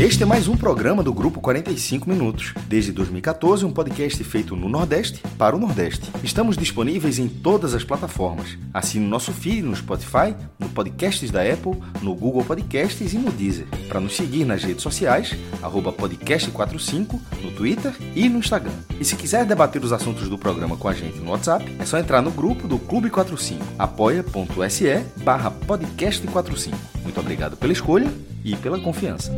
Este é mais um programa do Grupo 45 Minutos. Desde 2014, um podcast feito no Nordeste para o Nordeste. Estamos disponíveis em todas as plataformas. Assine o nosso feed no Spotify, no Podcasts da Apple, no Google Podcasts e no Deezer. Para nos seguir nas redes sociais, @podcast45, no Twitter e no Instagram. E se quiser debater os assuntos do programa com a gente no WhatsApp, é só entrar no grupo do Clube 45, apoia.se/podcast45. Muito obrigado pela escolha e pela confiança.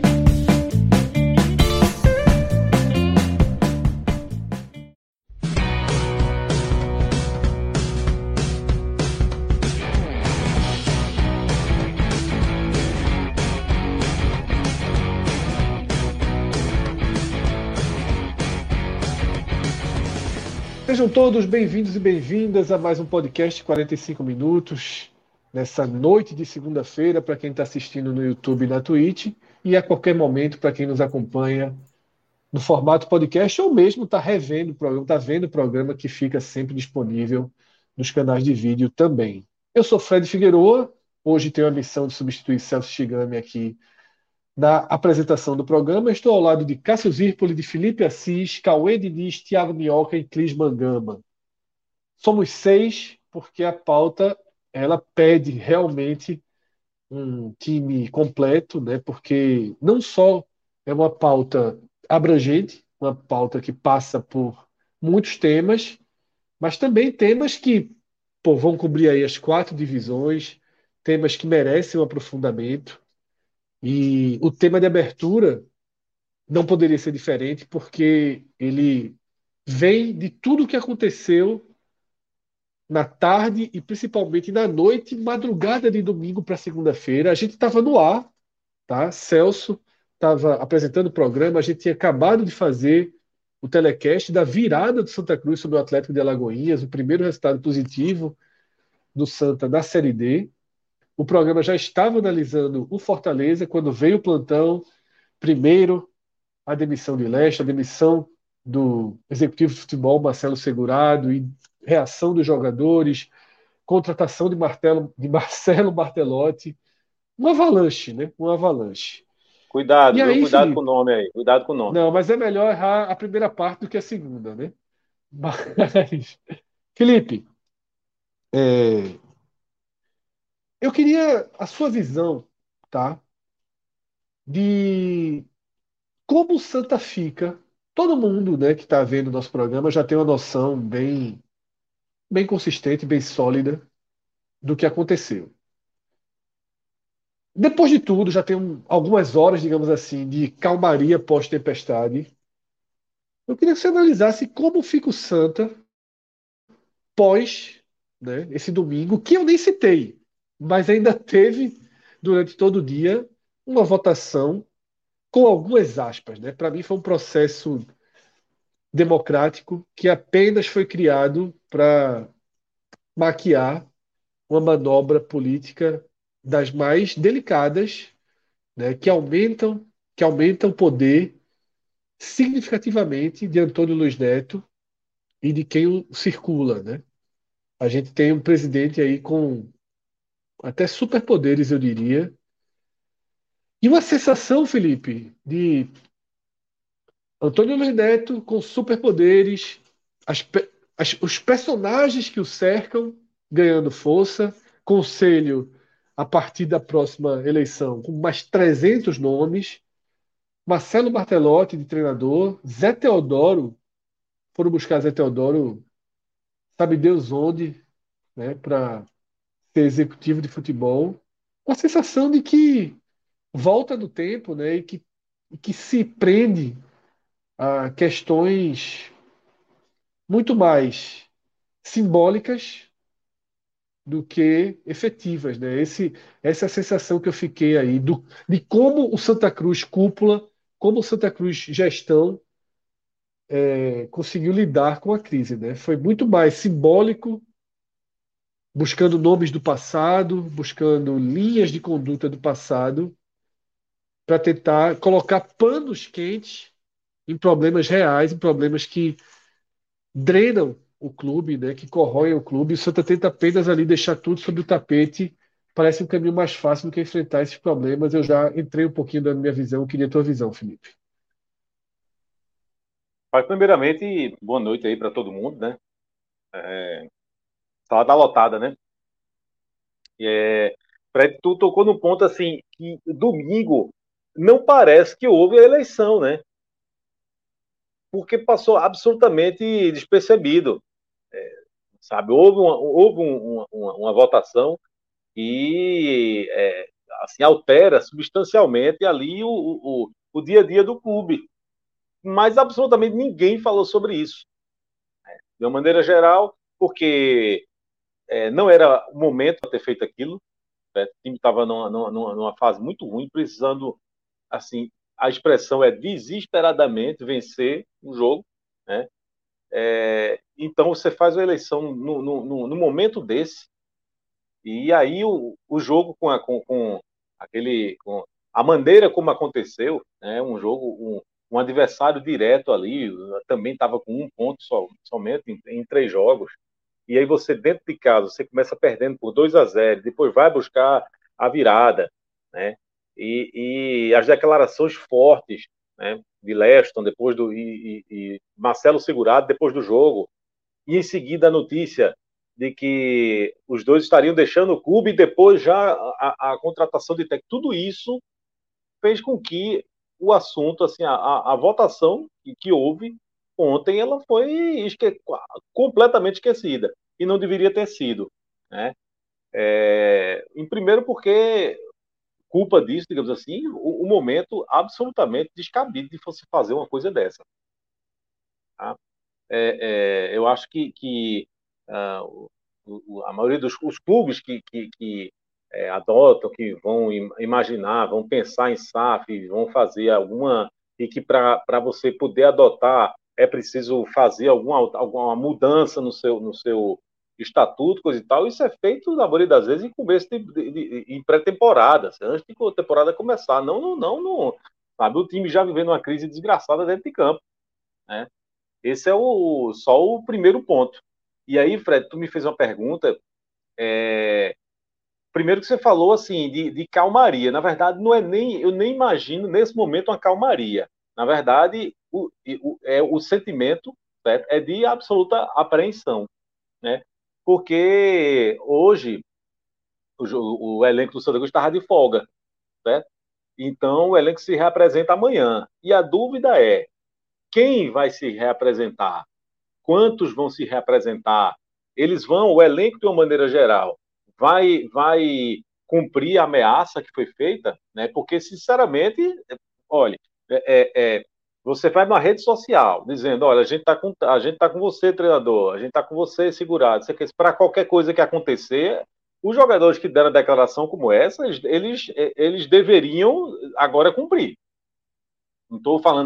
Sejam todos bem-vindos e bem-vindas a mais um podcast 45 minutos, nessa noite de segunda-feira, para quem está assistindo no YouTube e na Twitch, e a qualquer momento para quem nos acompanha no formato podcast, ou mesmo está revendo o programa, está vendo o programa que fica sempre disponível nos canais de vídeo também. Eu sou Fred Figueroa, hoje tenho a missão de substituir Celso Shigami aqui na apresentação do programa. Estou ao lado de Cássio Zirpoli, de Felipe Assis, Cauê Diniz, Thiago Minhoca e Clis Mangama. Somos 6, porque a pauta ela pede realmente um time completo, né? Porque não só é uma pauta abrangente, uma pauta que passa por muitos temas, mas também temas que vão cobrir aí as 4 divisões, temas que merecem um aprofundamento. E o tema de abertura não poderia ser diferente, porque ele vem de tudo o que aconteceu na tarde e principalmente na noite, madrugada de domingo para segunda-feira. A gente estava no ar, tá? Celso estava apresentando o programa, a gente tinha acabado de fazer o telecast da virada do Santa Cruz sobre o Atlético de Alagoinhas, o primeiro resultado positivo do Santa na Série D. O programa já estava analisando o Fortaleza quando veio o plantão. Primeiro, a demissão de Leste, a demissão do executivo de futebol, Marcelo Segurado, e reação dos jogadores, contratação de Marcelo Bartelotti. Um avalanche, né? Um avalanche. Cuidado, E viu? aí, Cuidado com o Felipe? nome aí. Cuidado com o nome. Não, mas é melhor errar a primeira parte do que a segunda, né? Mas, Felipe, é, eu queria a sua visão, tá? De como o Santa fica. Todo mundo, né, que está vendo o nosso programa já tem uma noção bem consistente, bem sólida do que aconteceu. Depois de tudo, já tem algumas horas, digamos assim, de calmaria pós-tempestade. Eu queria que você analisasse como fica o Santa pós, né, esse domingo, que eu nem citei, mas ainda teve, durante todo o dia, uma votação com algumas aspas, né? Para mim foi um processo democrático que apenas foi criado para maquiar uma manobra política das mais delicadas, né, que aumentam o poder significativamente de Antônio Luiz Neto e de quem o circula, né? A gente tem um presidente aí com até superpoderes, eu diria, e uma sensação, Felipe, de Antônio Luiz Neto com superpoderes, os personagens que o cercam ganhando força, conselho a partir da próxima eleição com mais 300 nomes, Marcelo Bartelotti de treinador, Zé Teodoro, foram buscar Zé Teodoro, sabe Deus onde, né, para ser executivo de futebol, com a sensação de que volta no tempo, né, e que se prende a questões muito mais simbólicas do que efetivas, né? Essa é a sensação que eu fiquei aí de como o Santa Cruz cúpula, como o Santa Cruz gestão conseguiu lidar com a crise, né? Foi muito mais simbólico, buscando nomes do passado, buscando linhas de conduta do passado, para tentar colocar panos quentes em problemas reais, em problemas que drenam o clube, né, que corroem o clube. O Santa tenta apenas ali deixar tudo sobre o tapete parece um caminho mais fácil do que enfrentar esses problemas. Eu já entrei um pouquinho da minha visão, eu queria a tua visão, Felipe. Mas, primeiramente, boa noite aí para todo mundo, né? Sala tá lotada, né? Fred, tu tocou num ponto assim, que domingo não parece que houve a eleição, né? Porque passou absolutamente despercebido, sabe? Houve uma votação que assim, altera substancialmente ali o dia a dia do clube. Mas absolutamente ninguém falou sobre isso. De uma maneira geral, porque não era o momento para ter feito aquilo. Né? O time estava numa fase muito ruim, precisando, assim, a expressão é desesperadamente vencer o jogo. Né? Então você faz a eleição no momento desse, e aí o jogo com a maneira como aconteceu, né? Um jogo, um adversário direto ali, também estava com um ponto somente em 3 jogos. E aí você, dentro de casa, você começa perdendo por 2-0, depois vai buscar a virada, né? E as declarações fortes, né, de Leston depois e Marcelo Segurado depois do jogo, e em seguida a notícia de que os dois estariam deixando o clube e depois já a contratação de técnico, tudo isso fez com que o assunto, assim, a votação que houve ontem, ela foi completamente esquecida e não deveria ter sido, né? Em primeiro porque culpa disso, digamos assim, o momento absolutamente descabido de você fazer uma coisa dessa. Tá? Eu acho que a maioria dos os clubes que adotam, que vão imaginar, vão pensar em SAF, vão fazer alguma, e que para você poder adotar é preciso fazer alguma mudança no seu estatuto, coisa e tal. Isso é feito, na maioria das vezes, em começo em pré-temporada, antes de a temporada começar. Não, sabe? O time já vivendo uma crise desgraçada dentro de campo, né? Esse é só o primeiro ponto. E aí, Fred, tu me fez uma pergunta. Primeiro que você falou assim de calmaria. Na verdade, não é eu nem imagino nesse momento uma calmaria. Na verdade, o sentimento, certo, é de absoluta apreensão, né? Porque hoje o elenco do Santa Cruz estava de folga, certo? Então o elenco se reapresenta amanhã. E a dúvida é quem vai se reapresentar? Quantos vão se reapresentar? O elenco, de uma maneira geral, vai cumprir a ameaça que foi feita, né? Porque, sinceramente, olha, você vai numa rede social dizendo, olha, a gente tá com você, treinador, a gente está com você, segurado. Para qualquer coisa que acontecer, os jogadores que deram a declaração como essa, eles deveriam agora cumprir. Não estou falando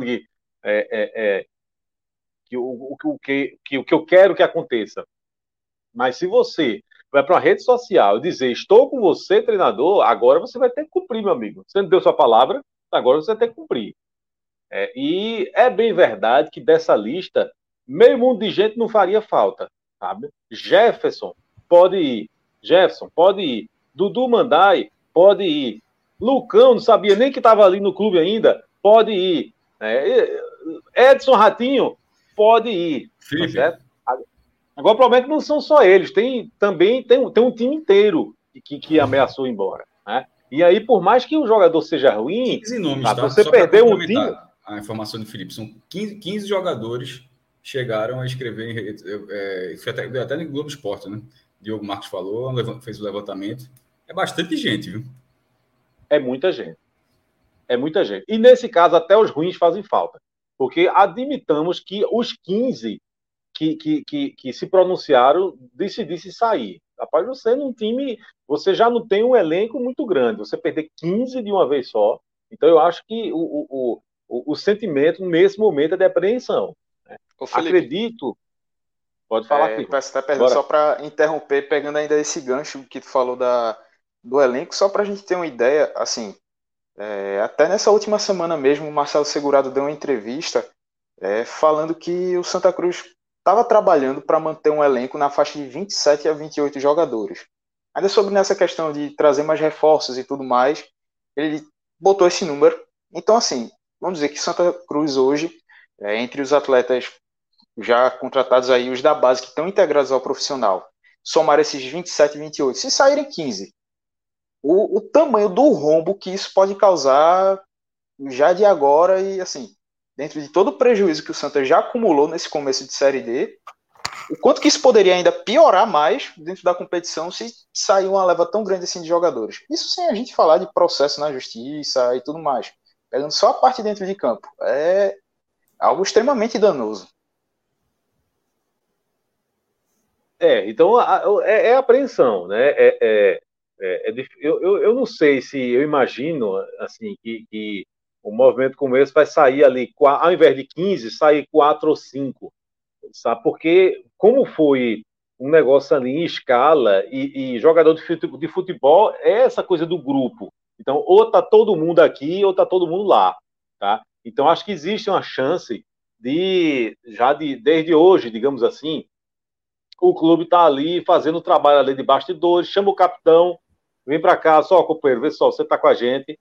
que eu quero que aconteça. Mas se você vai para uma rede social e dizer estou com você, treinador, agora você vai ter que cumprir, meu amigo. Você não deu sua palavra, agora você vai ter que cumprir. E é bem verdade que dessa lista, meio mundo de gente não faria falta, sabe? Jefferson pode ir. Jefferson pode ir. Dudu Mandai pode ir. Lucão, não sabia nem que estava ali no clube ainda, pode ir. Edson Ratinho pode ir. Tá certo? Agora, o problema é que não são só eles, também tem um time inteiro que ameaçou ir embora. Né? E aí, por mais que o jogador seja ruim, 15 nomes, tá? Tá? Você Só perdeu um time. A informação do Felipe, são 15 jogadores chegaram a escrever em rede. Foi até no Globo Esporte, né? Diogo Marcos falou, fez o levantamento. É bastante gente, viu? É muita gente. É muita gente. E nesse caso, até os ruins fazem falta. Porque admitamos que os 15 que se pronunciaram decidissem sair. Rapaz, você num time, você já não tem um elenco muito grande. Você perder 15 de uma vez só. Então, eu acho que o sentimento, nesse momento, é de apreensão. Né? Acredito. Pode falar, Felipe. Peço até perdão, só para interromper, pegando ainda esse gancho que tu falou do elenco, só para a gente ter uma ideia, assim, até nessa última semana mesmo, o Marcelo Segurado deu uma entrevista falando que o Santa Cruz estava trabalhando para manter um elenco na faixa de 27 a 28 jogadores. Ainda sobre nessa questão de trazer mais reforços e tudo mais, ele botou esse número. Então, assim, vamos dizer que Santa Cruz hoje, entre os atletas já contratados aí, os da base que estão integrados ao profissional, somar esses 27, 28, se saírem 15, o tamanho do rombo que isso pode causar já de agora e, assim, dentro de todo o prejuízo que o Santa já acumulou nesse começo de Série D, o quanto que isso poderia ainda piorar mais dentro da competição se sair uma leva tão grande assim de jogadores. Isso sem a gente falar de processo na justiça e tudo mais. Pegando só a parte dentro de campo. É algo extremamente danoso. Então é apreensão, né? Eu não sei se eu imagino assim que o movimento como esse vai sair ali, ao invés de 15, sair 4 ou 5, sabe? Porque como foi um negócio ali em escala e jogador de futebol é essa coisa do grupo. Então, ou tá todo mundo aqui ou tá todo mundo lá, tá? Então, acho que existe uma chance desde hoje, digamos assim, o clube está ali fazendo o trabalho ali de bastidores, chama o capitão, vem para cá, só, companheiro, vê só, você está com a gente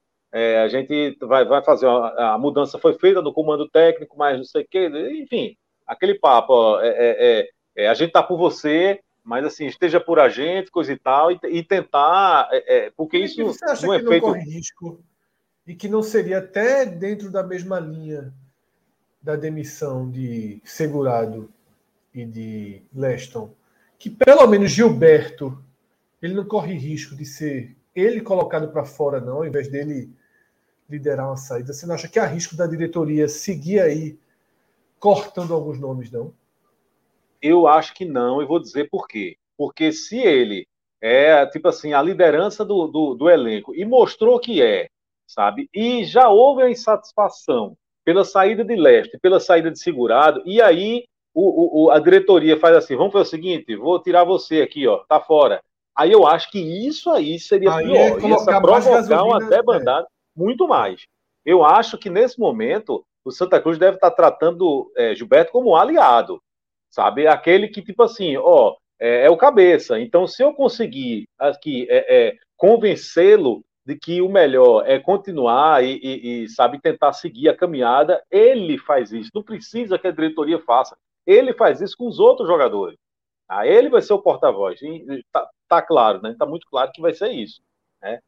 vai fazer, a mudança foi feita no comando técnico, mas não sei o quê, enfim, aquele papo, ó, a gente está por você, mas assim, esteja por a gente, coisa e tal, e tentar, porque isso você acha não é que não feito... corre risco e que não seria até dentro da mesma linha da demissão de Segurado e de Leston, que pelo menos Gilberto, ele não corre risco de ser ele colocado para fora, não, ao invés dele liderar uma saída? Você não acha que há risco da diretoria seguir aí cortando alguns nomes, não? Eu acho que não, e vou dizer por quê. Porque se ele tipo assim, a liderança do elenco, e mostrou que sabe? E já houve a insatisfação pela saída de Leste, pela saída de Segurado, e aí a diretoria faz assim, vamos fazer o seguinte, vou tirar você aqui, ó, tá fora. Aí eu acho que isso aí seria aí pior, ia provocar uma debandada muito mais. Eu acho que nesse momento o Santa Cruz deve estar tratando Gilberto como aliado, sabe? Aquele que, tipo assim, ó, é o cabeça. Então, se eu conseguir aqui convencê-lo de que o melhor é continuar e, sabe, tentar seguir a caminhada, ele faz isso. Não precisa que a diretoria faça. Ele faz isso com os outros jogadores. Ele vai ser o porta-voz. Tá claro, né? Tá muito claro que vai ser isso, né?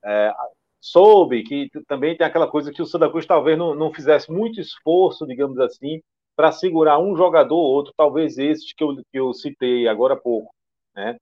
Soube que também tem aquela coisa que o Santa Cruz talvez não fizesse muito esforço, digamos assim, para segurar um jogador ou outro, talvez esses que eu citei agora há pouco, né?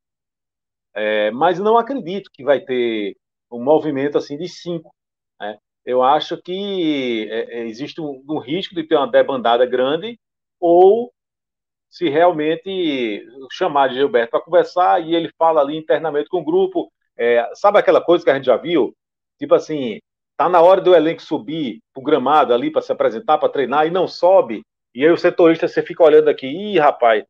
Mas não acredito que vai ter um movimento assim de 5, né? Eu acho que existe um risco de ter uma debandada grande, ou se realmente chamar de Gilberto para conversar e ele fala ali internamente com o grupo, sabe aquela coisa que a gente já viu? Tipo assim, tá na hora do elenco subir pro gramado ali para se apresentar, para treinar, e não sobe, e aí o setorista você fica olhando aqui, ih, rapaz,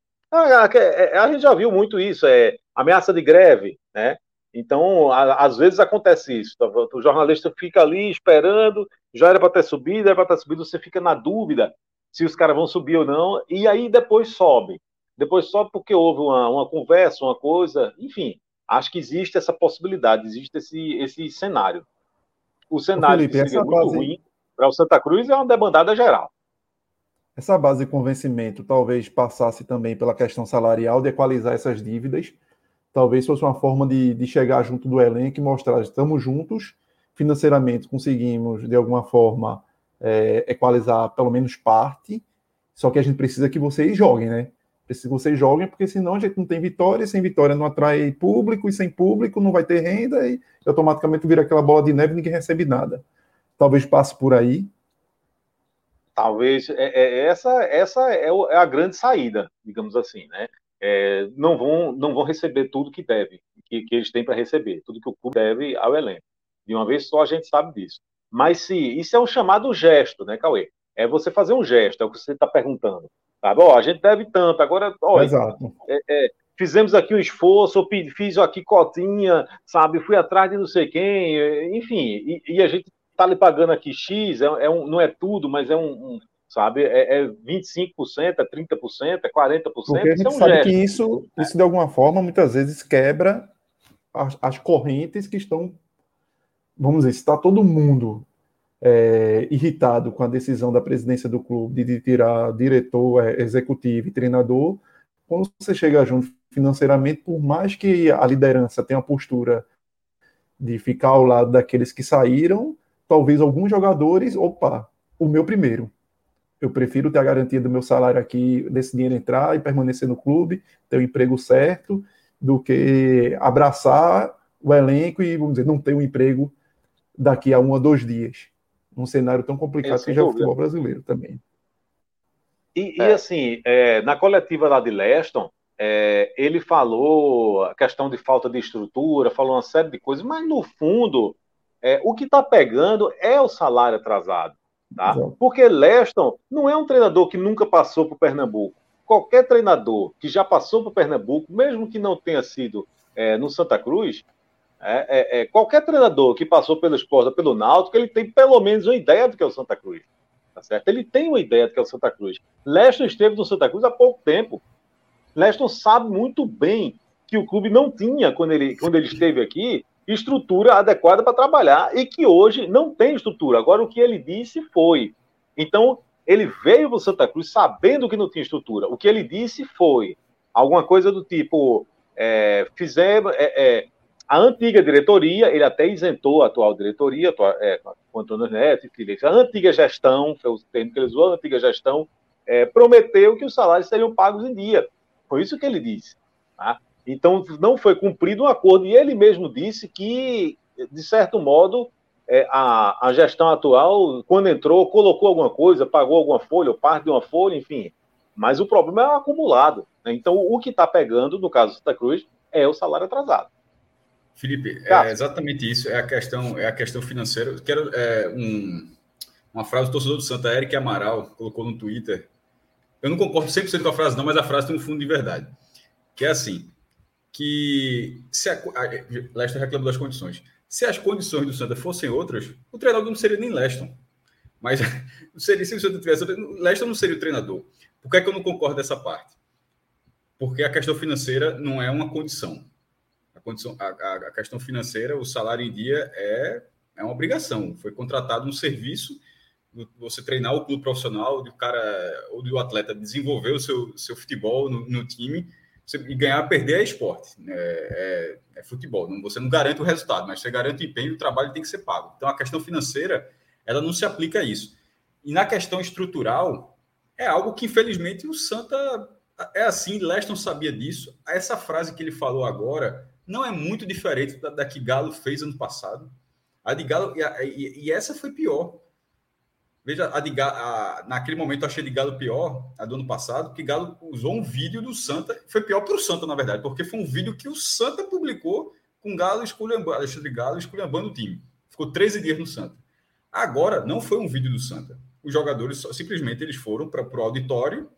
a gente já viu muito isso, ameaça de greve, né? Então, às vezes acontece isso, o jornalista fica ali esperando, já era para ter subido, você fica na dúvida se os caras vão subir ou não, e aí depois sobe. Depois sobe porque houve uma conversa, uma coisa, enfim, acho que existe essa possibilidade, existe esse cenário. O cenário Felipe, que seria muito ruim para o Santa Cruz é uma debandada geral. Essa base de convencimento talvez passasse também pela questão salarial, de equalizar essas dívidas. Talvez fosse uma forma de chegar junto do elenco e mostrar, estamos juntos, financeiramente conseguimos, de alguma forma, equalizar pelo menos parte, só que a gente precisa que vocês joguem, né? Precisa que vocês joguem, porque senão a gente não tem vitória, e sem vitória não atrai público, e sem público não vai ter renda, e automaticamente vira aquela bola de neve e ninguém recebe nada. Talvez passe por aí. Talvez essa é a grande saída, digamos assim, né? Não vão receber tudo que deve, que eles têm para receber, tudo que o clube deve ao elenco. De uma vez só a gente sabe disso. Mas se isso é um chamado gesto, né, Cauê? É você fazer um gesto, é o que você está perguntando. Sabe? A gente deve tanto, agora, Exato. Fizemos aqui um esforço, fiz aqui cotinha, sabe? Fui atrás de não sei quem, enfim, e a gente está lhe pagando aqui X, não é tudo, mas sabe, 25%, é 30%, é 40%, Porque a isso é gente um sabe gesto. que isso de alguma forma, muitas vezes quebra as correntes que estão, vamos dizer, se está todo mundo irritado com a decisão da presidência do clube de tirar diretor, executivo e treinador, quando você chega junto financeiramente, por mais que a liderança tenha a postura de ficar ao lado daqueles que saíram, talvez alguns jogadores, o meu primeiro. Eu prefiro ter a garantia do meu salário aqui, desse dinheiro entrar e permanecer no clube, ter o emprego certo, do que abraçar o elenco e, vamos dizer, não ter um emprego daqui a 1 ou 2 dias. Num cenário tão complicado que já é o futebol brasileiro também. E assim, na coletiva lá de Leston, ele falou a questão de falta de estrutura, falou uma série de coisas, mas no fundo, o que está pegando é o salário atrasado. Tá? Porque Leston não é um treinador que nunca passou por Pernambuco. Qualquer treinador que já passou por Pernambuco, mesmo que não tenha sido no Santa Cruz, qualquer treinador que passou pelo Sport, pelo Náutico, ele tem pelo menos uma ideia do que é o Santa Cruz. Tá certo? Ele tem uma ideia do que é o Santa Cruz. Leston esteve no Santa Cruz há pouco tempo. Leston sabe muito bem que o clube não tinha, quando ele esteve aqui, estrutura adequada para trabalhar e que hoje não tem estrutura. Agora, o que ele disse foi... Então, ele veio para o Santa Cruz sabendo que não tinha estrutura. O que ele disse foi alguma coisa do tipo... fizemos... a antiga diretoria, ele até isentou a atual diretoria, com Antônio Neto, a antiga gestão, foi o termo que ele usou, a antiga gestão, prometeu que os salários seriam pagos em dia. Foi isso que ele disse. Tá? Então, não foi cumprido um acordo. E ele mesmo disse que, de certo modo, a gestão atual, quando entrou, colocou alguma coisa, pagou alguma folha, ou parte de uma folha, enfim. Mas o problema é o acumulado. Né? Então, o que está pegando, no caso do Santa Cruz, é o salário atrasado. Felipe, é exatamente isso. É a questão financeira. Eu quero uma frase do torcedor do Santa, Eric Amaral, colocou no Twitter. Eu não concordo 100% com a frase, não, mas a frase tem um fundo de verdade. Que é assim, que se Leston reclamou das condições. Se as condições do Santa fossem outras, o treinador não seria nem Leston. Mas se o Santa tivesse... Leston não seria o treinador. Por que é que eu não concordo dessa parte? Porque a questão financeira não é uma condição. A questão financeira, o salário em dia é uma obrigação. Foi contratado um serviço, você treinar o clube profissional, do cara ou do atleta desenvolver o seu futebol no time, e ganhar, perder é esporte, é futebol. Você não garante o resultado, mas você garante o empenho e o trabalho tem que ser pago. Então, a questão financeira, ela não se aplica a isso. E na questão estrutural, é algo que, infelizmente, o Santa é assim, Leston sabia disso. Essa frase que ele falou agora não é muito diferente da que Galo fez ano passado. A de Galo, e essa foi pior. Veja, naquele momento eu achei de Galo pior, a do ano passado, que Galo usou um vídeo do Santa, foi pior para o Santa, na verdade, porque foi um vídeo que o Santa publicou com Alexandre Galo esculhambando o time. Ficou 13 dias no Santa. Agora, não foi um vídeo do Santa. Os jogadores simplesmente eles foram para o auditório.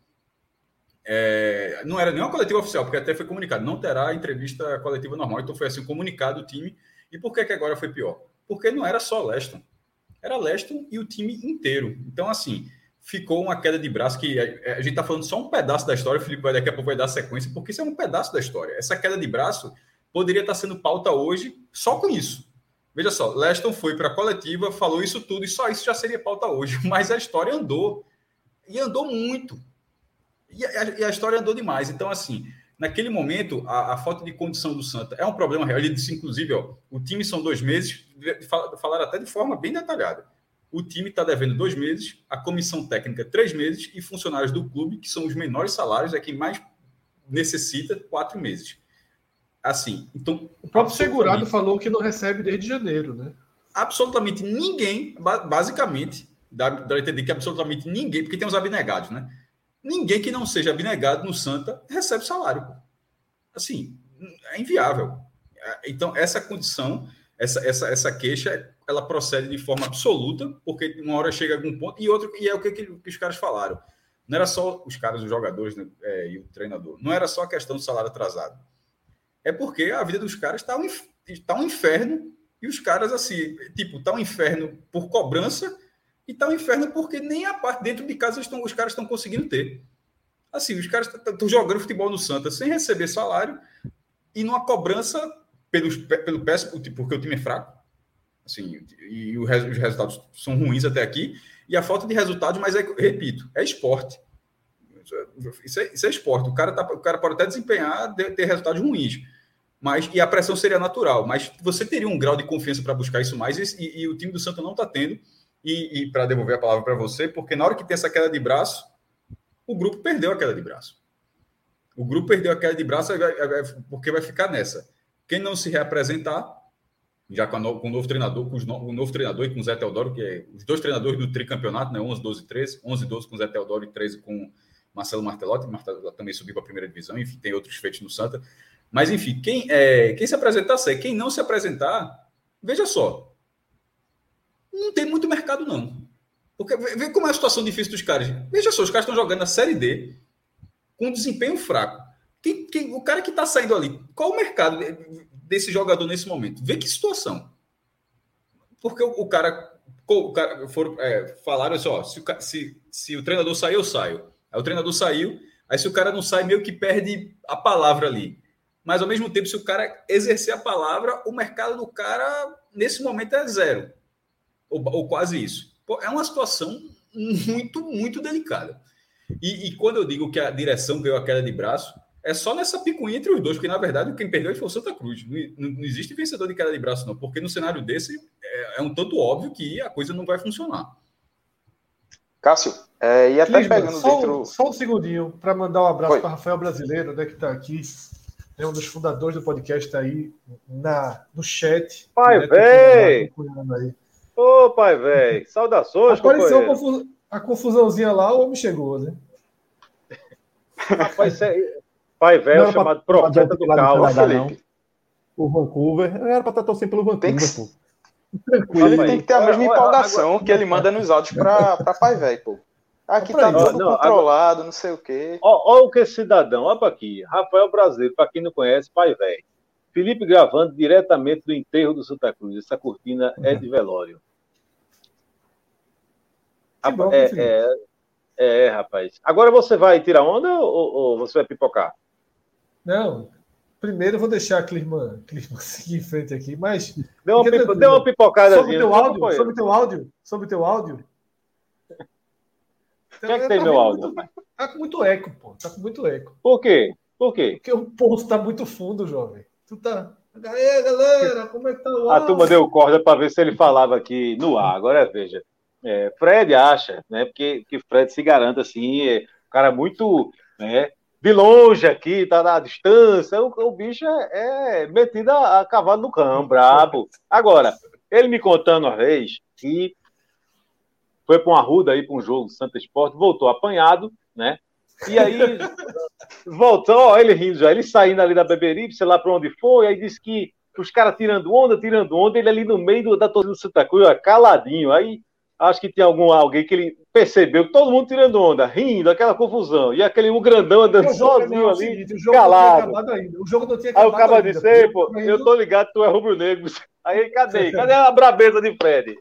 Não era nem uma coletiva oficial, porque até foi comunicado, não terá entrevista coletiva normal, então foi assim, comunicado o time. E por que agora foi pior? Porque não era só Leston, era Leston e o time inteiro. Então, assim, ficou uma queda de braço que a gente está falando só um pedaço da história, o Felipe daqui a pouco vai dar sequência, porque isso é um pedaço da história. Essa queda de braço poderia estar sendo pauta hoje só com isso. Veja só, Leston foi para a coletiva, falou isso tudo, e só isso já seria pauta hoje, mas a história andou, e andou muito. E a história andou demais. Então, assim, naquele momento, a falta de condição do Santa é um problema real. Ele disse, inclusive, o time são 2 meses, falaram até de forma bem detalhada. O time está devendo 2 meses, a comissão técnica 3 meses e funcionários do clube, que são os menores salários, é quem mais necessita 4 meses. Assim, então... O próprio segurado falou que não recebe desde janeiro, né? Absolutamente ninguém, basicamente, dá a entender que absolutamente ninguém, porque tem os abnegados, né? Ninguém que não seja abnegado no Santa recebe salário. Assim, é inviável. Então, essa condição, essa queixa, ela procede de forma absoluta, porque uma hora chega a algum ponto, e é o que os caras falaram. Não era só os caras, os jogadores, né, e o treinador. Não era só a questão do salário atrasado. É porque a vida dos caras está um inferno, e os caras, assim, está um inferno por cobrança, e tá um inferno porque nem a parte dentro de casa os caras estão conseguindo ter. Assim, os caras estão jogando futebol no Santa sem receber salário e numa cobrança pelo péssimo, porque o time é fraco, assim, e os resultados são ruins até aqui, e a falta de resultados, mas repito, é esporte. Isso é esporte. O cara pode até desempenhar, ter resultados ruins, e a pressão seria natural, mas você teria um grau de confiança para buscar isso mais, e o time do Santa não está tendo, e para devolver a palavra para você, porque na hora que tem essa queda de braço, o grupo perdeu a queda de braço. O grupo perdeu a queda de braço porque vai ficar nessa. Quem não se reapresentar, já com o novo treinador, o novo treinador e com o Zé Teodoro, que é os dois treinadores do tricampeonato, né? 11, 12 e 13. 11 e 12 com o Zé Teodoro e 13 com Marcelo Martelotti. Martelotti também subiu para a primeira divisão. Enfim, tem outros feitos no Santa. Mas, enfim, quem se apresentar, sai. Quem não se apresentar, veja só. Não tem muito mercado, não. Porque vê como é a situação difícil dos caras. Veja só, os caras estão jogando na Série D com um desempenho fraco. O cara que está saindo ali, qual o mercado desse jogador nesse momento? Vê que situação. Porque o cara falaram assim, ó, se o treinador sair, eu saio. Aí o treinador saiu, aí se o cara não sai, meio que perde a palavra ali. Mas, ao mesmo tempo, se o cara exercer a palavra, o mercado do cara, nesse momento, é zero. Ou quase isso. Pô, é uma situação muito, muito delicada. E quando eu digo que a direção ganhou a queda de braço, é só nessa picuinha entre os dois, porque, na verdade, quem perdeu foi o Santa Cruz. Não existe vencedor de queda de braço, não, porque no cenário desse é um tanto óbvio que a coisa não vai funcionar. Cássio, e até Clisma, pegando dentro... Só um segundinho para mandar um abraço para Rafael Brasileiro, né, que está aqui. É um dos fundadores do podcast, está aí no chat. Pai, velho! Ô, pai, velho! Saudações, apareceu a confusãozinha lá, o homem chegou, né? Rapaz, pai, velho, chamado Profeta do Caos, Felipe. O Vancouver, era para estar torcendo pelo Vancouver, pô. Ele tem que ter a mesma empolgação que ele manda nos áudios para pai, velho, pô. Aqui tá tudo controlado, não sei o quê. Olha o que esse cidadão, olha aqui. Rafael Brasileiro, para quem não conhece, pai velho. Felipe gravando diretamente do enterro do Santa Cruz. Essa cortina é de velório. Rapaz. Agora você vai tirar onda ou você vai pipocar? Não. Primeiro eu vou deixar a Clisma seguir em frente aqui, mas... Deu uma pipocadazinha. Sobre o teu áudio. O que é que tem meu áudio? Tá com muito eco, pô. Tá com muito eco. Por quê? Porque o poço tá muito fundo, jovem. Tu tá... Aí, galera, como é que tá o áudio? A turma deu corda para ver se ele falava aqui no ar. Agora veja. Fred acha, né? Porque que Fred se garanta assim, um cara muito, né, de longe aqui, tá na distância. O bicho é metido a cavalo no campo, brabo. Agora, ele me contando uma vez que foi para uma ruda aí, para um jogo do Santa Esporte, voltou apanhado, né? E aí voltou, ó, ele rindo já, ele saindo ali da Beberibe, sei lá para onde foi, aí disse que os caras tirando onda, ele ali no meio da torcida do Santa Cruz, ó, caladinho. Aí acho que tinha alguém que ele percebeu que todo mundo tirando onda, rindo, aquela confusão, e aquele grandão andando sozinho ali, seguinte, calado. O jogo não tinha acabado. Aí o cara disse, pô, eu tô ligado que tu é rubro-negro. Aí cadê a brabeza de Fred?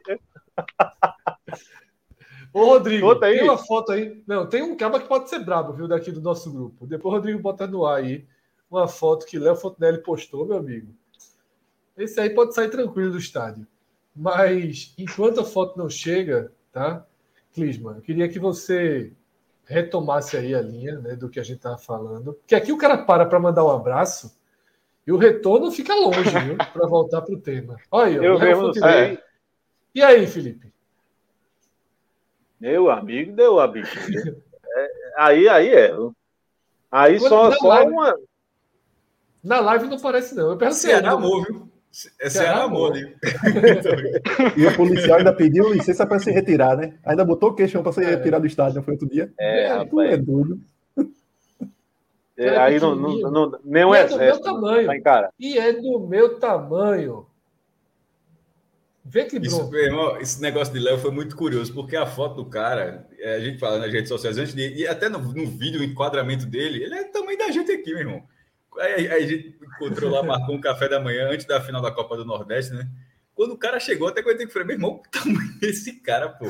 Ô, Rodrigo, tem uma foto aí. Não, tem um cara que pode ser brabo, viu, daqui do nosso grupo. Depois o Rodrigo bota no ar aí uma foto que Léo Fontenelle postou, meu amigo. Esse aí pode sair tranquilo do estádio. Mas, enquanto a foto não chega, tá, Clisma, eu queria que você retomasse aí a linha, né, do que a gente estava falando. Porque aqui o cara para mandar um abraço e o retorno fica longe, viu, para voltar para o tema. Olha aí, eu mesmo não sei. E aí, Felipe? Meu amigo, deu a bichinha. Aí é. Aí só live, uma. Na live não parece, não. Eu perguntei. Ceará amor, viu? Ceará amor ali. E o policial ainda pediu licença para se retirar, né? Ainda botou queixão para se retirar do estádio, não foi outro dia? Tu é doido. Aí nem um exército. Tá em cara. E é do meu tamanho. Vê que esse negócio de Léo foi muito curioso, porque a foto do cara, a gente fala nas redes sociais antes e até no vídeo, o enquadramento dele, ele é do tamanho da gente aqui, meu irmão. Aí a gente encontrou lá, marcou um café da manhã antes da final da Copa do Nordeste, né? Quando o cara chegou, até que eu tenho que falar, meu irmão, que tamanho é esse cara, pô?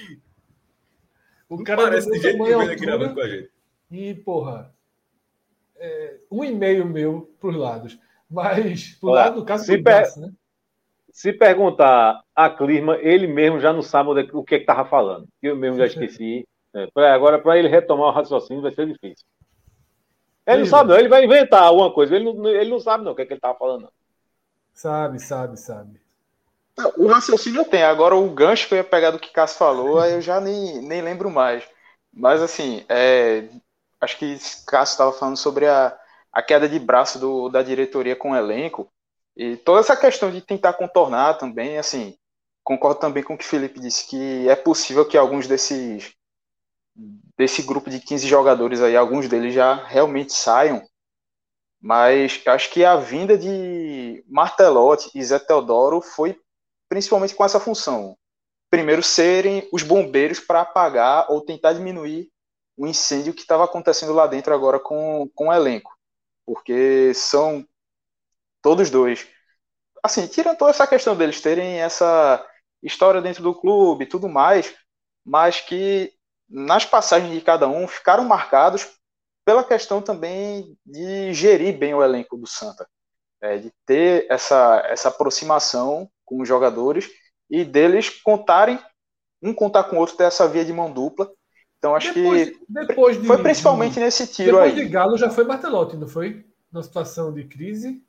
O cara parece de jeito que ele gravando com a gente. E, porra, um e-mail meu para os lados. Mas, pro lado, no caso, né? Se perguntar a Clima, ele mesmo já não sabe o que estava falando. Eu mesmo já esqueci. Agora, para ele retomar o raciocínio, vai ser difícil. Ele não sabe, não. Ele vai inventar alguma coisa. Ele não sabe, não, o que ele estava falando. Não. Sabe. O raciocínio eu tenho. Agora, o gancho que eu ia pegar do que Cássio falou, aí eu já nem lembro mais. Mas, assim, acho que Cássio estava falando sobre a queda de braço da diretoria com o elenco. E toda essa questão de tentar contornar também, assim, concordo também com o que o Felipe disse, que é possível que alguns desse grupo de 15 jogadores aí, alguns deles já realmente saiam, mas acho que a vinda de Martelotti e Zé Teodoro foi principalmente com essa função. Primeiro, serem os bombeiros para apagar ou tentar diminuir o incêndio que estava acontecendo lá dentro agora com o elenco, porque são todos dois. Assim, tirando toda essa questão deles terem essa história dentro do clube e tudo mais, mas que nas passagens de cada um ficaram marcados pela questão também de gerir bem o elenco do Santa. De ter essa aproximação com os jogadores e deles contar com o outro, ter essa via de mão dupla. Então, acho que foi principalmente nesse tiro depois aí. Depois de Galo já foi Martelotti, não foi? Na situação de crise.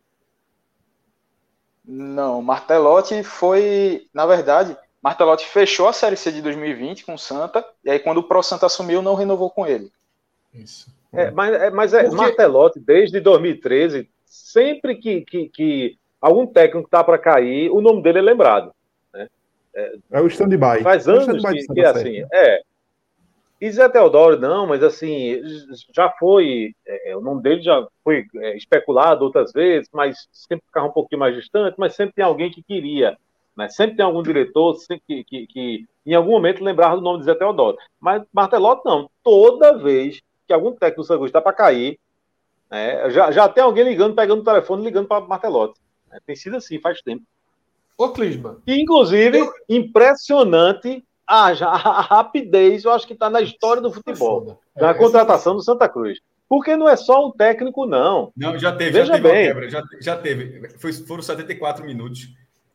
Não, Martelotti foi, na verdade, Martelotti fechou a Série C de 2020 com o Santa, e aí quando o Pro Santa assumiu, não renovou com ele. Isso. Mas Martelotti, desde 2013, sempre que algum técnico está para cair, o nome dele é lembrado. Né? É o stand-by. Faz anos que é assim. E Zé Teodoro, não, mas assim, já foi, o nome dele já foi especulado outras vezes, mas sempre ficava um pouquinho mais distante, mas sempre tem alguém que queria, né? Sempre tem algum diretor que em algum momento lembrava do nome de Zé Teodoro. Mas Martelotti não, toda vez que algum técnico do Santa está para cair, né, já tem alguém ligando, pegando o telefone, ligando para Martelotti. Né? Tem sido assim, faz tempo. Ô, Clisma. E, inclusive, impressionante a rapidez, eu acho que está na história do futebol, na contratação do Santa Cruz. Porque não é só um técnico, não. Não, já teve, Veja bem. Quebra, já teve. Foram 74 minutos.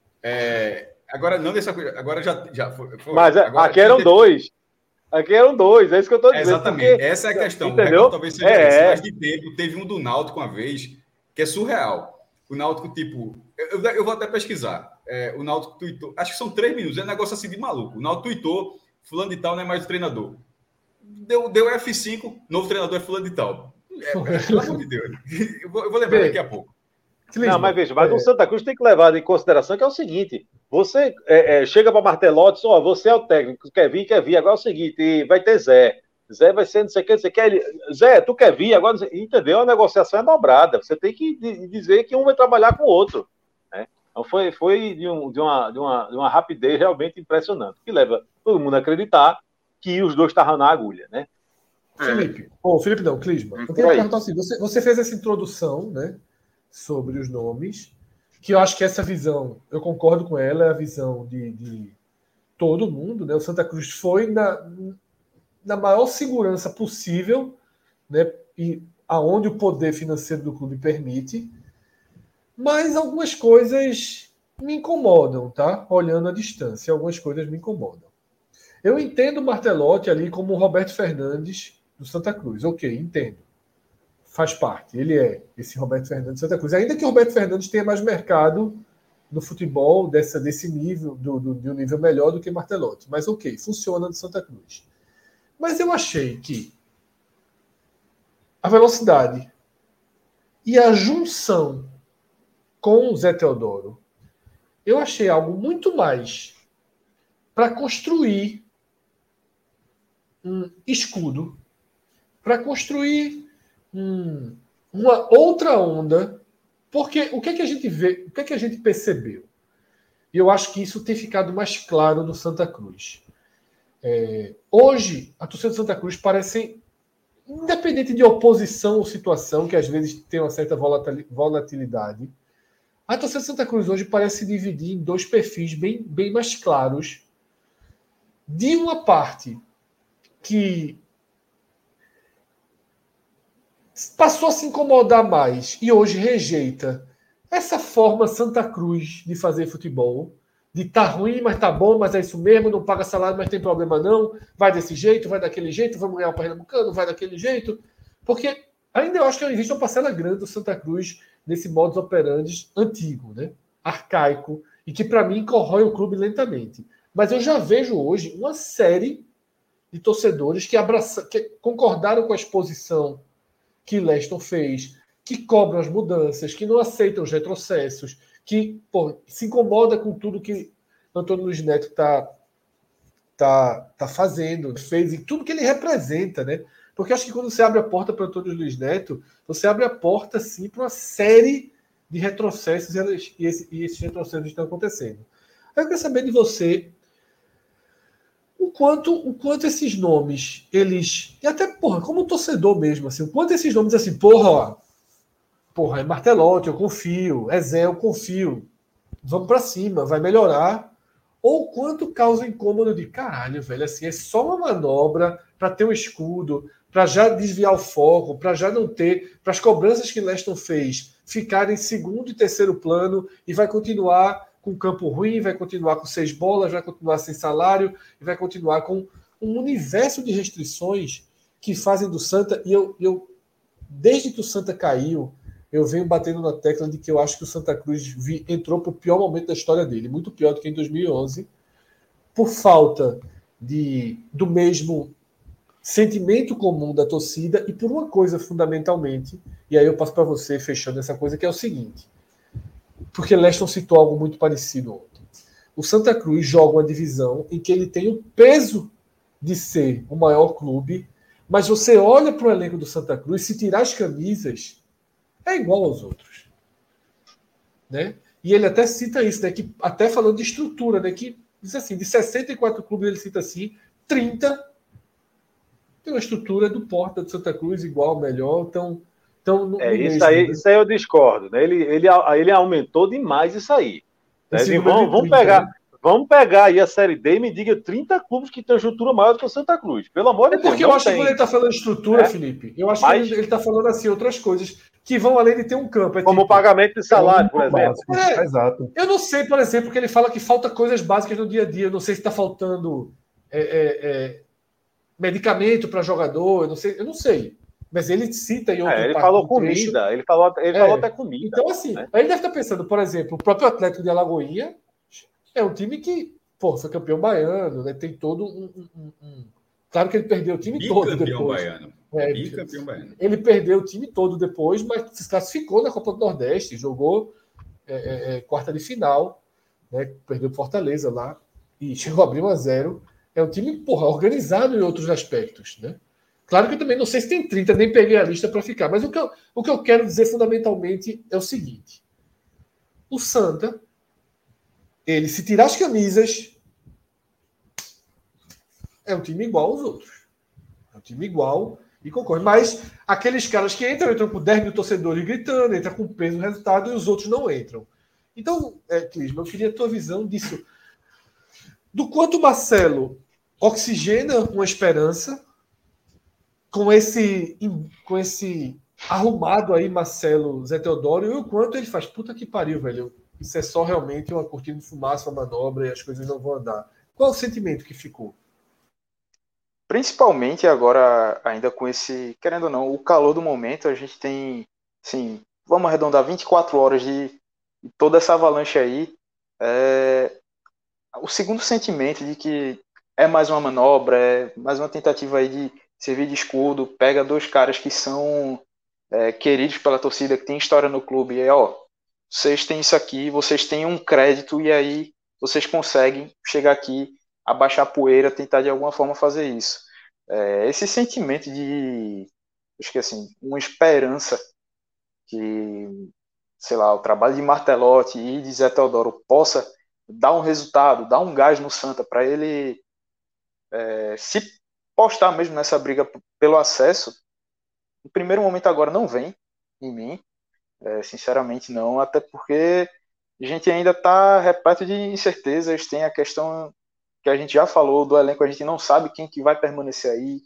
Agora, não dessa coisa. Agora já foi. Mas agora, aqui eram dois. Aqui eram dois, é isso que eu estou dizendo. Exatamente, porque, essa é a questão. Entendeu? O talvez seja esse. Mais de tempo, teve um do Náutico uma vez, que é surreal. O Náutico, tipo... Eu vou até pesquisar. O Náutico tweetou... Acho que são 3 minutos. É um negócio assim de maluco. O Náutico tweetou, fulano de tal não é mais o treinador. Deu F5, novo treinador é fulano de tal. Pelo amor de Deus. Eu vou lembrar daqui a pouco. Não, mas veja, mas o Santa Cruz tem que levar em consideração que é o seguinte, você chega para Martelotti, você é o técnico, quer vir, agora é o seguinte, vai ter Zé vai ser não sei o que, você quer Zé, tu quer vir, agora, entendeu? A negociação é dobrada, você tem que dizer que um vai trabalhar com o outro, né? Então foi de uma rapidez realmente impressionante, que leva todo mundo a acreditar que os dois estavam na agulha, né? Felipe não, Clisma, eu queria perguntar assim, você fez essa introdução, né, sobre os nomes, que eu acho que essa visão, eu concordo com ela, é a visão de todo mundo, né? O Santa Cruz foi na maior segurança possível, né? E aonde o poder financeiro do clube permite, mas algumas coisas me incomodam, tá? Olhando à distância, algumas coisas me incomodam. Eu entendo o Martelotti ali como o Roberto Fernandes do Santa Cruz, ok, entendo. Faz parte, ele é esse Roberto Fernandes de Santa Cruz. Ainda que o Roberto Fernandes tenha mais mercado no futebol desse nível, de um nível melhor do que Martelotti. Mas ok, funciona no Santa Cruz. Mas eu achei que a velocidade e a junção com o Zé Teodoro, eu achei algo muito mais para construir um escudo, para construir uma outra onda, porque o que é que a gente vê, o que é que a gente percebeu? E eu acho que isso tem ficado mais claro no Santa Cruz. Hoje, a torcida do Santa Cruz parece, independente de oposição ou situação, que às vezes tem uma certa volatilidade, a torcida do Santa Cruz hoje parece se dividir em dois perfis bem mais claros, de uma parte que passou a se incomodar mais e hoje rejeita essa forma Santa Cruz de fazer futebol, de tá ruim, mas tá bom, mas é isso mesmo, não paga salário, mas tem problema não, vai desse jeito, vai daquele jeito, vamos ganhar o Pernambucano, vai daquele jeito, porque ainda eu acho que existe uma parcela grande do Santa Cruz nesse modus operandi antigo, né? Arcaico, e que para mim corrói o clube lentamente. Mas eu já vejo hoje uma série de torcedores que concordaram com a exposição que Leston fez, que cobram as mudanças, que não aceitam os retrocessos, que se incomoda com tudo que Antônio Luiz Neto tá fazendo, fez e tudo que ele representa, né? Porque acho que quando você abre a porta para Antônio Luiz Neto, você abre a porta sim para uma série de retrocessos e esses retrocessos estão acontecendo. Eu quero saber de você o quanto esses nomes, eles. E até, como torcedor mesmo, assim, o quanto esses nomes, assim, é Martelotti, eu confio, é Zé, eu confio, vamos para cima, vai melhorar. Ou quanto causa incômodo de caralho, velho, assim, é só uma manobra para ter um escudo, para já desviar o foco, para já não ter, para as cobranças que Leston fez ficarem em segundo e terceiro plano e vai continuar com campo ruim, vai continuar com 6 bolas, vai continuar sem salário e vai continuar com um universo de restrições que fazem do Santa, e eu desde que o Santa caiu, eu venho batendo na tecla de que eu acho que o Santa Cruz entrou para o pior momento da história dele, muito pior do que em 2011, por falta do mesmo sentimento comum da torcida e por uma coisa fundamentalmente, e aí eu passo para você fechando essa coisa, que é o seguinte, porque Leston citou algo muito parecido ontem. O Santa Cruz joga uma divisão em que ele tem o peso de ser o maior clube, mas você olha para o elenco do Santa Cruz, se tirar as camisas, é igual aos outros. Né? E ele até cita isso, né? Que, até falando de estrutura, né? Que diz assim, de 64 clubes, ele cita assim, 30 tem uma estrutura do Porta do Santa Cruz igual, melhor, então no isso mesmo, aí, né? isso aí eu discordo, né? Ele aumentou demais isso aí. Né? Vamos pegar aí a Série D e me diga 30 clubes que têm estrutura maior do que o Santa Cruz. Pelo amor de Deus. Porque eu acho que quando ele está falando de estrutura, Felipe, eu acho que ele está falando assim, outras coisas que vão além de ter um campo. Como o pagamento de salário, por exemplo. Exato. Eu não sei, por exemplo, que ele fala que falta coisas básicas no dia a dia. Eu não sei se está faltando medicamento para jogador, eu não sei. Mas ele cita em outro ele falou comida, ele falou até comida. Então, assim, né? Aí ele deve estar pensando, por exemplo, o próprio Atlético de Alagoinha é um time que, foi campeão baiano, né? Tem todo Claro que ele perdeu o time todo depois. Bicampeão baiano. Ele perdeu o time todo depois, mas se classificou na Copa do Nordeste, jogou quarta de final, né? Perdeu o Fortaleza lá e chegou a abrir 1-0. É um time, organizado em outros aspectos, né? Claro que eu também não sei se tem 30, nem peguei a lista para ficar, mas o que eu quero dizer fundamentalmente é o seguinte: o Santa, ele, se tirar as camisas, é um time igual aos outros. É um time igual e concorre. Mas aqueles caras que entram com 10 mil torcedores gritando, entram com peso no resultado e os outros não entram. Então, Clisma, eu queria a tua visão disso. Do quanto o Marcelo oxigena uma esperança com esse arrumado aí, Marcelo Zé Teodoro, e o quanto ele faz, puta que pariu, velho. Isso é só realmente uma cortina de fumaça, uma manobra e as coisas não vão andar. Qual é o sentimento que ficou? Principalmente agora, ainda com esse, querendo ou não, o calor do momento, a gente tem, assim, vamos arredondar 24 horas de toda essa avalanche aí. O segundo sentimento de que é mais uma manobra, é mais uma tentativa aí de servir de escudo, pega 2 caras que são queridos pela torcida, que tem história no clube, e vocês têm isso aqui, vocês têm um crédito, e aí vocês conseguem chegar aqui, abaixar a poeira, tentar de alguma forma fazer isso. Esse sentimento de, acho que assim, uma esperança que, sei lá, o trabalho de Martelotti e de Zé Teodoro possa dar um resultado, dar um gás no Santa para ele se postar mesmo nessa briga pelo acesso. No primeiro momento agora não vem em mim, sinceramente não, até porque a gente ainda está repleto de incertezas, tem a questão que a gente já falou do elenco, a gente não sabe quem que vai permanecer aí,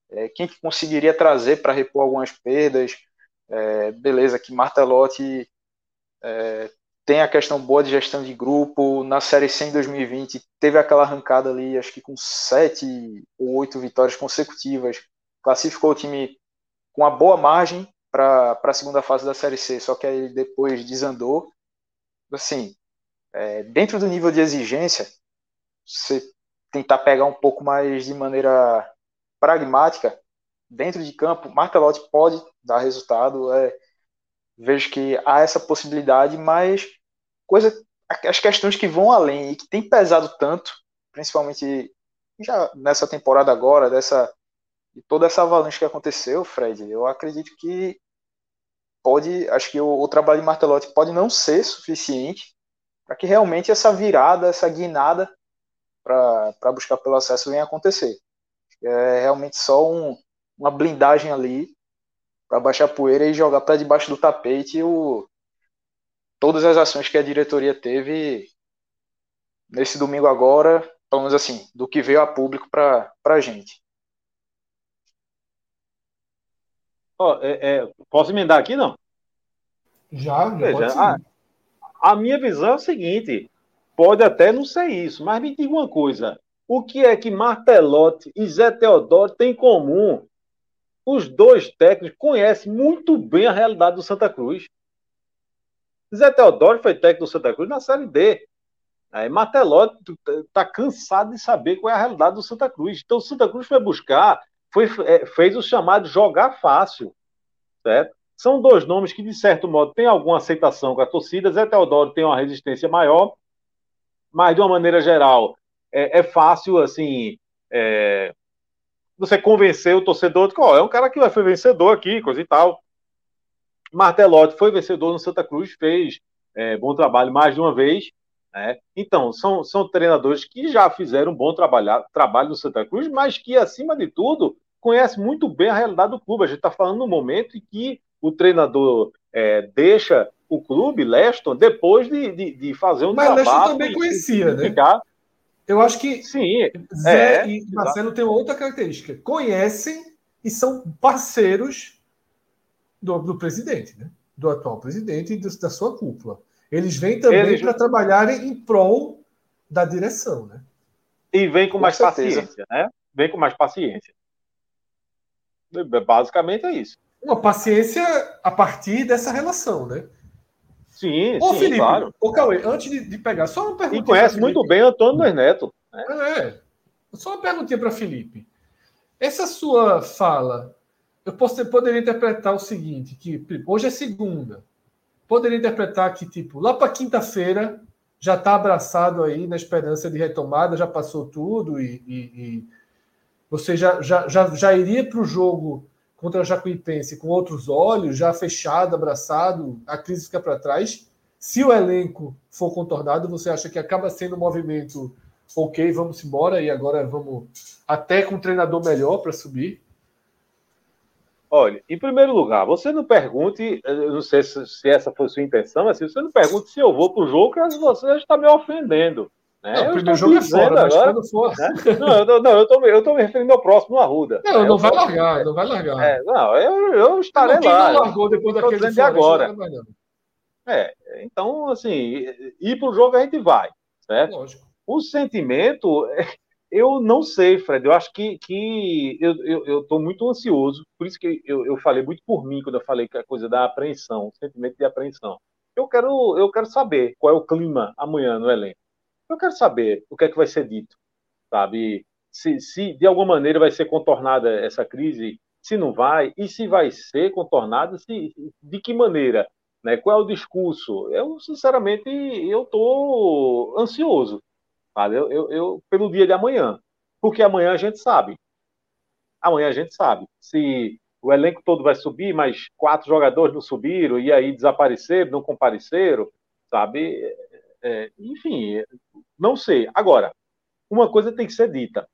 quem que conseguiria trazer para repor algumas perdas. Beleza, que Martelotti tem a questão boa de gestão de grupo. Na Série C em 2020 teve aquela arrancada ali, acho que com 7 ou 8 vitórias consecutivas, classificou o time com uma boa margem para a segunda fase da Série C, só que aí depois desandou. Assim, dentro do nível de exigência, você tentar pegar um pouco mais de maneira pragmática, dentro de campo, Martelotti pode dar resultado, vejo que há essa possibilidade, mas as questões que vão além e que tem pesado tanto, principalmente já nessa temporada agora, de toda essa avalanche que aconteceu, Fred, eu acredito que acho que o trabalho de Martelotti pode não ser suficiente para que realmente essa virada, essa guinada para buscar pelo acesso venha acontecer. É realmente só uma blindagem ali para baixar a poeira e jogar para debaixo do tapete todas as ações que a diretoria teve nesse domingo agora, pelo menos assim, do que veio a público para a gente. Posso emendar aqui, não? Já Veja, pode sim. A minha visão é o seguinte, pode até não ser isso, mas me diga uma coisa, o que é que Martelotti e Zé Teodoro têm em comum? Os dois técnicos conhecem muito bem a realidade do Santa Cruz. Zé Teodoro foi técnico do Santa Cruz na Série D. Aí Martelotti está cansado de saber qual é a realidade do Santa Cruz. Então o Santa Cruz foi buscar, fez o chamado jogar fácil, certo? São dois nomes que, de certo modo, têm alguma aceitação com a torcida. Zé Teodoro tem uma resistência maior, mas, de uma maneira geral, é fácil, assim, você convencer o torcedor de que é um cara que foi vencedor aqui, coisa e tal. Martelotti foi vencedor no Santa Cruz, fez bom trabalho mais de uma vez. Né? Então, são treinadores que já fizeram um bom trabalho no Santa Cruz, mas que, acima de tudo, conhecem muito bem a realidade do clube. A gente está falando no momento em que o treinador deixa o clube, Leston, depois de fazer um trabalho. Mas Leston também conhecia, né? Eu acho que sim, Zé e Marcelo têm outra característica. Conhecem e são parceiros do presidente, né? Do atual presidente e da sua cúpula. Eles vêm também para trabalharem em prol da direção, né? E vem com mais paciência, né? Vem com mais paciência. Basicamente é isso. Uma paciência a partir dessa relação, né? Sim, Felipe, claro. Cauê, antes de pegar, só uma pergunta. E conhece muito bem Antônio Luiz Neto. Né? Só uma perguntinha para Felipe. Essa sua fala, poderia interpretar o seguinte, que hoje é segunda. Poderia interpretar que, tipo, lá para quinta-feira já está abraçado aí na esperança de retomada, já passou tudo e você já iria para o jogo contra o Jacuipense com outros olhos, já fechado, abraçado, a crise fica para trás. Se o elenco for contornado, você acha que acaba sendo um movimento ok, vamos embora e agora vamos até com um treinador melhor para subir? Olha, em primeiro lugar, você não pergunte, eu não sei se essa foi a sua intenção, mas você não pergunte se eu vou para o jogo, que você está me ofendendo. Né? Não, o primeiro jogo é fora, mas agora, quando for... Né? Eu estou me referindo ao próximo Arruda. Não vai largar, não vai largar. Eu estarei lá. Não largou depois daquele de agora. Então, assim, ir para o jogo a gente vai, certo? Lógico. O sentimento... Eu não sei, Fred. Eu acho que eu estou muito ansioso. Por isso que eu falei muito por mim quando eu falei que a coisa da apreensão, sentimento de apreensão. Eu quero saber qual é o clima amanhã no elenco. Eu quero saber o que é que vai ser dito, sabe? Se de alguma maneira vai ser contornada essa crise, se não vai, e se vai ser contornada, de que maneira, né? Qual é o discurso? Eu, sinceramente, eu estou ansioso. Eu pelo dia de amanhã, porque amanhã a gente sabe. Amanhã a gente sabe se o elenco todo vai subir, mas 4 jogadores não subiram e aí desapareceram, não compareceram, sabe? Enfim, não sei. Agora, uma coisa tem que ser dita.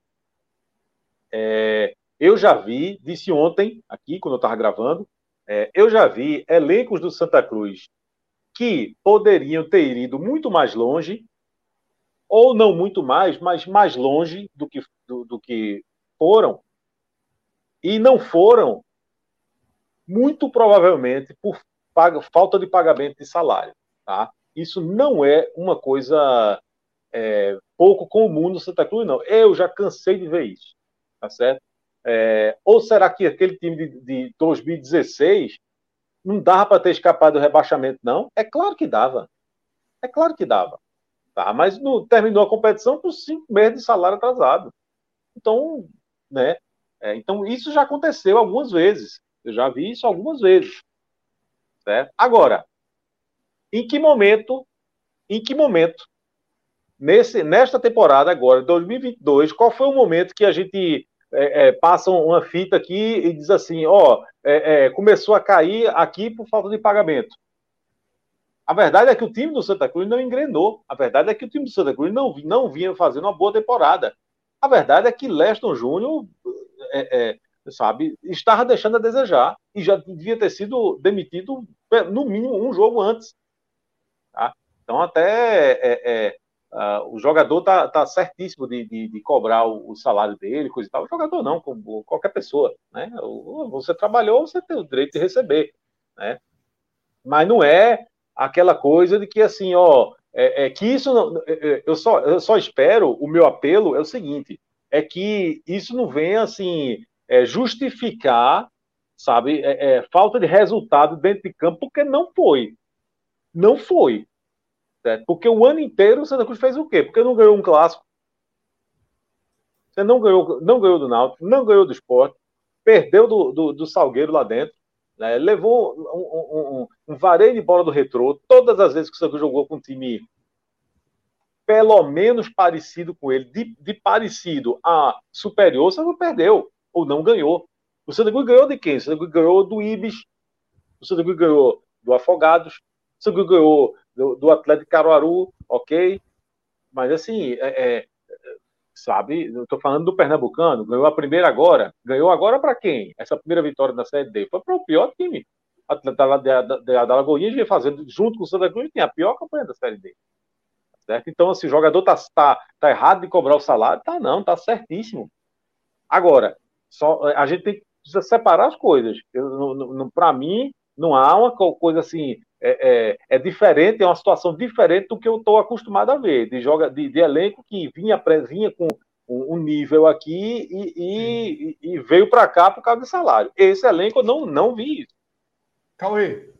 Eu já disse ontem aqui quando eu estava gravando, eu já vi elencos do Santa Cruz que poderiam ter ido muito mais longe, ou não muito mais, mas mais longe do que foram, E não foram, muito provavelmente, por falta de pagamento de salário. Tá? Isso não é uma coisa pouco comum no Santa Cruz, não. Eu já cansei de ver isso. Tá certo? Ou será que aquele time de 2016 não dava para ter escapado do rebaixamento, não? É claro que dava. É claro que dava. Tá? Mas terminou a competição com 5 meses de salário atrasado. Então, né? Então, isso já aconteceu algumas vezes. Eu já vi isso algumas vezes. Certo? Agora, em que momento, nesta temporada agora, 2022, qual foi o momento que a gente passa uma fita aqui e diz assim, começou a cair aqui por falta de pagamento? A verdade é que o time do Santa Cruz não engrenou. A verdade é que o time do Santa Cruz não vinha fazendo uma boa temporada. A verdade é que Leston Júnior, sabe, estava deixando a desejar e já devia ter sido demitido no mínimo um jogo antes. Tá? Então até o jogador tá certíssimo de cobrar o salário dele, coisa e tal. O jogador não, como qualquer pessoa, né? Você trabalhou, você tem o direito de receber, né? Mas não é aquela coisa de que assim, que isso não, eu só espero, o meu apelo é o seguinte, é que isso não venha assim justificar, sabe, falta de resultado dentro de campo, porque não foi. Certo? Porque o ano inteiro o Santa Cruz fez o quê? Porque não ganhou um clássico. Você não ganhou do Náutico, não ganhou do Sport, perdeu do Salgueiro lá dentro, né? Levou um vareio de bola do Retrô. Todas as vezes que o Santa Cruz jogou com um time pelo menos parecido com ele, de parecido a superior, o Santa Cruz perdeu, ou não ganhou. O Santa Cruz ganhou de quem? O Santa Cruz ganhou do Ibis, o Santa Cruz ganhou do Afogados, o Santa Cruz ganhou do Atlético de Caruaru, ok? Mas assim, sabe, eu tô falando do Pernambucano, ganhou a primeira agora. Ganhou agora para quem? Essa primeira vitória da Série D foi para o pior time. A da Lagoinha ia fazendo, junto com o Santa Cruz, tem a pior campanha da Série D. Certo? Então, assim, o jogador tá errado de cobrar o salário? Tá não, tá certíssimo. Agora, a gente precisa separar as coisas. Para mim, não há uma coisa assim, diferente, é uma situação diferente do que eu estou acostumado a ver, de elenco que vinha com um nível aqui e veio para cá por causa do salário. Esse elenco eu não vi isso. Cauê.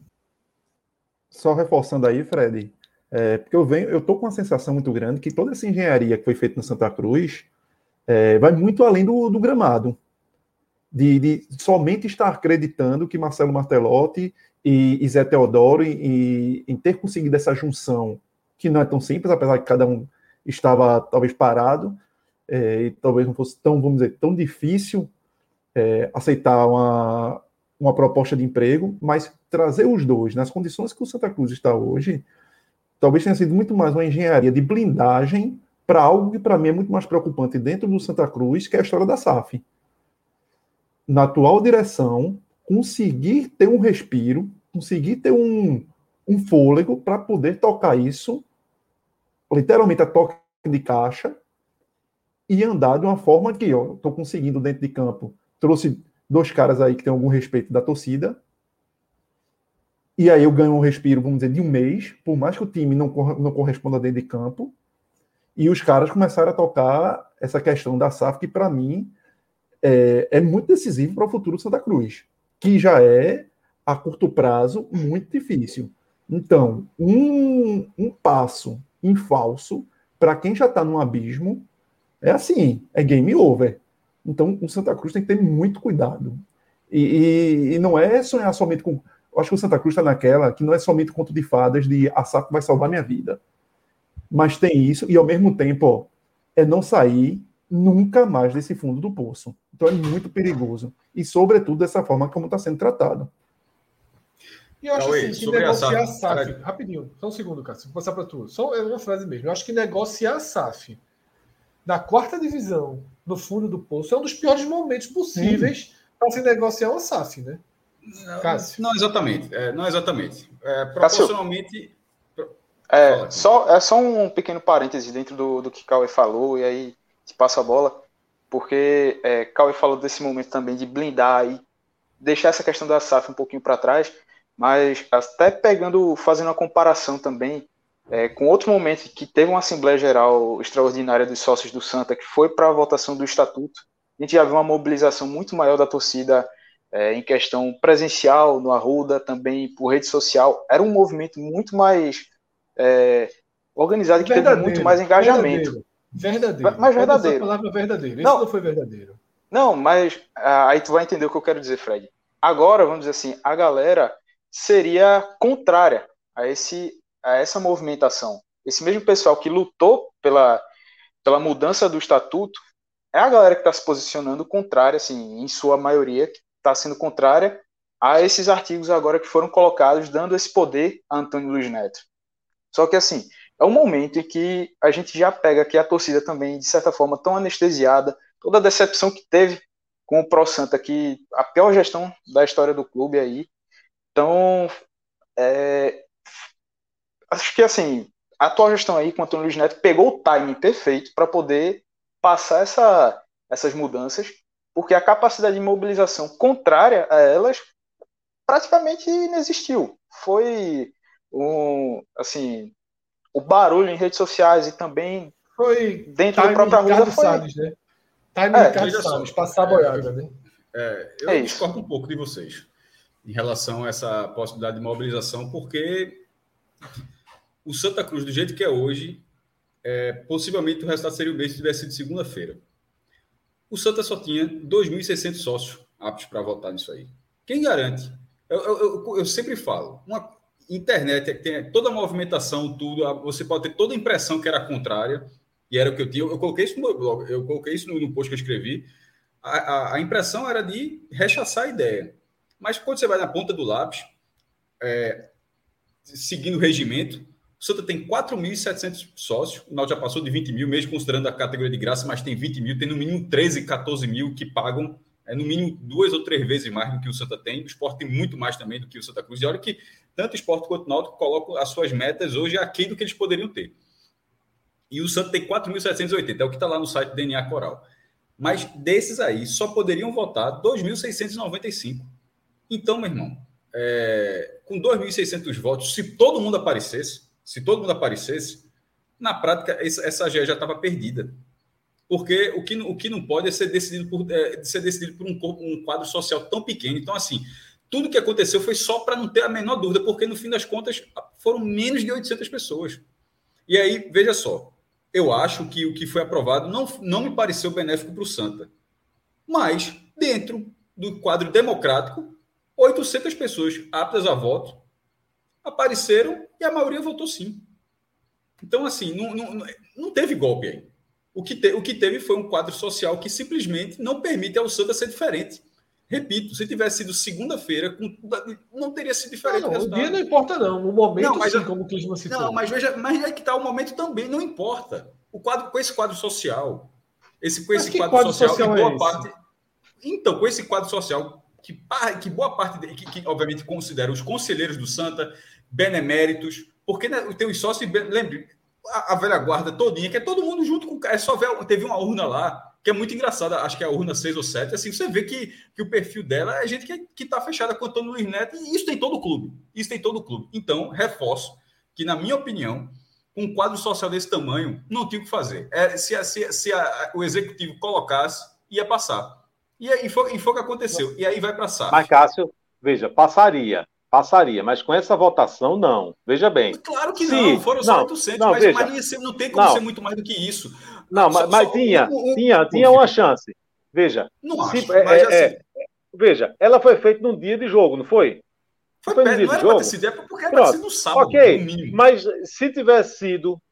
Só reforçando aí, Fred, porque eu estou com uma sensação muito grande que toda essa engenharia que foi feita no Santa Cruz vai muito além do gramado. De somente estar acreditando que Marcelo Martelotti e Zé Teodoro em ter conseguido essa junção, que não é tão simples, apesar que cada um estava talvez parado, e talvez não fosse tão, vamos dizer, tão difícil aceitar uma proposta de emprego, mas trazer os dois nas condições que o Santa Cruz está hoje, talvez tenha sido muito mais uma engenharia de blindagem para algo que para mim é muito mais preocupante dentro do Santa Cruz, que é a história da SAF. Na atual direção, conseguir ter um respiro, conseguir ter um fôlego para poder tocar isso, literalmente a toque de caixa, e andar de uma forma que estou conseguindo dentro de campo. Trouxe 2 caras aí que tem algum respeito da torcida, e aí eu ganho um respiro, vamos dizer, de 1 mês, por mais que o time não corresponda dentro de campo, e os caras começaram a tocar essa questão da SAF, que para mim é muito decisivo para o futuro do Santa Cruz, que já é, a curto prazo, muito difícil. Então, um passo em falso, para quem já está no abismo, é game over. Então, o Santa Cruz tem que ter muito cuidado. E não é sonhar somente com... Eu acho que o Santa Cruz está naquela que não é somente conto de fadas de a SAF vai salvar minha vida. Mas tem isso, e ao mesmo tempo, é não sair nunca mais desse fundo do poço. Então é muito perigoso. E, sobretudo, dessa forma como está sendo tratado. E eu acho assim, que negociar a SAF... Rapidinho, só um segundo, Cássio. Vou passar para tu. Só uma frase mesmo. Eu acho que negociar a SAF na 4ª divisão, no fundo do poço, é um dos piores momentos possíveis para se negociar uma SAF, né? Não exatamente. Não exatamente. Proporcionalmente... Só um pequeno parêntese dentro do que Cauê falou, e aí te passo a bola. porque Cauê falou desse momento também de blindar e deixar essa questão da SAF um pouquinho para trás, mas até fazendo uma comparação também com outro momento que teve uma Assembleia Geral extraordinária dos sócios do Santa, que foi para a votação do Estatuto, a gente já viu uma mobilização muito maior da torcida em questão presencial, no Arruda, também por rede social. Era um movimento muito mais organizado, que teve muito mais engajamento. Verdadeiro. Mas verdadeiro. A palavra verdadeiro. Não, isso não foi verdadeiro. Não, mas aí tu vai entender o que eu quero dizer, Fred. Agora, vamos dizer assim, a galera seria contrária a essa movimentação. Esse mesmo pessoal que lutou pela mudança do estatuto é a galera que está se posicionando contrária, assim, em sua maioria, que está sendo contrária a esses artigos agora que foram colocados, dando esse poder a Antônio Luiz Neto. Só que, assim, é um momento em que a gente já pega que a torcida também, de certa forma, tão anestesiada, toda a decepção que teve com o Pro Santa, que a pior gestão da história do clube aí. Então, acho que, assim, a atual gestão aí com o Antônio Luiz Neto pegou o timing perfeito para poder passar essas mudanças, porque a capacidade de mobilização contrária a elas praticamente inexistiu. Foi assim, o barulho em redes sociais e também foi dentro do próprio Arruda foi... Salles, né? Time Ricardo Salles, passar a boiada, né? Eu discordo um pouco de vocês em relação a essa possibilidade de mobilização, porque o Santa Cruz, do jeito que é hoje, possivelmente o resultado seria o mesmo se tivesse sido segunda-feira. O Santa só tinha 2.600 sócios aptos para votar nisso aí. Quem garante? Eu sempre falo, uma internet tem toda a movimentação, tudo, você pode ter toda a impressão que era contrária, e era o que eu tinha. Eu coloquei isso no meu blog, eu coloquei isso no post que eu escrevi. A impressão era de rechaçar a ideia. Mas quando você vai na ponta do lápis, seguindo o regimento, o Santa tem 4.700 sócios, o Náutico já passou de 20 mil, mesmo considerando a categoria de graça, mas tem 20 mil, tem no mínimo 13, 14 mil que pagam, no mínimo 2 ou 3 vezes mais do que o Santa tem. O Sport tem muito mais também do que o Santa Cruz. E olha que tanto o Sport quanto o Náutico colocam as suas metas hoje aquém do que eles poderiam ter. E o Santa tem 4.780, é o que está lá no site do DNA Coral. Mas desses aí, só poderiam votar 2.695. Então, meu irmão, com 2.600 votos, se todo mundo aparecesse, na prática, essa já estava perdida. Porque o que não pode é ser decidido por um quadro social tão pequeno. Então, assim, tudo que aconteceu foi só para não ter a menor dúvida, porque, no fim das contas, foram menos de 800 pessoas. E aí, veja só, eu acho que o que foi aprovado não me pareceu benéfico para o Santa. Mas, dentro do quadro democrático, 800 pessoas aptas a voto apareceram e a maioria votou sim. Então, assim, não teve golpe aí. O que teve foi um quadro social que simplesmente não permite ao Santa ser diferente. Repito, se tivesse sido segunda-feira, não teria sido diferente. O dia não importa, não. O momento, sim, como o Clisman citou. Não, mas veja, mas é que tá, o momento também não importa. Com esse quadro social, com esse quadro social e boa parte. Então, com esse quadro social, que boa parte dele, que obviamente considera os conselheiros do Santa, beneméritos, porque, né, tem os sócios, lembre, a velha guarda todinha, que é todo mundo junto com o cara. Teve uma urna lá, que é muito engraçada, acho que é a urna 6 ou 7, assim, você vê que o perfil dela é gente que está fechada com o Antônio Luiz Neto, e isso tem todo o clube. Então, reforço que, na minha opinião, com um quadro social desse tamanho, não tinha o que fazer. Se o executivo colocasse, ia passar. E foi o que aconteceu. E aí vai para a SAF. Mas, Cássio, veja, passaria, mas com essa votação, não. Veja bem. Claro que não, foram só 800, mas não tem como ser muito mais do que isso. Não, mas tinha uma chance. Veja. Não acho, mas assim... Veja, ela foi feita num dia de jogo, não foi? Foi no dia de jogo? Porque era para ter sido no sábado, ok, no mínimo. Mas se tivesse sido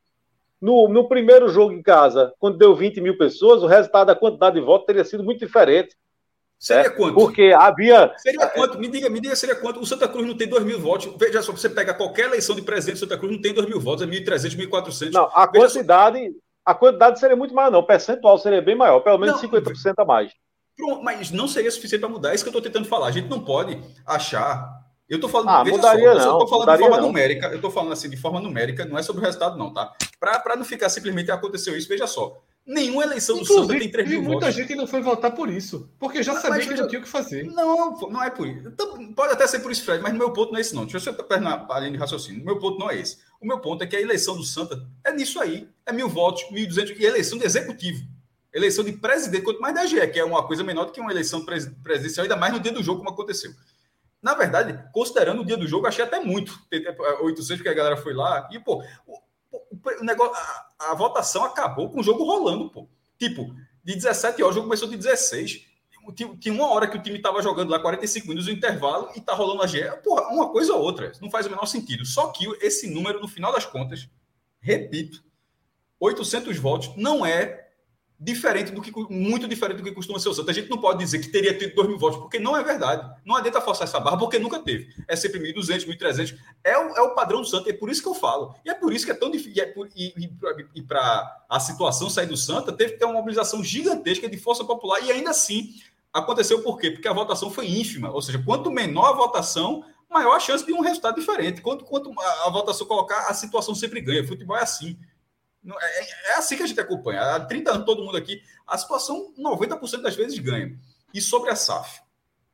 no primeiro jogo em casa, quando deu 20 mil pessoas, o resultado da quantidade de votos teria sido muito diferente. Seria quanto? Porque havia... Seria quanto? Me diga, seria quanto? O Santa Cruz não tem 2.000 votos. Veja só, você pega qualquer eleição de presidente do Santa Cruz, não tem 2.000 votos, é 1.300, 1.400. Não, a quantidade seria muito maior, não. O percentual seria bem maior, pelo menos 50% a mais. Mas não seria suficiente para mudar. É isso que eu estou tentando falar. A gente não pode achar... Eu estou falando... mudaria não. Eu estou falando de forma numérica. Eu estou falando assim, de forma numérica, não é sobre o resultado não, tá? Para não ficar simplesmente aconteceu isso, veja só. Nenhuma eleição do Santa tem 3 mil muita votos. gente não foi votar por isso, porque já sabia que não tinha o que fazer. Não é por isso. Então, pode até ser por isso, Fred, mas o meu ponto não é esse, não. Deixa eu terminar a linha de raciocínio. O meu ponto não é esse. O meu ponto é que a eleição do Santa é nisso aí. É 1.000 votos, 1.200, e eleição de executivo. Eleição de presidente, quanto mais da AGE, que é uma coisa menor do que uma eleição presidencial, ainda mais no dia do jogo, como aconteceu. Na verdade, considerando o dia do jogo, achei até muito. 800, porque a galera foi lá. E, pô, o negócio, a votação acabou com o jogo rolando, pô. Tipo, de 17 horas, o jogo começou de 16. Tinha uma hora que o time estava jogando lá, 45 minutos, no intervalo, e tá rolando a GE. Porra, uma coisa ou outra. Não faz o menor sentido. Só que esse número, no final das contas, repito, 800 votos não é muito diferente do que costuma ser o Santa. A gente não pode dizer que teria tido 2.000 votos, porque não é verdade. Não adianta forçar essa barra, porque nunca teve. É sempre 1.200, 1.300. É o padrão do Santa, é por isso que eu falo. E é por isso que é tão difícil. E para a situação sair do Santa, teve que ter uma mobilização gigantesca de força popular, e ainda assim aconteceu por quê? Porque a votação foi ínfima. Ou seja, quanto menor a votação, maior a chance de um resultado diferente. Quanto a votação colocar, a situação sempre ganha. Futebol é assim. É assim que a gente acompanha. Há 30 anos, todo mundo aqui, a situação 90% das vezes ganha. E sobre a SAF,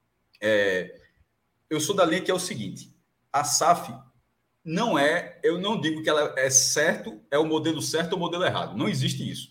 eu sou da linha que é o seguinte: a SAF não é, eu não digo que ela é certo, é o modelo certo ou o modelo errado. Não existe isso.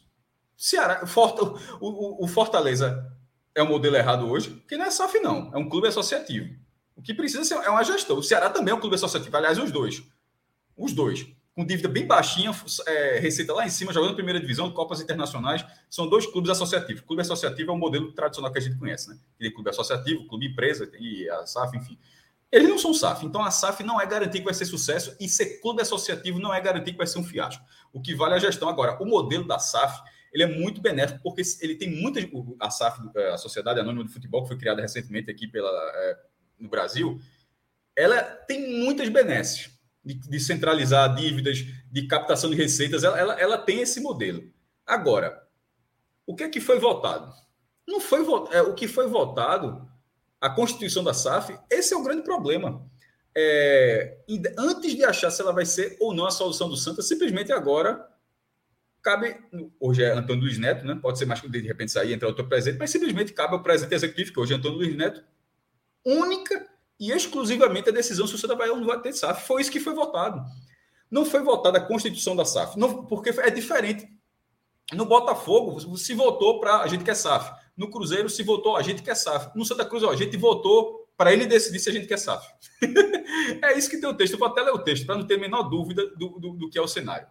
O Fortaleza é o modelo errado hoje, porque não é SAF, não. É um clube associativo. O que precisa ser é uma gestão. O Ceará também é um clube associativo. Aliás, os dois. Os dois. Com dívida bem baixinha, receita lá em cima, jogando primeira divisão, Copas Internacionais, são 2 clubes associativos. O clube associativo é o modelo tradicional que a gente conhece, né? Tem clube associativo, clube empresa, e a SAF, enfim. Eles não são SAF, então a SAF não é garantir que vai ser sucesso, e ser clube associativo não é garantir que vai ser um fiasco. O que vale é a gestão. Agora, o modelo da SAF, ele é muito benéfico, porque ele tem muitas... A SAF, a Sociedade Anônima de Futebol, que foi criada recentemente aqui no Brasil, ela tem muitas benesses. De centralizar dívidas, de captação de receitas, ela tem esse modelo. Agora, o que é que foi votado? Não foi o que foi votado, a Constituição da SAF, esse é o grande problema. Antes de achar se ela vai ser ou não a solução do Santa, simplesmente agora cabe, hoje é Antônio Luiz Neto, né? Pode ser mais que de repente sair, entrar outro presidente, mas simplesmente cabe ao presidente executivo, que hoje é Antônio Luiz Neto, única e exclusivamente a decisão se o Santa vai ou não vai ter SAF. Foi isso que foi votado. Não foi votada a Constituição da SAF, não, porque é diferente. No Botafogo, se votou para a gente quer SAF. No Cruzeiro, se votou, a gente quer SAF. No Santa Cruz, a gente votou para ele decidir se a gente quer SAF. É isso que tem o texto. Eu vou até ler o texto, para não ter a menor dúvida do que é o cenário.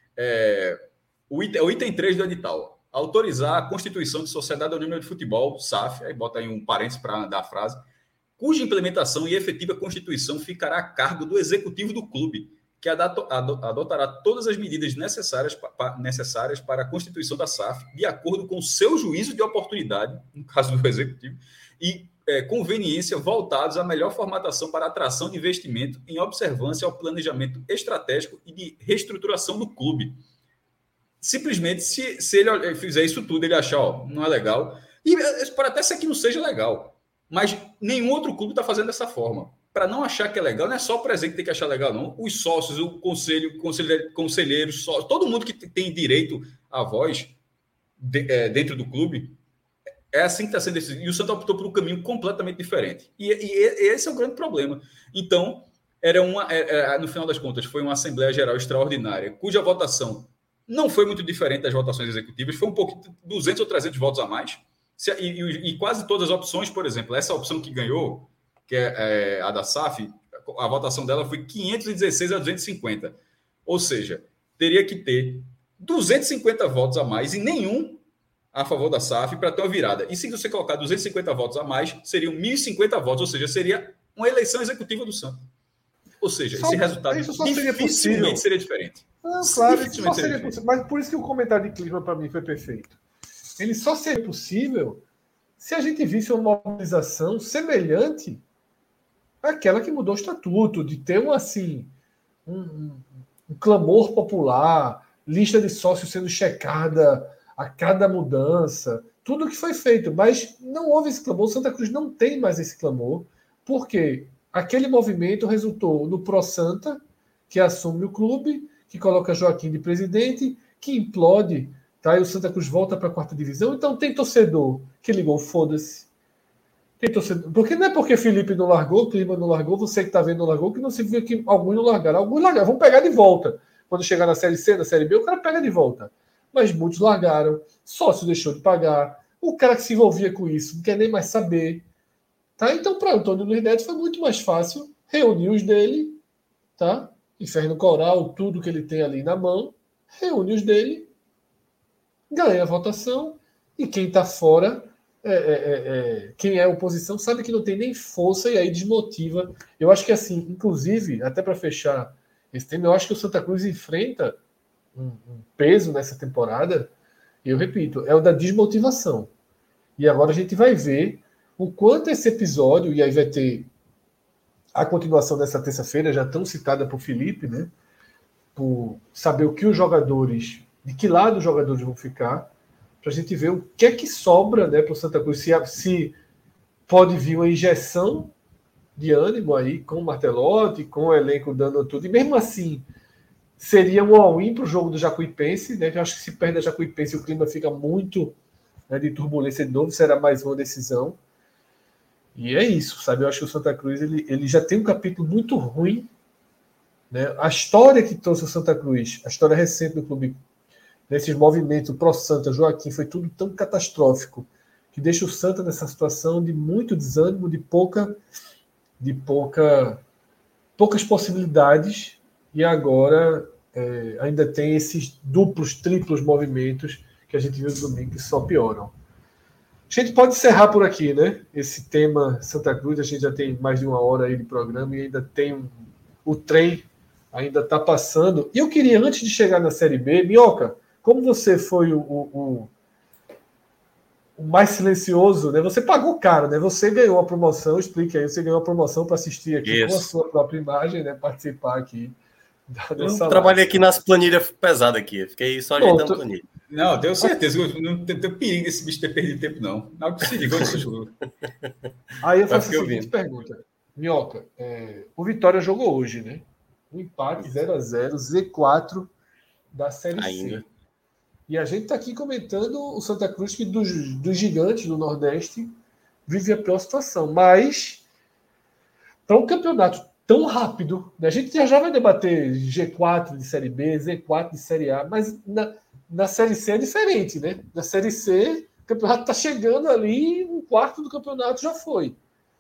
O item 3 do edital. Autorizar a constituição de Sociedade Anônima de Futebol, SAF, aí bota aí um parênteses para dar a frase, cuja implementação e efetiva constituição ficará a cargo do executivo do clube, que adotará todas as medidas necessárias para a constituição da SAF, de acordo com seu juízo de oportunidade, no caso do executivo, e conveniência voltados à melhor formatação para a atração de investimento em observância ao planejamento estratégico e de reestruturação do clube. Simplesmente, se ele fizer isso tudo, ele achar, não é legal, e pode até ser que não seja legal, mas nenhum outro clube está fazendo dessa forma. Para não achar que é legal, não é só o presidente que tem que achar legal, não. Os sócios, o conselheiros, sócios, todo mundo que tem direito à voz dentro do clube, é assim que está sendo decidido. E o Santa optou por um caminho completamente diferente. E esse é o grande problema. Então, no final das contas, foi uma Assembleia Geral extraordinária, cuja votação não foi muito diferente das votações executivas, foi um pouco 200 ou 300 votos a mais. E quase todas as opções, por exemplo, essa opção que ganhou, que é a da SAF, a votação dela foi 516 a 250. Ou seja, teria que ter 250 votos a mais e nenhum a favor da SAF para ter uma virada. E se você colocar 250 votos a mais, seriam 1.050 votos, ou seja, seria uma eleição executiva do Santa. Ou seja, esse resultado dificilmente seria diferente. Não, claro, isso só seria possível. Mas por isso que o comentário de clima para mim foi perfeito. Ele só seria possível se a gente visse uma mobilização semelhante àquela que mudou o estatuto, de ter um clamor popular, lista de sócios sendo checada a cada mudança, tudo que foi feito. Mas não houve esse clamor, Santa Cruz não tem mais esse clamor, porque aquele movimento resultou no Pro Santa, que assume o clube, que coloca Joaquim de presidente, que implode Tá? E o Santa Cruz volta para a quarta divisão. Então tem torcedor que ligou, foda-se. Tem torcedor. Porque não é porque Felipe não largou, Clima não largou, você que está vendo não largou, que não se viu que alguns não largaram. Alguns largaram, vão pegar de volta. Quando chegar na Série C, na Série B, o cara pega de volta. Mas muitos largaram, sócio deixou de pagar, o cara que se envolvia com isso não quer nem mais saber. Tá? Então, para Antônio Luiz Neto foi muito mais fácil reunir os dele, tá? Inferno Coral, tudo que ele tem ali na mão, reúne os dele, ganha a votação, e quem está fora, quem é oposição, sabe que não tem nem força e aí desmotiva. Eu acho que, assim, inclusive, até para fechar esse tema, eu acho que o Santa Cruz enfrenta um peso nessa temporada, e eu repito, é o da desmotivação. E agora a gente vai ver o quanto esse episódio, e aí vai ter a continuação dessa terça-feira, já tão citada por Felipe, né? Por saber o que os jogadores, de que lado os jogadores vão ficar, para a gente ver o que é que sobra, né, para o Santa Cruz, se pode vir uma injeção de ânimo aí com o Martelotti, com o elenco dando tudo, e mesmo assim seria um all-in para o jogo do Jacuipense, né? Eu acho que se perde a Jacuipense o clima fica muito, né, de turbulência de novo, será mais uma decisão. E é isso, sabe? Eu acho que o Santa Cruz ele já tem um capítulo muito ruim, né? A história que trouxe o Santa Cruz, a história recente do clube, nesses movimentos pró-Santa, Joaquim, foi tudo tão catastrófico que deixa o Santa nessa situação de muito desânimo, de poucas possibilidades, e agora ainda tem esses duplos, triplos movimentos que a gente viu no domingo que só pioram. A gente pode encerrar por aqui, né? Esse tema Santa Cruz, a gente já tem mais de 1 hora aí de programa e ainda tem o trem ainda está passando. E eu queria, antes de chegar na Série B, Minhoca, como você foi o mais silencioso, né? Você pagou caro, né? Você ganhou a promoção, explique aí, você ganhou a promoção para assistir aqui com a sua própria imagem, né? Participar aqui dessa trabalhei aqui nas planilhas pesadas aqui, fiquei só ajeitando planilha. Não, tenho certeza, não tem perigo desse bicho ter perdido tempo, não. Não se ligou nesse jogo. Aí eu faço a seguinte pergunta. Minhoca, o Vitória jogou hoje, né? Um empate 0-0, Z4 da Série C. E a gente está aqui comentando o Santa Cruz, que dos gigantes do Nordeste vive a pior situação. Mas, para um campeonato tão rápido, né? A gente já vai debater G4 de Série B, Z4 de Série A, mas na Série C é diferente, né? Na Série C, o campeonato está chegando ali, um quarto do campeonato já foi.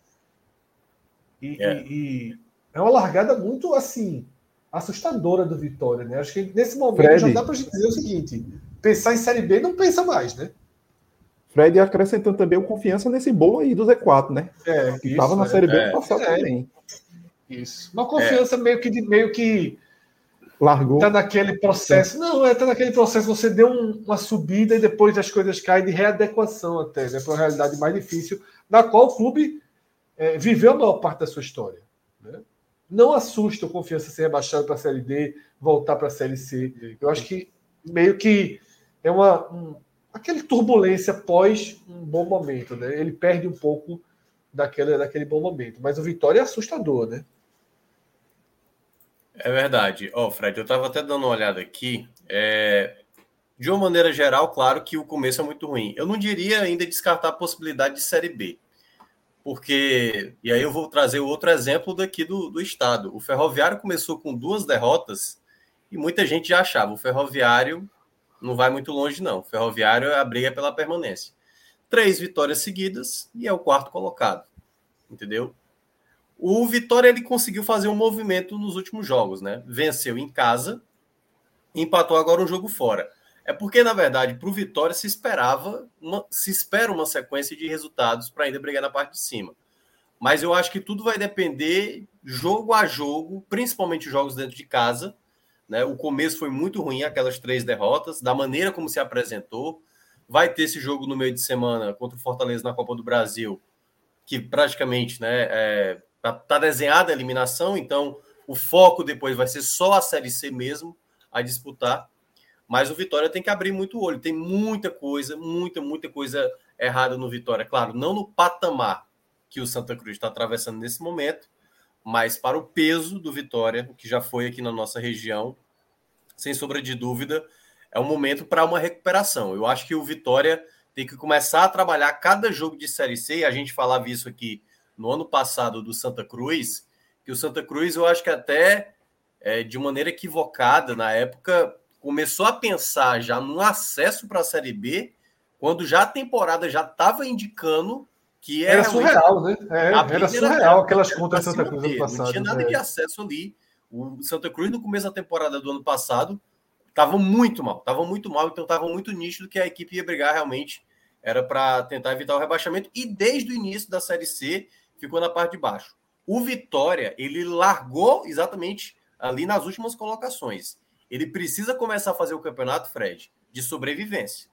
E é uma largada muito, assim, assustadora do Vitória, né? Acho que nesse momento Fred, já dá para a gente dizer o seguinte: pensar em Série B não pensa mais, né? Fred acrescentando também o confiança nesse bolo aí do Z4, né? Que estava na Série B no passado também. Isso. Uma confiança meio que largou. Tá naquele processo. Não, tá naquele processo. Você deu uma subida e depois as coisas caem de readequação até, né? Para uma realidade mais difícil, na qual o clube viveu a maior parte da sua história. Né? Não assusta a confiança ser rebaixado para a Série D, voltar para a Série C. Eu acho que meio que é aquele turbulência pós um bom momento, né? Ele perde um pouco daquele bom momento. Mas o Vitória é assustador, né? É verdade. Fred, eu estava até dando uma olhada aqui. De uma maneira geral, claro que o começo é muito ruim. Eu não diria ainda descartar a possibilidade de Série B. Porque, e aí eu vou trazer outro exemplo daqui do estado. O Ferroviário começou com 2 derrotas e muita gente já achava, o Ferroviário não vai muito longe, não. O Ferroviário é a briga pela permanência. 3 vitórias seguidas e é o 4º colocado. Entendeu? O Vitória ele conseguiu fazer um movimento nos últimos jogos, né? Venceu em casa e empatou agora um jogo fora. É porque, na verdade, para o Vitória se espera uma sequência de resultados para ainda brigar na parte de cima. Mas eu acho que tudo vai depender jogo a jogo, principalmente jogos dentro de casa. Né? O começo foi muito ruim, aquelas 3 derrotas, da maneira como se apresentou. Vai ter esse jogo no meio de semana contra o Fortaleza na Copa do Brasil, que praticamente tá desenhada a eliminação, então o foco depois vai ser só a Série C mesmo a disputar. Mas o Vitória tem que abrir muito o olho. Tem muita coisa errada no Vitória. Claro, não no patamar que o Santa Cruz está atravessando nesse momento, mas para o peso do Vitória, que já foi aqui na nossa região, sem sombra de dúvida, é um momento para uma recuperação. Eu acho que o Vitória tem que começar a trabalhar cada jogo de Série C, e a gente falava isso aqui no ano passado do Santa Cruz, que o Santa Cruz, eu acho que até de maneira equivocada, na época, começou a pensar já no acesso para a Série B, quando já a temporada já estava indicando que era surreal, né? Era surreal aquelas contas do Santa Cruz ano passado. Não tinha nada de acesso ali. O Santa Cruz, no começo da temporada do ano passado, estava muito mal, então estava muito nítido que a equipe ia brigar realmente, era para tentar evitar o rebaixamento, e desde o início da Série C ficou na parte de baixo. O Vitória, ele largou exatamente ali nas últimas colocações. Ele precisa começar a fazer o campeonato, Fred, de sobrevivência.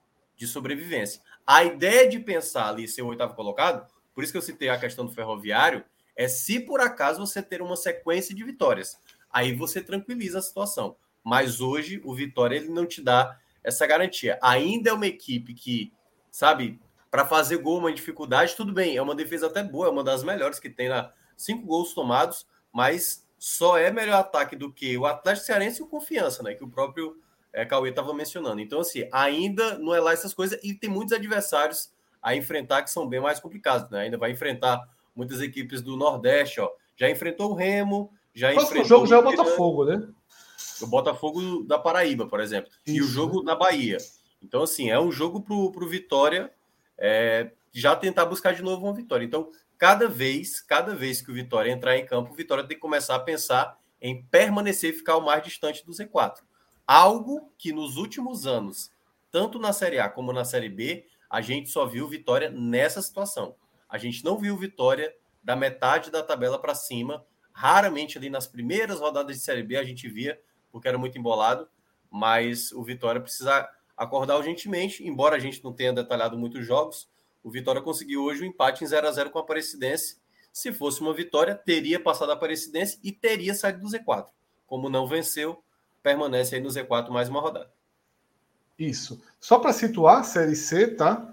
A ideia de pensar ali ser o 8º colocado, por isso que eu citei a questão do Ferroviário, é se por acaso você ter uma sequência de vitórias. Aí você tranquiliza a situação. Mas hoje o Vitória ele não te dá essa garantia. Ainda é uma equipe que, sabe, para fazer gol uma dificuldade, tudo bem, é uma defesa até boa, é uma das melhores que tem 5 gols tomados, mas só é melhor ataque do que o Atlético Cearense e o Confiança, né? Que o próprio Cauê estava mencionando. Então, assim, ainda não é lá essas coisas, e tem muitos adversários a enfrentar que são bem mais complicados, né? Ainda vai enfrentar muitas equipes do Nordeste, ó. Já enfrentou o Remo, já enfrentou... O próximo jogo já é o Botafogo, né? O Botafogo da Paraíba, por exemplo. Isso. E o jogo na Bahia. Então, assim, é um jogo pro Vitória já tentar buscar de novo uma vitória. Então, cada vez que o Vitória entrar em campo, o Vitória tem que começar a pensar em permanecer e ficar o mais distante do Z4. Algo que nos últimos anos, tanto na Série A como na Série B, a gente só viu Vitória nessa situação. A gente não viu Vitória da metade da tabela para cima. Raramente ali nas primeiras rodadas de Série B a gente via, porque era muito embolado, mas o Vitória precisa acordar urgentemente, embora a gente não tenha detalhado muitos jogos. O Vitória conseguiu hoje um empate em 0-0 com a Aparecidense. Se fosse uma vitória, teria passado a Aparecidense e teria saído do Z4. Como não venceu, permanece aí no Z4 mais uma rodada. Isso. Só para situar a Série C, tá?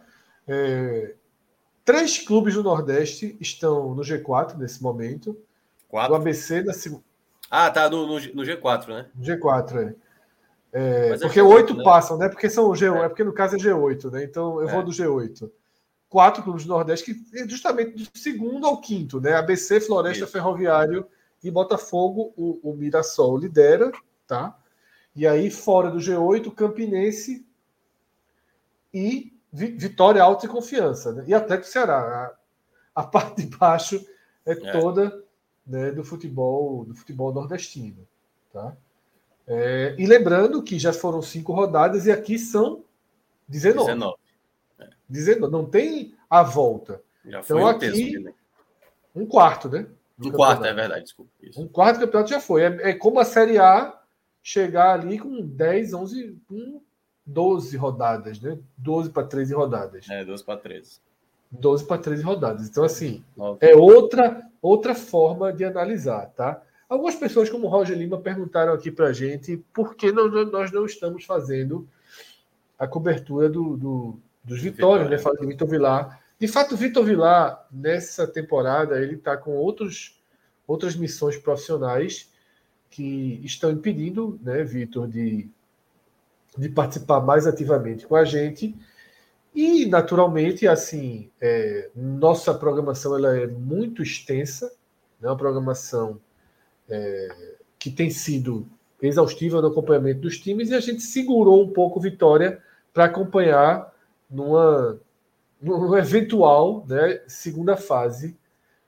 3 clubes do Nordeste estão no G4 nesse momento. 4? O ABC na segunda. Ah, tá no G4, né? No G4, porque G8, 8 né? passam, né? Porque são o G8, porque no caso é G8, né? Então eu vou do G8. 4 clubes do Nordeste, que é justamente do segundo ao quinto, né? ABC, Floresta, Isso. Ferroviário e Botafogo. O Mirassol lidera, tá? E aí, fora do G8, Campinense e Vitória, Alta e Confiança, né? E Atlético Ceará. A parte de baixo toda, né, do futebol nordestino, tá? E lembrando que já foram 5 rodadas e aqui são 19. 19. Não tem a volta. Já foi então aqui um quarto, né? Um quarto, é verdade, desculpa. Isso. Um quarto do campeonato já foi. É como a Série A chegar ali com 10, 11, 12 rodadas, né? 12 para 13 rodadas. 12 para 13. 12 para 13 rodadas. Então, assim, 9. é outra forma de analisar, tá? Algumas pessoas, como o Roger Lima, perguntaram aqui para a gente por que nós não estamos fazendo a cobertura dos Vitórias, né? Fala de Vitor Vilar. De fato, o Vitor Vilar, nessa temporada, ele está com outras missões profissionais que estão impedindo, né, Vitor, de participar mais ativamente com a gente. E, naturalmente, assim, nossa programação ela é muito extensa, né? Uma programação que tem sido exaustiva no acompanhamento dos times, e a gente segurou um pouco Vitória para acompanhar numa eventual, né, segunda fase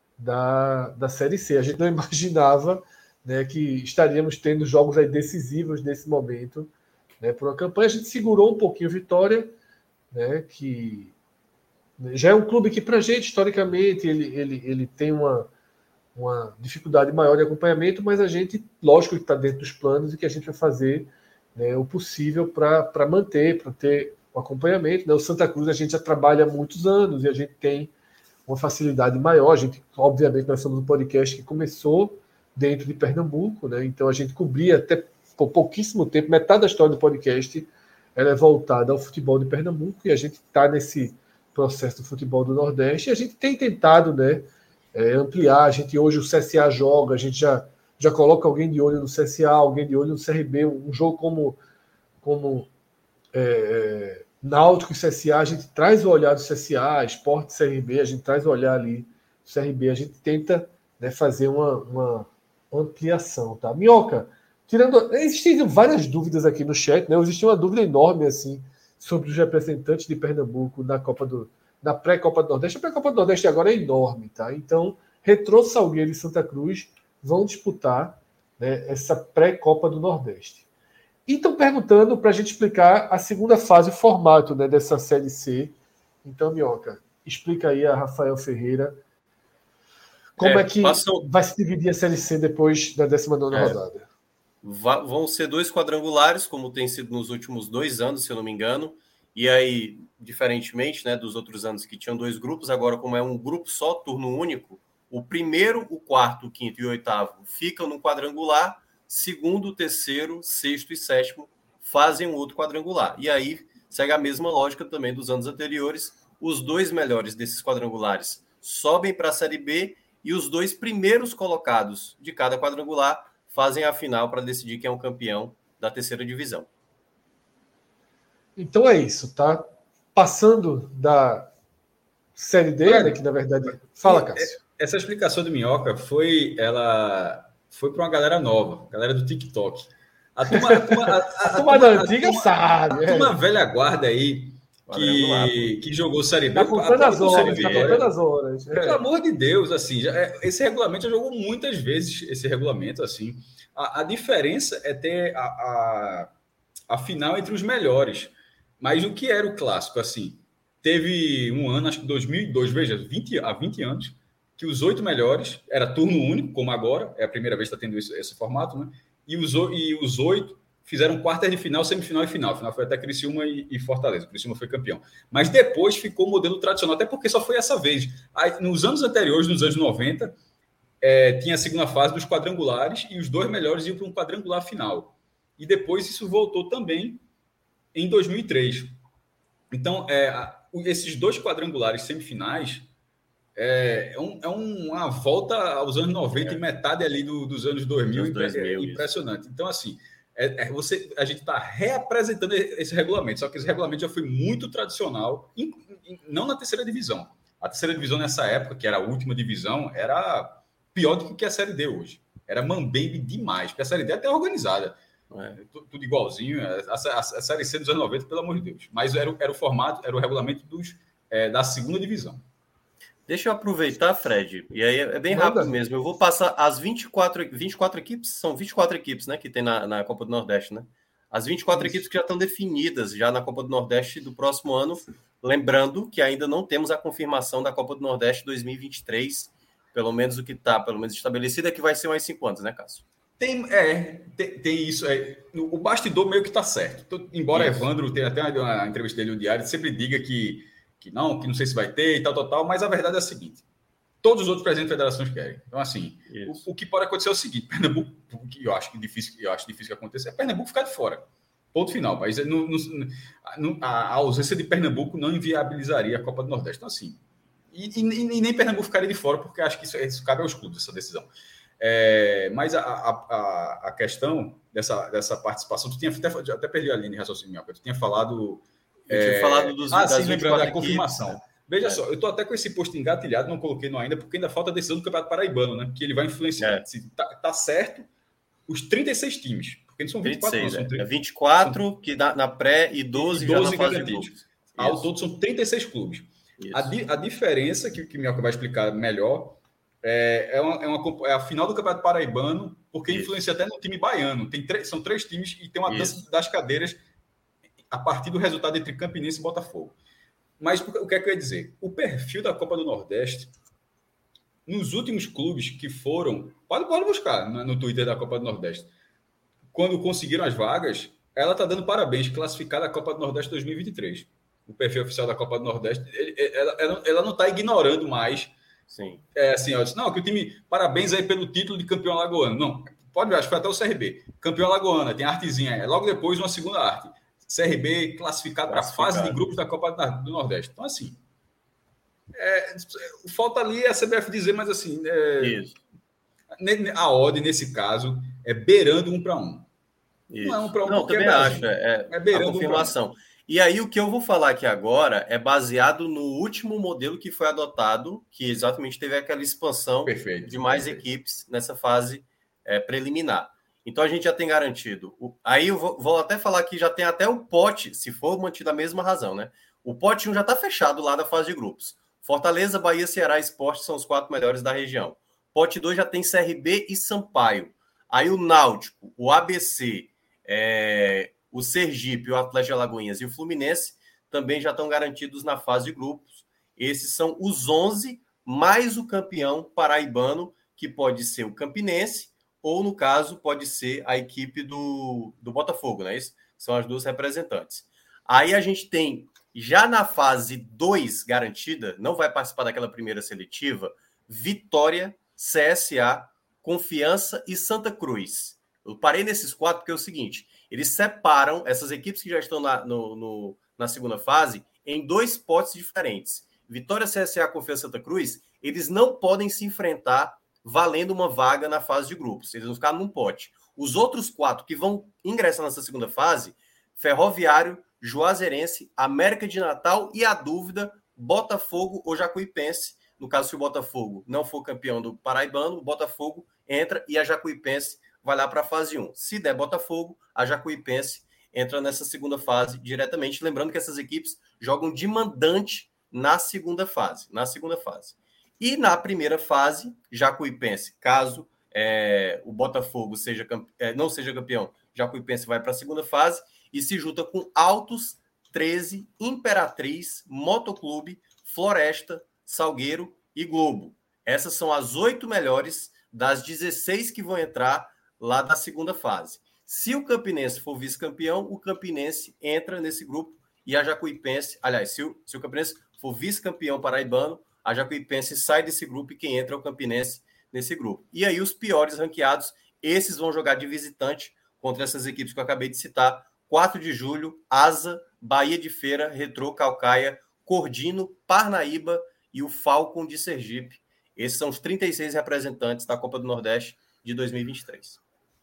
da Série C. A gente não imaginava, né, que estaríamos tendo jogos aí decisivos nesse momento, né, por uma campanha. A gente segurou um pouquinho Vitória, né, que já é um clube que, para a gente, historicamente, ele tem uma dificuldade maior de acompanhamento, mas a gente, lógico que está dentro dos planos e que a gente vai fazer, né, o possível para manter, para ter o acompanhamento, né? O Santa Cruz a gente já trabalha há muitos anos e a gente tem uma facilidade maior. A gente, obviamente, nós somos um podcast que começou dentro de Pernambuco, né? Então a gente cobria até por pouquíssimo tempo, metade da história do podcast ela é voltada ao futebol de Pernambuco, e a gente está nesse processo do futebol do Nordeste, e a gente tem tentado, né, ampliar. A gente hoje, o CSA joga, a gente já coloca alguém de olho no CSA, alguém de olho no CRB, um jogo como Náutico e CSA, a gente traz o olhar do CSA, Sport e CRB, a gente traz o olhar ali do CRB, a gente tenta, né, fazer uma ampliação, tá? Minhoca, existem várias dúvidas aqui no chat, né? Existe uma dúvida enorme, assim, sobre os representantes de Pernambuco na pré-Copa do Nordeste. A pré-Copa do Nordeste agora é enorme, tá? Então, Retrô, Salgueiro e Santa Cruz vão disputar, né, essa pré-Copa do Nordeste. E estão perguntando para a gente explicar a segunda fase, o formato, né, dessa Série C. Então, Minhoca, explica aí a Rafael Ferreira como é que vai se dividir a Série C depois da 19ª rodada. Vão ser 2 quadrangulares, como tem sido nos últimos 2 anos, se eu não me engano. E aí, diferentemente, né, dos outros anos que tinham 2 grupos, agora como é um grupo só, turno único, o primeiro, o quarto, o quinto e o oitavo ficam no quadrangular, segundo, terceiro, sexto e sétimo fazem um outro quadrangular. E aí segue a mesma lógica também dos anos anteriores. Os 2 melhores desses quadrangulares sobem para a Série B e os 2 primeiros colocados de cada quadrangular fazem a final para decidir quem é o campeão da terceira divisão. Então é isso, tá? Passando da Série D, né, que na verdade... Fala, Cássio. Essa explicação do Minhoca foi para uma galera nova, galera do TikTok. A turma da antiga sabe. A turma velha guarda aí que jogou Série B. Tá contando as horas. Pelo amor de Deus, assim, esse regulamento já jogou muitas vezes, esse regulamento, assim. A diferença é ter a final entre os melhores. Mas o que era o clássico, assim? Teve um ano, acho que 2002, veja, há 20 anos, que os 8 melhores, era turno único, como agora, é a primeira vez que está tendo esse formato, né? E os 8 fizeram quartas de final, semifinal e final. A final foi até Criciúma e Fortaleza. Criciúma foi campeão. Mas depois ficou o modelo tradicional, até porque só foi essa vez. Aí, nos anos anteriores, nos anos 90, tinha a segunda fase dos quadrangulares e os 2 melhores iam para um quadrangular final. E depois isso voltou também em 2003. Então, esses 2 quadrangulares semifinais é uma volta aos anos 90 e metade ali dos anos 2000, impressionante. Isso. Então, assim, a gente está reapresentando esse regulamento, só que esse regulamento já foi muito tradicional, não na terceira divisão. A terceira divisão nessa época, que era a última divisão, era pior do que a Série D hoje. Era mambembe demais, porque a Série D é até organizada. Tudo igualzinho. A Série C dos anos 90, pelo amor de Deus. Mas era o formato, era o regulamento da segunda divisão. Deixa eu aproveitar, Fred, e aí é bem rápido mesmo. Eu vou passar as 24 equipes, são 24 equipes, né, que tem na Copa do Nordeste, né? As 24 equipes que já estão definidas já na Copa do Nordeste do próximo ano. Lembrando que ainda não temos a confirmação da Copa do Nordeste 2023, pelo menos o que está estabelecido é que vai ser mais 5 anos, né, Cássio? Tem isso. O bastidor meio que está certo. Embora isso. Evandro tenha até uma entrevista dele no Diário, sempre diga que não sei se vai ter e tal, mas a verdade é a seguinte: todos os outros presidentes de federações querem. Então, assim, o que pode acontecer é o seguinte: Pernambuco, que eu acho difícil que aconteça, é Pernambuco ficar de fora. Ponto final. Mas a ausência de Pernambuco não inviabilizaria a Copa do Nordeste. Então, assim, e nem Pernambuco ficaria de fora, porque acho que isso cabe aos clubes, essa decisão. Mas a questão dessa participação, tu tinha até perdi a linha de raciocínio, tu tinha falado. Eu tinha falado das lembrando da confirmação. Equipes, né? Veja só, eu estou até com esse posto engatilhado, não coloquei no ainda, porque ainda falta a decisão do Campeonato Paraibano, né? Que ele vai influenciar. Se tá certo, os 36 times. Porque não são 24, 36, não, são 30, 24 que na pré e 12 já na fase de grupos. Ao todo são 36 clubes. A diferença, que o Minhoca vai explicar melhor, é a final do Campeonato Paraibano, porque influencia até no time baiano. São 3 times e tem uma dança das cadeiras a partir do resultado entre Campinense e Botafogo. Mas o que é que eu ia dizer? O perfil da Copa do Nordeste, nos últimos clubes que foram... Pode buscar no Twitter da Copa do Nordeste. Quando conseguiram as vagas, ela está dando parabéns, classificada a Copa do Nordeste 2023. O perfil oficial da Copa do Nordeste, ela não está ignorando mais. Sim. Assim, ó, não, que o time... Parabéns aí pelo título de campeão alagoano. Não, pode ver, acho que foi até o CRB. Campeão alagoana, tem a artezinha. Logo depois, uma segunda arte. CRB classificado para a fase de grupos da Copa do Nordeste. Então, assim, falta ali a CBF dizer, mas assim, a odd, nesse caso, é beirando 1-1. Isso. Não, também acho. É a confirmação. E aí, o que eu vou falar aqui agora é baseado no último modelo que foi adotado, que exatamente teve aquela expansão de mais equipes nessa fase preliminar. Então, a gente já tem garantido. Aí, eu vou até falar que já tem até o pote, se for mantido a mesma razão, né? O pote 1 já está fechado lá da fase de grupos. Fortaleza, Bahia, Ceará e Sport são os 4 melhores da região. Pote 2 já tem CRB e Sampaio. Aí, o Náutico, o ABC, o Sergipe, o Atlético de Alagoinhas e o Fluminense também já estão garantidos na fase de grupos. Esses são os 11, mais o campeão paraibano, que pode ser o Campinense, ou, no caso, pode ser a equipe do Botafogo, não é isso? São as duas representantes. Aí a gente tem, já na fase 2 garantida, não vai participar daquela primeira seletiva, Vitória, CSA, Confiança e Santa Cruz. Eu parei nesses 4 porque é o seguinte, eles separam essas equipes que já estão na segunda fase em 2 potes diferentes. Vitória, CSA, Confiança e Santa Cruz, eles não podem se enfrentar valendo uma vaga na fase de grupos. Eles vão ficar num pote. Os outros 4 que vão ingressar nessa segunda fase, Ferroviário, Juazeirense, América de Natal e a dúvida, Botafogo ou Jacuipense. No caso, se o Botafogo não for campeão do Paraibano, o Botafogo entra e a Jacuipense vai lá para a fase 1. Se der Botafogo, a Jacuipense entra nessa segunda fase diretamente. Lembrando que essas equipes jogam de mandante na segunda fase. E na primeira fase, Jacuipense, caso o Botafogo não seja campeão, Jacuipense vai para a segunda fase e se junta com Altos, 13, Imperatriz, Motoclube, Floresta, Salgueiro e Globo. Essas são as 8 melhores das 16 que vão entrar lá da segunda fase. Se o Campinense for vice-campeão, o Campinense entra nesse grupo e a Jacuipense, aliás, se o Campinense for vice-campeão paraibano, a Jacuipense sai desse grupo e quem entra é o Campinense nesse grupo. E aí os piores ranqueados, esses vão jogar de visitante contra essas equipes que eu acabei de citar, 4 de julho, Asa, Bahia de Feira, Retrô, Calcaia, Cordino, Parnaíba e o Falcon de Sergipe. Esses são os 36 representantes da Copa do Nordeste de 2023.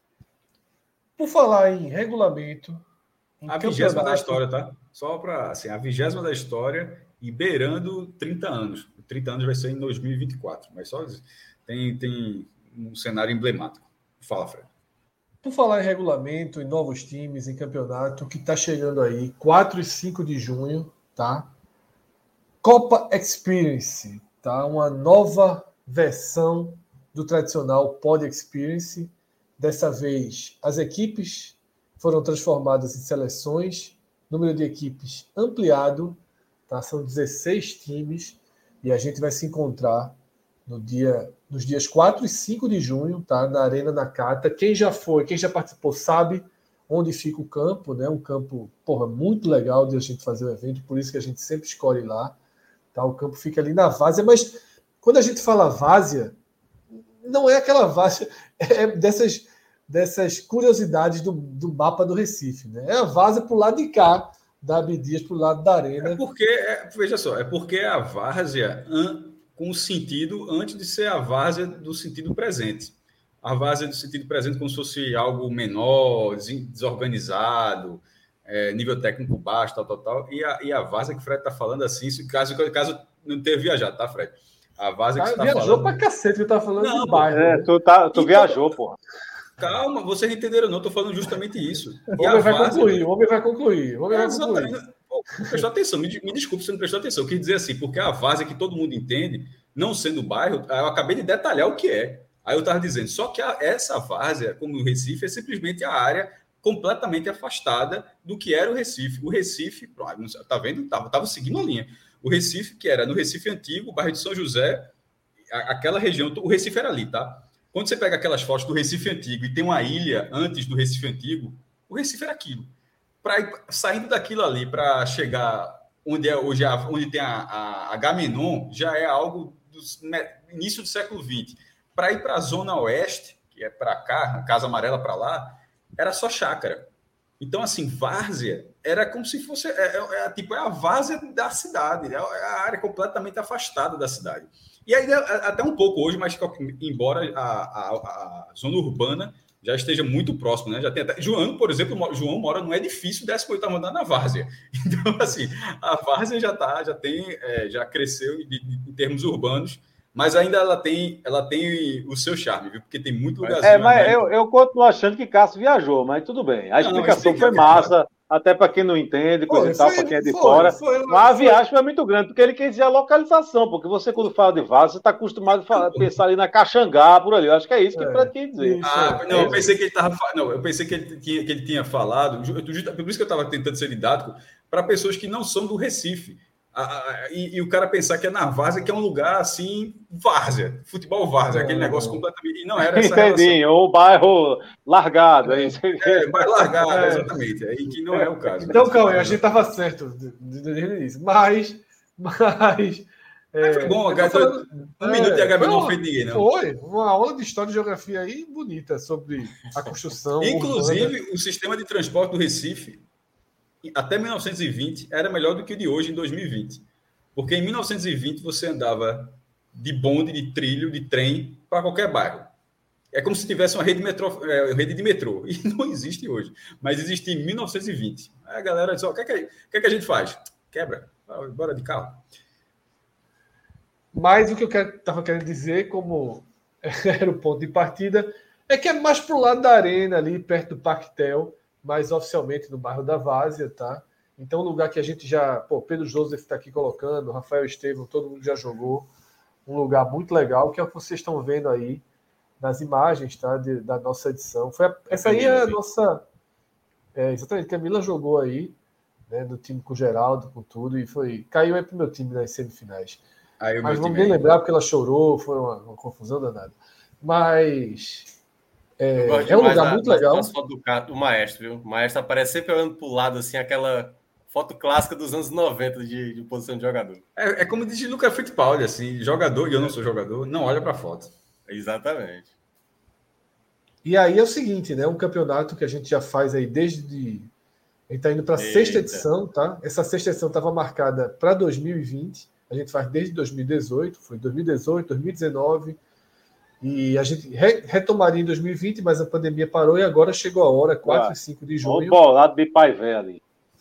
Por falar em regulamento... A 20ª da história, tá? Só para, assim, a 20ª da história e beirando 30 anos. 30 anos vai ser em 2024, mas só tem um cenário emblemático. Fala, Fred. Por falar em regulamento, em novos times, em campeonato, que está chegando aí, 4 e 5 de junho, tá? Copa Experience, tá? Uma nova versão do tradicional Pod Experience. Dessa vez, as equipes foram transformadas em seleções, número de equipes ampliado, tá? São 16 times e a gente vai se encontrar nos dias 4 e 5 de junho, tá? Na Arena Nakata. Quem já participou sabe onde fica o campo, né? Um campo, muito legal de a gente fazer o evento, por isso que a gente sempre escolhe lá, tá? O campo fica ali na Várzea, mas quando a gente fala Várzea, não é aquela Várzea, é dessas curiosidades do mapa do Recife, né? É a Várzea pro lado de cá, da Abdias pro lado da Arena. Veja só, é porque a Várzea com o sentido antes de ser a Várzea do sentido presente. A Várzea do sentido presente como se fosse algo menor, desorganizado, nível técnico baixo, tal. E a Várzea que o Fred está falando assim, caso não tenha viajado, tá, Fred? A Várzea que você está falando... Viajou pra cacete, que tá falando não, do bairro. Tu viajou, porra. Calma, vocês entenderam, não. Estou falando justamente isso. O homem vai concluir. Prestou atenção, me desculpe se não prestou atenção. Eu quis dizer assim, porque a Várzea que todo mundo entende, não sendo bairro, eu acabei de detalhar o que é. Aí eu estava dizendo, só que essa Várzea, como o Recife, é simplesmente a área completamente afastada do que era o Recife. O Recife, tá vendo? Estava seguindo a linha. O Recife, que era no Recife Antigo, bairro de São José, aquela região, o Recife era ali, tá? Quando você pega aquelas fotos do Recife Antigo e tem uma ilha antes do Recife Antigo, o Recife era aquilo. Saindo daquilo ali para chegar onde é hoje, onde tem a Agamenon, já é algo do início do século XX. Para ir para a Zona Oeste, que é para cá, Casa Amarela para lá, era só chácara. Então, assim, Várzea era como se fosse tipo a várzea da cidade, é a área completamente afastada da cidade. E aí, até um pouco hoje, mas embora a zona urbana já esteja muito próximo, né? Já tem até... João, por exemplo, João mora num edifício 18º andar na várzea. Então, assim, a várzea já cresceu em termos urbanos, mas ainda ela tem o seu charme, viu? Porque tem muito lugarzinho. Mas eu continuo achando que Cássio viajou, mas tudo bem. A explicação foi massa, até para quem não entende, coisa e tal, para quem é de fora. Mas a viagem foi muito grande, porque ele quer dizer a localização, porque você, quando fala de várzea, você está acostumado a pensar ali na Caxangá, por ali. Eu acho que é isso que ele quer dizer. Eu pensei que ele estava. Não, eu pensei que ele tinha falado, por isso que eu estava tentando ser didático, para pessoas que não são do Recife. E o cara pensar que é na várzea, que é um lugar assim, várzea, futebol várzea, aquele negócio completamente. E não era essa Entendi, ou bairro largado. Bairro largado, exatamente. Aí que não é o caso. Então, Cauê, a gente estava certo desde o início. Mas foi bom, um minuto de HB não fez ninguém, não. Foi uma aula de história e geografia aí bonita sobre a construção. Inclusive, urbana. O sistema de transporte do Recife, até 1920, era melhor do que o de hoje, em 2020. Porque em 1920 você andava de bonde, de trilho, de trem, para qualquer bairro. É como se tivesse uma rede de metrô. E não existe hoje. Mas existia em 1920. Aí a galera disse, o que é que a gente faz? Quebra. Bora de carro. Mas o que eu estava querendo dizer, como era o ponto de partida, é que é mais para o lado da arena, ali perto do Pactel, mas oficialmente no bairro da Várzea, tá? Então, um lugar que a gente já... Pedro Joseph está aqui colocando, Rafael Estevam, todo mundo já jogou. Um lugar muito legal, que é o que vocês estão vendo aí nas imagens, tá? Da nossa edição. Essa aí é a nossa... exatamente, Camila jogou aí, né? Do time com o Geraldo, com tudo, e caiu aí pro meu time nas semifinais. Mas vamos nem lembrar, porque ela chorou, foi uma confusão danada. Mas... É um lugar muito legal. As fotos do Maestro, viu? O Maestro aparece sempre olhando para o lado, assim, aquela foto clássica dos anos 90 de posição de jogador. É como diz Luca Fittipaldi, assim, jogador, e eu não sou jogador, não olha para a foto. Exatamente. E aí é o seguinte, né? Um campeonato que a gente já faz aí desde... A gente está indo para a 6ª edição, tá? Essa 6ª edição estava marcada para 2020. A gente faz desde 2018, foi 2018, 2019... E a gente retomaria em 2020, mas a pandemia parou e agora chegou a hora, 4 e 5 de junho. Bolado de pai velho ali.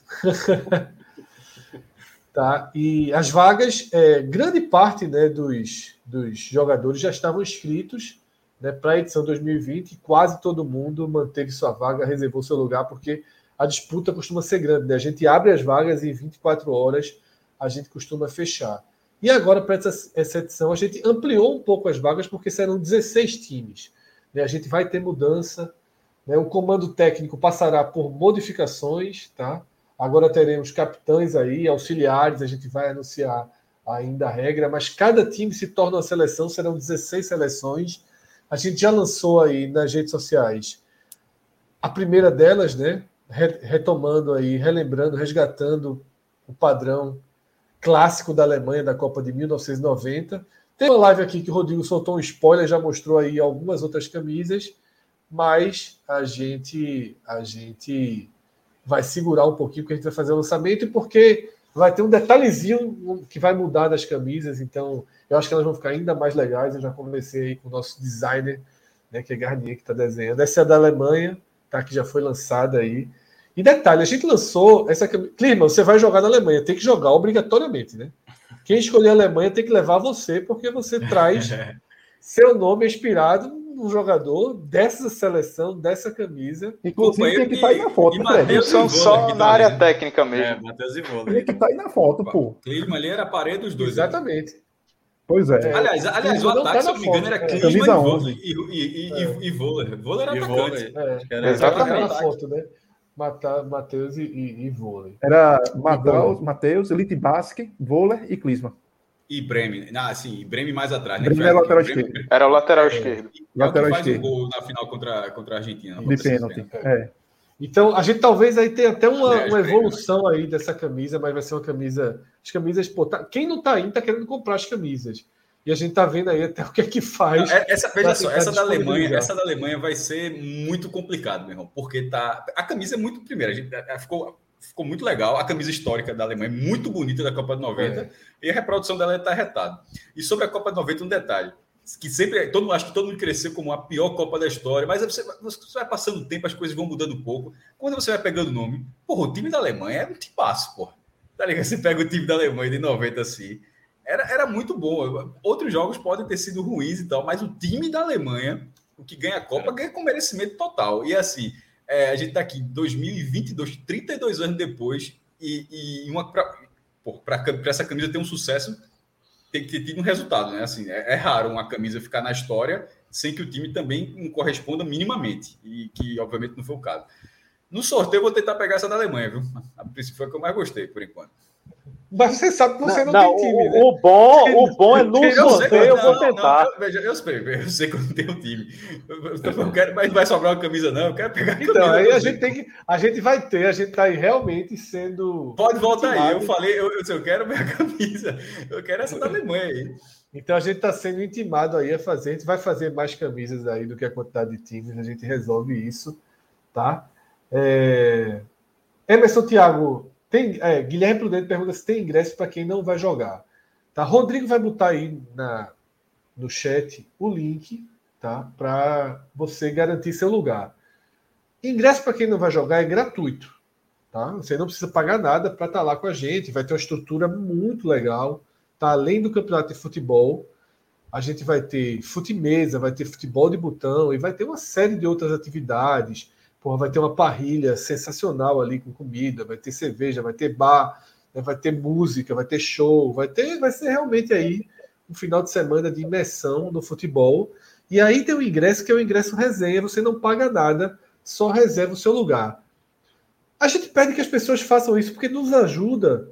Tá, e as vagas, grande parte, né, dos jogadores já estavam inscritos, né, para a edição 2020, e quase todo mundo manteve sua vaga, reservou seu lugar, porque a disputa costuma ser grande, né? A gente abre as vagas e em 24 horas a gente costuma fechar. E agora, para essa edição, a gente ampliou um pouco as vagas, porque serão 16 times. Né? A gente vai ter mudança, né? O comando técnico passará por modificações, tá? Agora teremos capitães aí, auxiliares, a gente vai anunciar ainda a regra, mas cada time se torna uma seleção, serão 16 seleções. A gente já lançou aí nas redes sociais a primeira delas, né? Retomando aí, relembrando, resgatando o padrão clássico da Alemanha da Copa de 1990. Tem uma live aqui que o Rodrigo soltou um spoiler, já mostrou aí algumas outras camisas, mas a gente vai segurar um pouquinho, porque a gente vai fazer o lançamento e porque vai ter um detalhezinho que vai mudar das camisas, então eu acho que elas vão ficar ainda mais legais. Eu já conversei aí com o nosso designer, né, que é Garnier, que está desenhando. Essa é a da Alemanha, tá, que já foi lançada aí. E detalhe, a gente lançou essa camisa. Clima, você vai jogar na Alemanha, tem que jogar obrigatoriamente, né? Quem escolher a Alemanha tem que levar você, porque você traz seu nome inspirado num jogador dessa seleção, dessa camisa. Inclusive tem que estar aí na foto, Matheus só na área técnica mesmo. Matheus e Vôlei. Tem que estar aí na foto, pô. Clima ali era a parede dos dois. Exatamente. Né? Pois é. Aliás, o ataque, se eu não me engano, era Clima e Vôlei. Vôlei era atacante. Exatamente. Era na foto, né? Matheus e Vôlei. Era Matheus, Elite Basque, Vôlei e Clisma. E Bremen. Sim, Bremen mais atrás, né? Bremen é lateral esquerdo. Era o lateral esquerdo. Lateral faz esquerdo. um gol na final contra a Argentina. De pênalti. Então, a gente talvez aí tenha até uma evolução aí dessa camisa, mas vai ser uma camisa... As camisas, quem não tá indo tá querendo comprar as camisas. E a gente tá vendo aí até o que é que faz. Veja só, essa da Alemanha vai ser muito complicado, meu irmão, porque a camisa é muito primeira. Ficou muito legal. A camisa histórica da Alemanha é muito bonita da Copa de 90 e a reprodução dela está arretada. E sobre a Copa de 90, um detalhe. que sempre acho que todo mundo cresceu como a pior Copa da história, mas você vai passando o tempo, as coisas vão mudando um pouco. Quando você vai pegando o nome, porra, o time da Alemanha é um tipaço, porra. Tá ligado? Você pega o time da Alemanha de 90 assim, era muito bom. Outros jogos podem ter sido ruins e tal, mas o time da Alemanha, o que ganha a Copa, ganha com merecimento total. E assim, a gente tá aqui em 2022, 32 anos depois, e para essa camisa ter um sucesso, tem que ter tido um resultado, né? Assim, é raro uma camisa ficar na história sem que o time também não corresponda minimamente, e que obviamente não foi o caso. No sorteio, eu vou tentar pegar essa da Alemanha, viu? A princípio foi a que eu mais gostei, por enquanto. Mas você sabe que você não tem time, né? O bom é no sorteio, eu vou tentar. Eu sei que eu não tenho time. Eu quero, mas não vai sobrar uma camisa, não. Eu quero pegar a camisa. Então, aí a gente tá aí realmente sendo... Pode voltar aí. Eu falei, eu quero ver a camisa. Eu quero essa da Alemanha aí. Então a gente está sendo intimado aí a fazer. A gente vai fazer mais camisas aí do que a quantidade de times. A gente resolve isso, tá? Emerson Thiago, Guilherme Prudente pergunta se tem ingresso para quem não vai jogar. Tá? Rodrigo vai botar aí no chat o link, tá? Para você garantir seu lugar. Ingresso para quem não vai jogar é gratuito. Tá? Você não precisa pagar nada para estar lá com a gente. Vai ter uma estrutura muito legal. Tá? Além do campeonato de futebol, a gente vai ter fute-mesa, vai ter futebol de botão e vai ter uma série de outras atividades. Porra, vai ter uma parrilha sensacional ali com comida, vai ter cerveja, vai ter bar, né, vai ter música, vai ter show, vai ser realmente aí um final de semana de imersão no futebol. E aí tem o ingresso, que é o ingresso resenha, você não paga nada, só reserva o seu lugar. A gente pede que as pessoas façam isso porque nos ajuda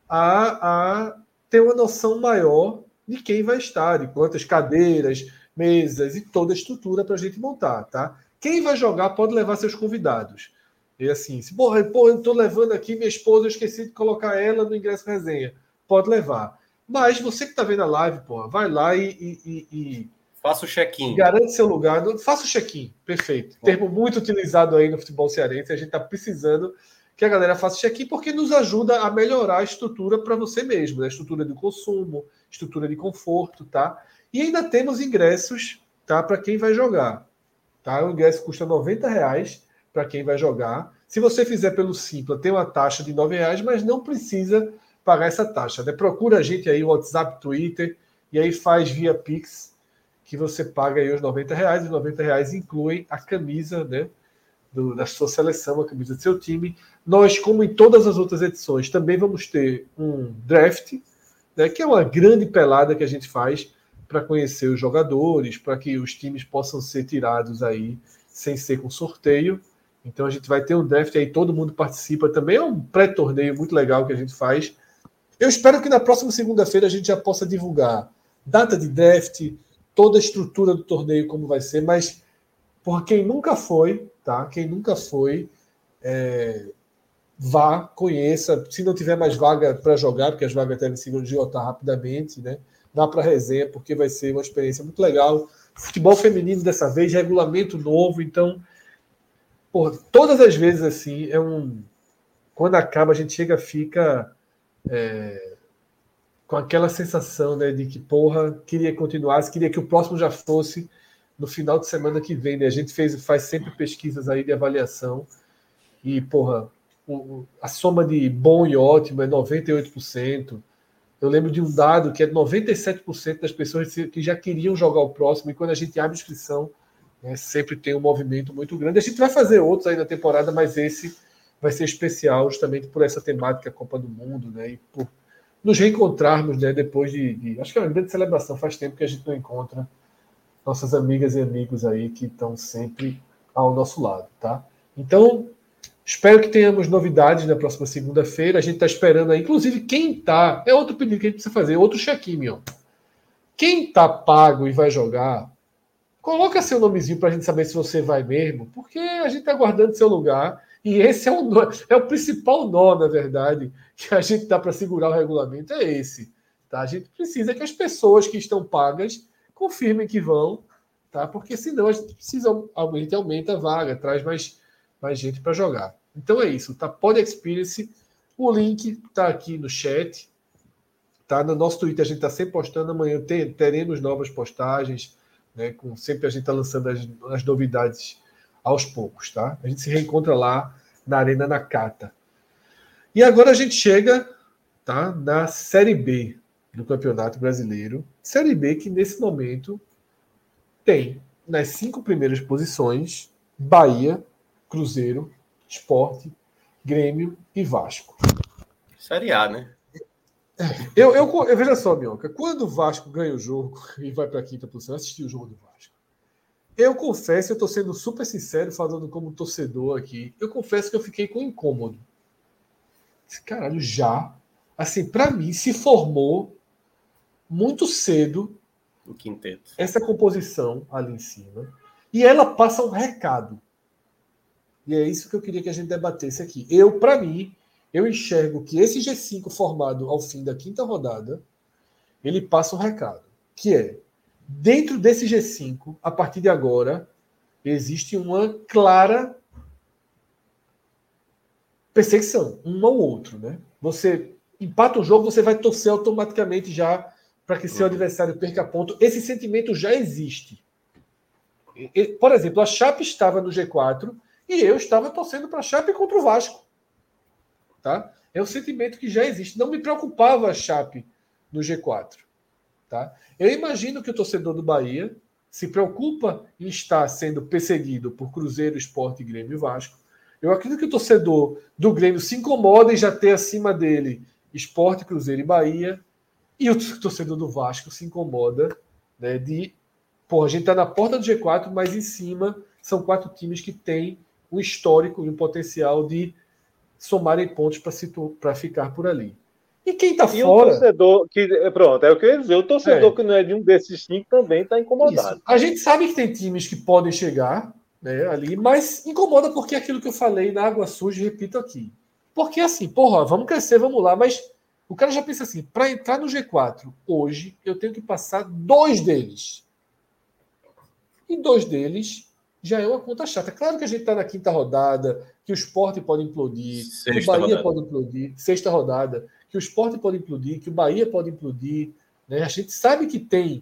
a ter uma noção maior de quem vai estar, de quantas cadeiras, mesas e toda a estrutura para a gente montar, tá? Quem vai jogar pode levar seus convidados. E assim, eu estou levando aqui minha esposa, eu esqueci de colocar ela no ingresso resenha. Pode levar. Mas você que está vendo a live, vai lá e faça o check-in. Garante seu lugar. Faça o check-in. Perfeito. Bom. Termo muito utilizado aí no futebol cearense. A gente está precisando que a galera faça o check-in porque nos ajuda a melhorar a estrutura para você mesmo, né? Estrutura de consumo, estrutura de conforto, tá? E ainda temos ingressos, tá? Para quem vai jogar. Tá? O ingresso custa R$90 para quem vai jogar. Se você fizer pelo Simpla, tem uma taxa de R$9, mas não precisa pagar essa taxa. Né? Procura a gente aí, WhatsApp, Twitter, e aí faz via Pix, que você paga aí os R$90. Os R$90 incluem a camisa, né, da sua seleção, a camisa do seu time. Nós, como em todas as outras edições, também vamos ter um draft, né, que é uma grande pelada que a gente faz para conhecer os jogadores, para que os times possam ser tirados aí sem ser com sorteio. Então a gente vai ter um draft aí, todo mundo participa também. É um pré-torneio muito legal que a gente faz. Eu espero que na próxima segunda-feira a gente já possa divulgar data de draft, toda a estrutura do torneio, como vai ser, mas por quem nunca foi, tá? Quem nunca foi, vá, conheça. Se não tiver mais vaga para jogar, porque as vagas devem se esgotar rapidamente, né? Vá para a resenha, porque vai ser uma experiência muito legal. Futebol feminino dessa vez, regulamento novo, então, todas as vezes assim, quando acaba, a gente fica com aquela sensação, né, de que, queria continuar, queria que o próximo já fosse no final de semana que vem, né? A gente faz sempre pesquisas aí de avaliação e, a soma de bom e ótimo é 98%. Eu lembro de um dado que é 97% das pessoas que já queriam jogar o próximo, e quando a gente abre inscrição, né, sempre tem um movimento muito grande. A gente vai fazer outros aí na temporada, mas esse vai ser especial justamente por essa temática Copa do Mundo, né, e por nos reencontrarmos, né, depois de... Acho que é uma grande celebração, faz tempo que a gente não encontra nossas amigas e amigos aí que estão sempre ao nosso lado, tá? Então, espero que tenhamos novidades na próxima segunda-feira. A gente está esperando aí. Inclusive, quem está... É outro pedido que a gente precisa fazer. Outro check-in, ó. Quem está pago e vai jogar, coloca seu nomezinho para a gente saber se você vai mesmo, porque a gente está guardando seu lugar. E esse é o principal nó, na verdade, que a gente dá para segurar o regulamento. É esse. Tá? A gente precisa que as pessoas que estão pagas confirmem que vão, tá? Porque senão a gente aumenta a vaga, traz mais gente para jogar. Então é isso, tá? Pod Experience, o link está aqui no chat. Tá? No nosso Twitter a gente está sempre postando, amanhã teremos novas postagens, né? Sempre a gente está lançando as novidades aos poucos, tá? A gente se reencontra lá na Arena Nakata. E agora a gente chega, tá, na Série B do Campeonato Brasileiro. Série B que nesse momento tem nas 5 primeiras posições Bahia, Cruzeiro, Sport, Grêmio e Vasco. Série A, né? Eu veja só, Minhoca, quando o Vasco ganha o jogo e vai para a 5ª posição, eu assisti o jogo do Vasco. Eu confesso, eu estou sendo super sincero, falando como torcedor aqui, eu confesso que eu fiquei com incômodo. Esse caralho já, assim, para mim, se formou muito cedo o quinteto. Essa composição ali em cima. E ela passa um recado. E é isso que eu queria que a gente debatesse aqui. Para mim, eu enxergo que esse G5 formado ao fim da 5ª rodada, ele passa um recado, que é, dentro desse G5, a partir de agora, existe uma clara perseguição, um ao outro, né? Você empata um jogo, você vai torcer automaticamente já para que seu adversário perca ponto. Esse sentimento já existe. Por exemplo, a Chape estava no G4 e eu estava torcendo para a Chape contra o Vasco. Tá? É um sentimento que já existe. Não me preocupava a Chape no G4. Tá? Eu imagino que o torcedor do Bahia se preocupa em estar sendo perseguido por Cruzeiro, Sport, Grêmio e Vasco. Eu acredito que o torcedor do Grêmio se incomoda em já ter acima dele Sport, Cruzeiro e Bahia. E o torcedor do Vasco se incomoda, né, de... Pô, a gente está na porta do G4, mas em cima são 4 times que têm um histórico e um potencial de somarem pontos para ficar por ali. E quem está fora... o torcedor que... Pronto, é o que eu ia dizer. O torcedor que não é de um desses 5 também está incomodado. Isso. A gente sabe que tem times que podem chegar, né, ali, mas incomoda porque é aquilo que eu falei na Água Suja, repito aqui. Porque assim, porra, vamos crescer, vamos lá, mas o cara já pensa assim, para entrar no G4 hoje, eu tenho que passar 2 deles. E 2 deles já é uma conta chata. Claro que a gente está na 5ª rodada, que o Sport pode implodir, que o Bahia pode implodir, 6ª rodada, que o Sport pode implodir, que o Bahia pode implodir. Né? A gente sabe que tem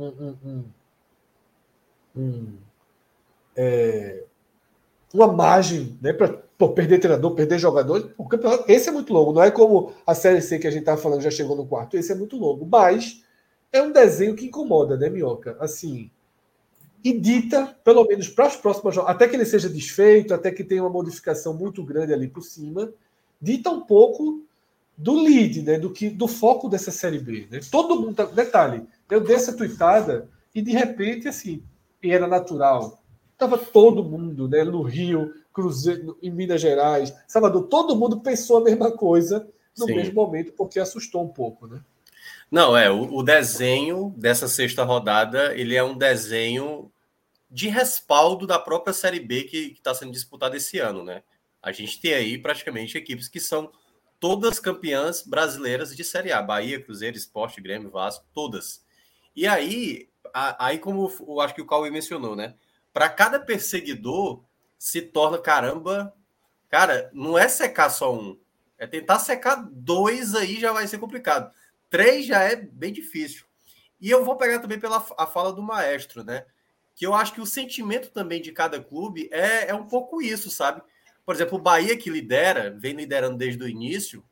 uma margem, né, para perder treinador, perder jogador. O campeonato, esse é muito longo. Não é como a Série C que a gente estava falando, já chegou no 4º. Esse é muito longo. Mas é um desenho que incomoda, né, Minhoca? Assim, e dita, pelo menos para as próximas, até que ele seja desfeito, até que tenha uma modificação muito grande ali por cima, dita um pouco do lead, né, do foco dessa Série B. Né? Todo mundo... Detalhe, eu dei essa tuitada e, de repente, assim, e era natural. Estava todo mundo, né, no Rio, Cruzeiro, em Minas Gerais, Salvador, todo mundo pensou a mesma coisa no mesmo momento, porque assustou um pouco, né? Não, o desenho dessa 6ª rodada, ele é um desenho de respaldo da própria Série B que está sendo disputada esse ano, né? A gente tem aí praticamente equipes que são todas campeãs brasileiras de Série A. Bahia, Cruzeiro, Sport, Grêmio, Vasco, todas. E aí como eu acho que o Cauê mencionou, né? Para cada perseguidor se torna, caramba, cara, não é secar só um, é tentar secar 2 aí já vai ser complicado. 3 já é bem difícil. E eu vou pegar também pela a fala do Maestro, né? Que eu acho que o sentimento também de cada clube é um pouco isso, sabe? Por exemplo, o Bahia que lidera, vem liderando desde o início,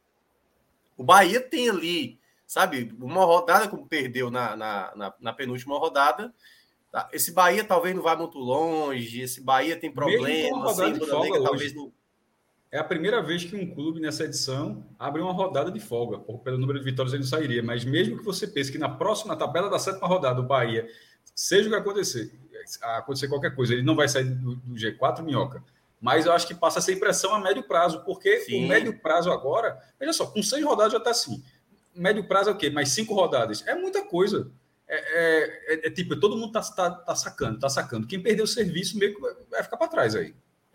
o Bahia tem ali, sabe, uma rodada como perdeu na penúltima rodada. Tá? Esse Bahia talvez não vá muito longe, esse Bahia tem problemas, talvez não... É a primeira vez que um clube nessa edição abre uma rodada de folga, pelo número de vitórias ele não sairia, mas mesmo que você pense que na tabela da 7ª rodada, o Bahia, seja o que acontecer qualquer coisa, ele não vai sair do G4, Minhoca, mas eu acho que passa essa impressão a médio prazo, porque o médio prazo agora, veja só, com 6 rodadas já está assim, médio prazo é o quê? Mais 5 rodadas, é muita coisa. Tipo, todo mundo tá sacando. Quem perdeu o serviço meio que vai ficar para trás aí.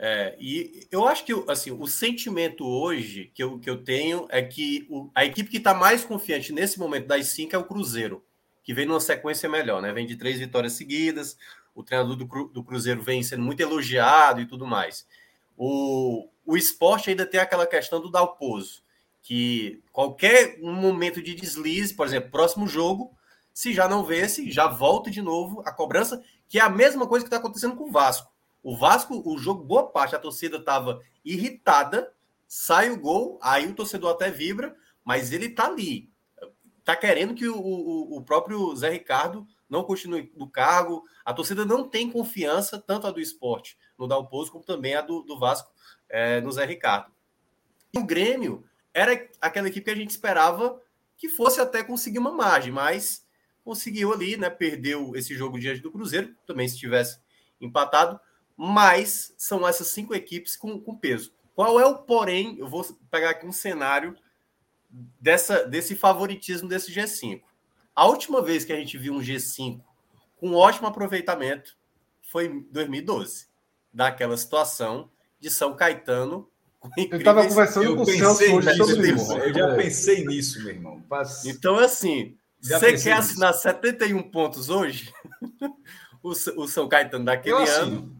E eu acho que assim, o sentimento hoje que eu tenho é que a equipe que está mais confiante nesse momento das 5 é o Cruzeiro, que vem numa sequência melhor, né? Vem de 3 vitórias seguidas, o treinador do Cruzeiro vem sendo muito elogiado e tudo mais. O Sport ainda tem aquela questão do Dalpozo, que qualquer momento de deslize, por exemplo, próximo jogo, se já não vence, já volta de novo a cobrança, que é a mesma coisa que está acontecendo com o Vasco. O Vasco, o jogo, boa parte, a torcida estava irritada, sai o gol, aí o torcedor até vibra, mas ele está ali. Está querendo que o próprio Zé Ricardo não continue no cargo. A torcida não tem confiança, tanto a do Sport no Dalpozo, como também a do Vasco no Zé Ricardo. E o Grêmio era aquela equipe que a gente esperava que fosse até conseguir uma margem, mas conseguiu ali, né? Perdeu esse jogo diante do Cruzeiro, também se tivesse empatado, mas são essas 5 equipes com peso. Qual é o porém? Eu vou pegar aqui um cenário desse favoritismo desse G5. A última vez que a gente viu um G5 com ótimo aproveitamento foi em 2012, daquela situação de São Caetano. Eu estava conversando com o Celso hoje sobre isso. Eu já pensei nisso, meu irmão. Então, assim, você quer assinar 71 pontos hoje? o São Caetano daquele ano.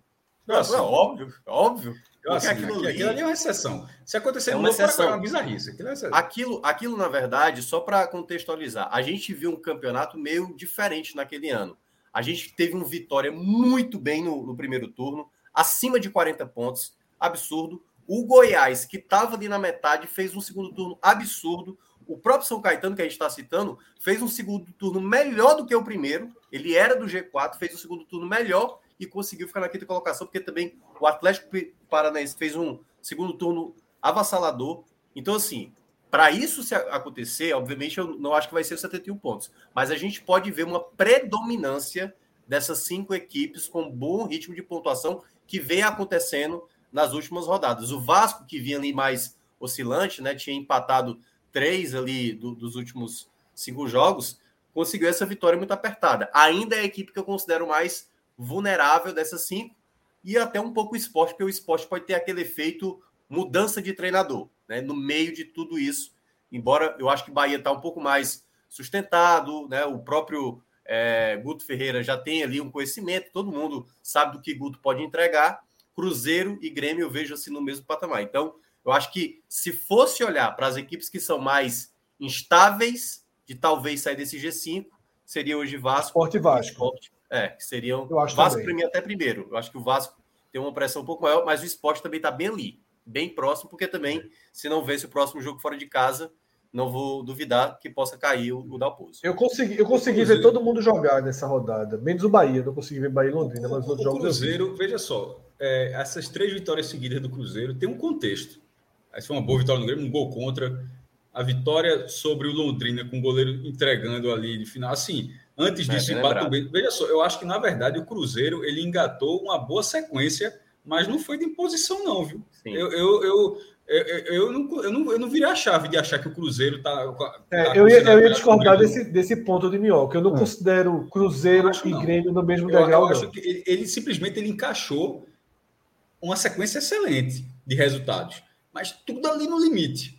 Óbvio. Aquilo ali é uma exceção. Se acontecer é uma bizarrice. Aquilo, na verdade, só para contextualizar, a gente viu um campeonato meio diferente naquele ano. A gente teve um Vitória muito bem no primeiro turno, acima de 40 pontos, absurdo. O Goiás, que estava ali na metade, fez um segundo turno absurdo. O próprio São Caetano, que a gente está citando, fez um segundo turno melhor do que o primeiro. Ele era do G4, fez um segundo turno melhor e conseguiu ficar na quinta colocação, porque também o Atlético Paranaense fez um segundo turno avassalador. Então, assim, para isso se acontecer, obviamente eu não acho que vai ser 71 pontos, mas a gente pode ver uma predominância dessas 5 equipes com bom ritmo de pontuação que vem acontecendo nas últimas rodadas. O Vasco, que vinha ali mais oscilante, né, tinha empatado 3 ali dos últimos 5 jogos, conseguiu essa vitória muito apertada. Ainda é a equipe que eu considero mais vulnerável dessas 5, e até um pouco o Sport, porque o Sport pode ter aquele efeito mudança de treinador, né, no meio de tudo isso, embora eu acho que o Bahia está um pouco mais sustentado, né, o próprio Guto Ferreira já tem ali um conhecimento, todo mundo sabe do que Guto pode entregar. Cruzeiro e Grêmio eu vejo assim no mesmo patamar. Então, eu acho que se fosse olhar para as equipes que são mais instáveis de talvez sair desse G5, seria hoje Vasco. Sport e Vasco. Que seriam Vasco para mim até primeiro. Eu acho que o Vasco tem uma pressão um pouco maior, mas o Sport também está bem ali, bem próximo, porque também, se não vence o próximo jogo fora de casa, não vou duvidar que possa cair o Dalpozo. Eu consegui ver todo mundo jogar nessa rodada, menos o Bahia. Não consegui ver Bahia e Londrina, mas os outros jogos. O Cruzeiro, veja só, essas 3 vitórias seguidas do Cruzeiro tem um contexto. Essa foi uma boa vitória no Grêmio, um gol contra. A vitória sobre o Londrina, com o goleiro entregando ali de final. Assim, antes disso, veja só, eu acho que, na verdade, o Cruzeiro ele engatou uma boa sequência, mas não foi de imposição, não, viu? Sim. Eu não virei a chave de achar que o Cruzeiro está. Eu ia discordar desse ponto de Minhoca. Eu não considero Cruzeiro e Grêmio no mesmo degrau. Eu acho que ele simplesmente encaixou uma sequência excelente de resultados, mas tudo ali no limite.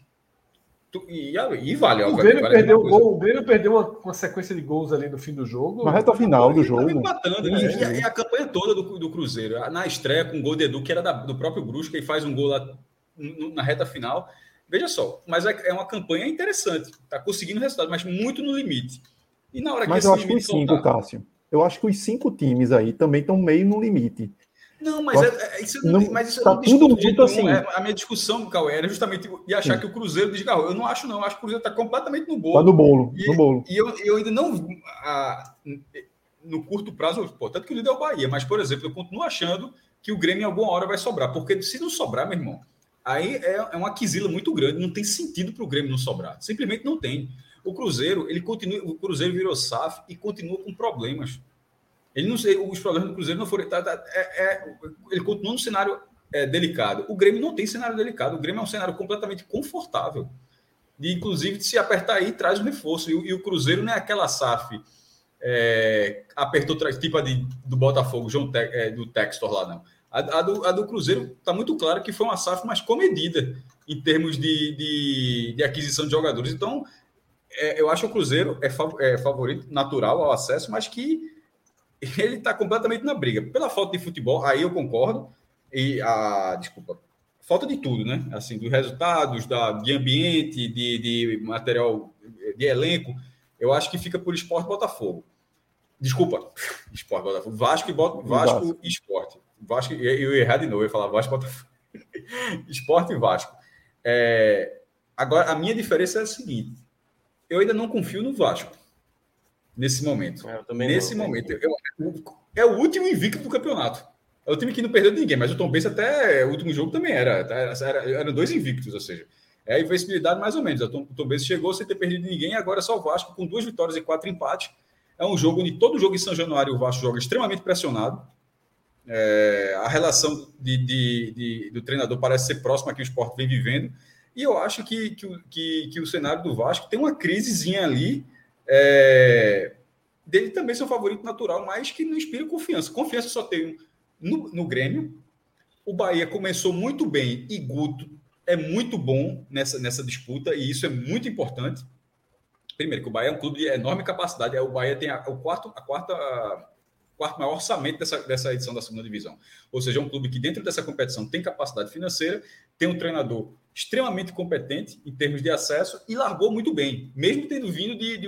E vale, o Grêmio perdeu o gol. O Grêmio perdeu uma sequência de gols ali no fim do jogo. Na reta final do jogo. Empatando, e a campanha toda do Cruzeiro. Na estreia com o gol de Edu, que era do próprio Brusca, e faz um gol lá na reta final. Veja só, mas é uma campanha interessante. Está conseguindo resultado, mas muito no limite. E na hora mas eu acho que os 5, Cássio. Eu acho que os 5 times aí também estão meio no limite. Não, mas isso eu não tudo muito assim. A minha discussão, Cauê, era justamente de achar que o Cruzeiro desgarrou. Eu não acho, não. Eu acho que o Cruzeiro está completamente no bolo. Está no bolo. E eu ainda não... no curto prazo, tanto que o líder é o Bahia, mas, por exemplo, eu continuo achando que o Grêmio em alguma hora vai sobrar. Porque se não sobrar, meu irmão, aí é uma quizila muito grande. Não tem sentido para o Grêmio não sobrar. Simplesmente não tem. O Cruzeiro virou SAF e continua com problemas. Os problemas do Cruzeiro não foram... ele continua num cenário delicado. O Grêmio não tem cenário delicado. O Grêmio é um cenário completamente confortável. Inclusive, se apertar aí, traz um reforço. E o Cruzeiro não é aquela SAF apertou, tipo a do Botafogo, do Textor lá, não. A do Cruzeiro está muito claro que foi uma SAF mais comedida em termos de aquisição de jogadores. Então, eu acho que o Cruzeiro é favorito natural ao acesso, mas que ele está completamente na briga. Pela falta de futebol, aí eu concordo. falta de tudo, né? Assim, dos resultados, de ambiente, de material, de elenco. Eu acho que fica por Sport Botafogo. Desculpa, Sport Botafogo. Vasco e Sport. Vasco, eu ia errar de novo, eu ia falar Vasco e Botafogo. Sport e Vasco. Agora, a minha diferença é a seguinte: eu ainda não confio no Vasco nesse momento. Nesse momento, é o último invicto do campeonato. É o time que não perdeu de ninguém, mas o Tombense até o último jogo também eram 2 invictos, ou seja, é a invencibilidade mais ou menos. O Tombense chegou sem ter perdido de ninguém, agora é só o Vasco com 2 vitórias e 4 empates. É um jogo onde todo jogo em São Januário o Vasco joga extremamente pressionado. A relação do treinador parece ser próxima que o Sport vem vivendo. E eu acho que o cenário do Vasco tem uma crisezinha ali, dele também ser um favorito natural, mas que não inspira confiança. Confiança só tem no Grêmio. O Bahia começou muito bem e Guto é muito bom nessa disputa, e isso é muito importante. Primeiro, que o Bahia é um clube de enorme capacidade. O Bahia tem o quarto maior orçamento dessa edição da segunda divisão. Ou seja, é um clube que dentro dessa competição tem capacidade financeira, tem um treinador extremamente competente em termos de acesso e largou muito bem, mesmo tendo vindo de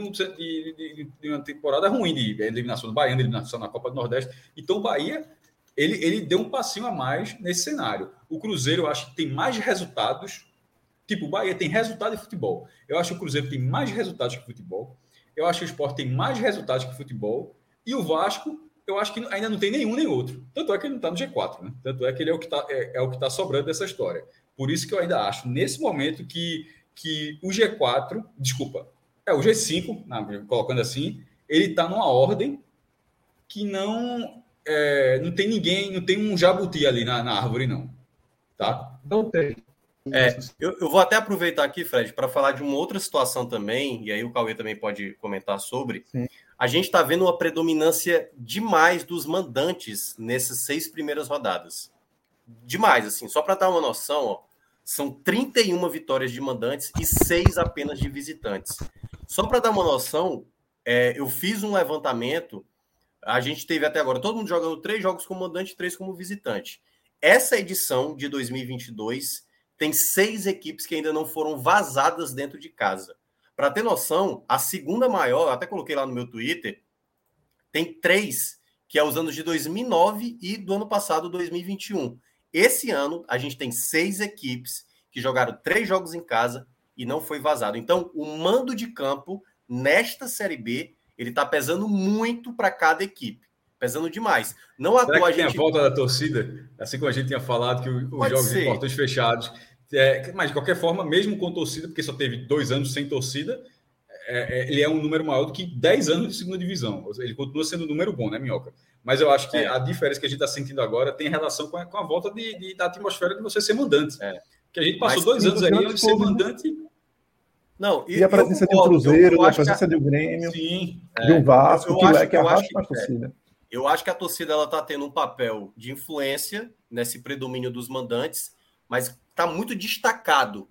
uma temporada ruim, de eliminação do Bahia, de eliminação na Copa do Nordeste. Então, o Bahia, ele deu um passinho a mais nesse cenário. O Cruzeiro, eu acho que tem mais resultados. Tipo, o Bahia tem resultado de futebol. Eu acho que o Cruzeiro tem mais resultados que futebol. Eu acho que o Sport tem mais resultados que futebol. E o Vasco, eu acho que ainda não tem nenhum nem outro. Tanto é que ele não está no G4, né? Tanto é que ele é o que está sobrando dessa história. Por isso que eu ainda acho, nesse momento, que o G4, o G5, colocando assim, ele está numa ordem que não tem ninguém, não tem um jabuti ali na árvore, não. Tá? Não tem. Eu vou até aproveitar aqui, Fred, para falar de uma outra situação também, e aí o Cauê também pode comentar sobre. Sim. A gente está vendo uma predominância demais dos mandantes nessas 6 primeiras rodadas. Demais, assim. Só para dar uma noção, ó, são 31 vitórias de mandantes e 6 apenas de visitantes. Só para dar uma noção, eu fiz um levantamento, a gente teve até agora todo mundo jogando 3 jogos como mandante e 3 como visitante. Essa edição de 2022 tem 6 equipes que ainda não foram vazadas dentro de casa. Para ter noção, a segunda maior, eu até coloquei lá no meu Twitter, tem 3, que é os anos de 2009 e do ano passado, 2021. Esse ano, a gente tem 6 equipes que jogaram 3 jogos em casa e não foi vazado. Então, o mando de campo, nesta Série B, ele está pesando muito para cada equipe. Pesando demais. Não à toa a gente... tem a volta da torcida? Assim como a gente tinha falado que os jogos de portões fechados... mas, de qualquer forma, mesmo com torcida, porque só teve 2 anos sem torcida, ele é um número maior do que 10 anos de segunda divisão. Ele continua sendo um número bom, né, Minhoca? Mas eu acho que a diferença que a gente está sentindo agora tem relação com a volta da atmosfera de você ser mandante. Que a gente passou 2 anos aí onde ser mandante... Não, e a presença de um Cruzeiro, a presença de um Grêmio, de um Vasco, que arrasta a torcida. Eu acho que a torcida está tendo um papel de influência nesse predomínio dos mandantes, mas está muito destacado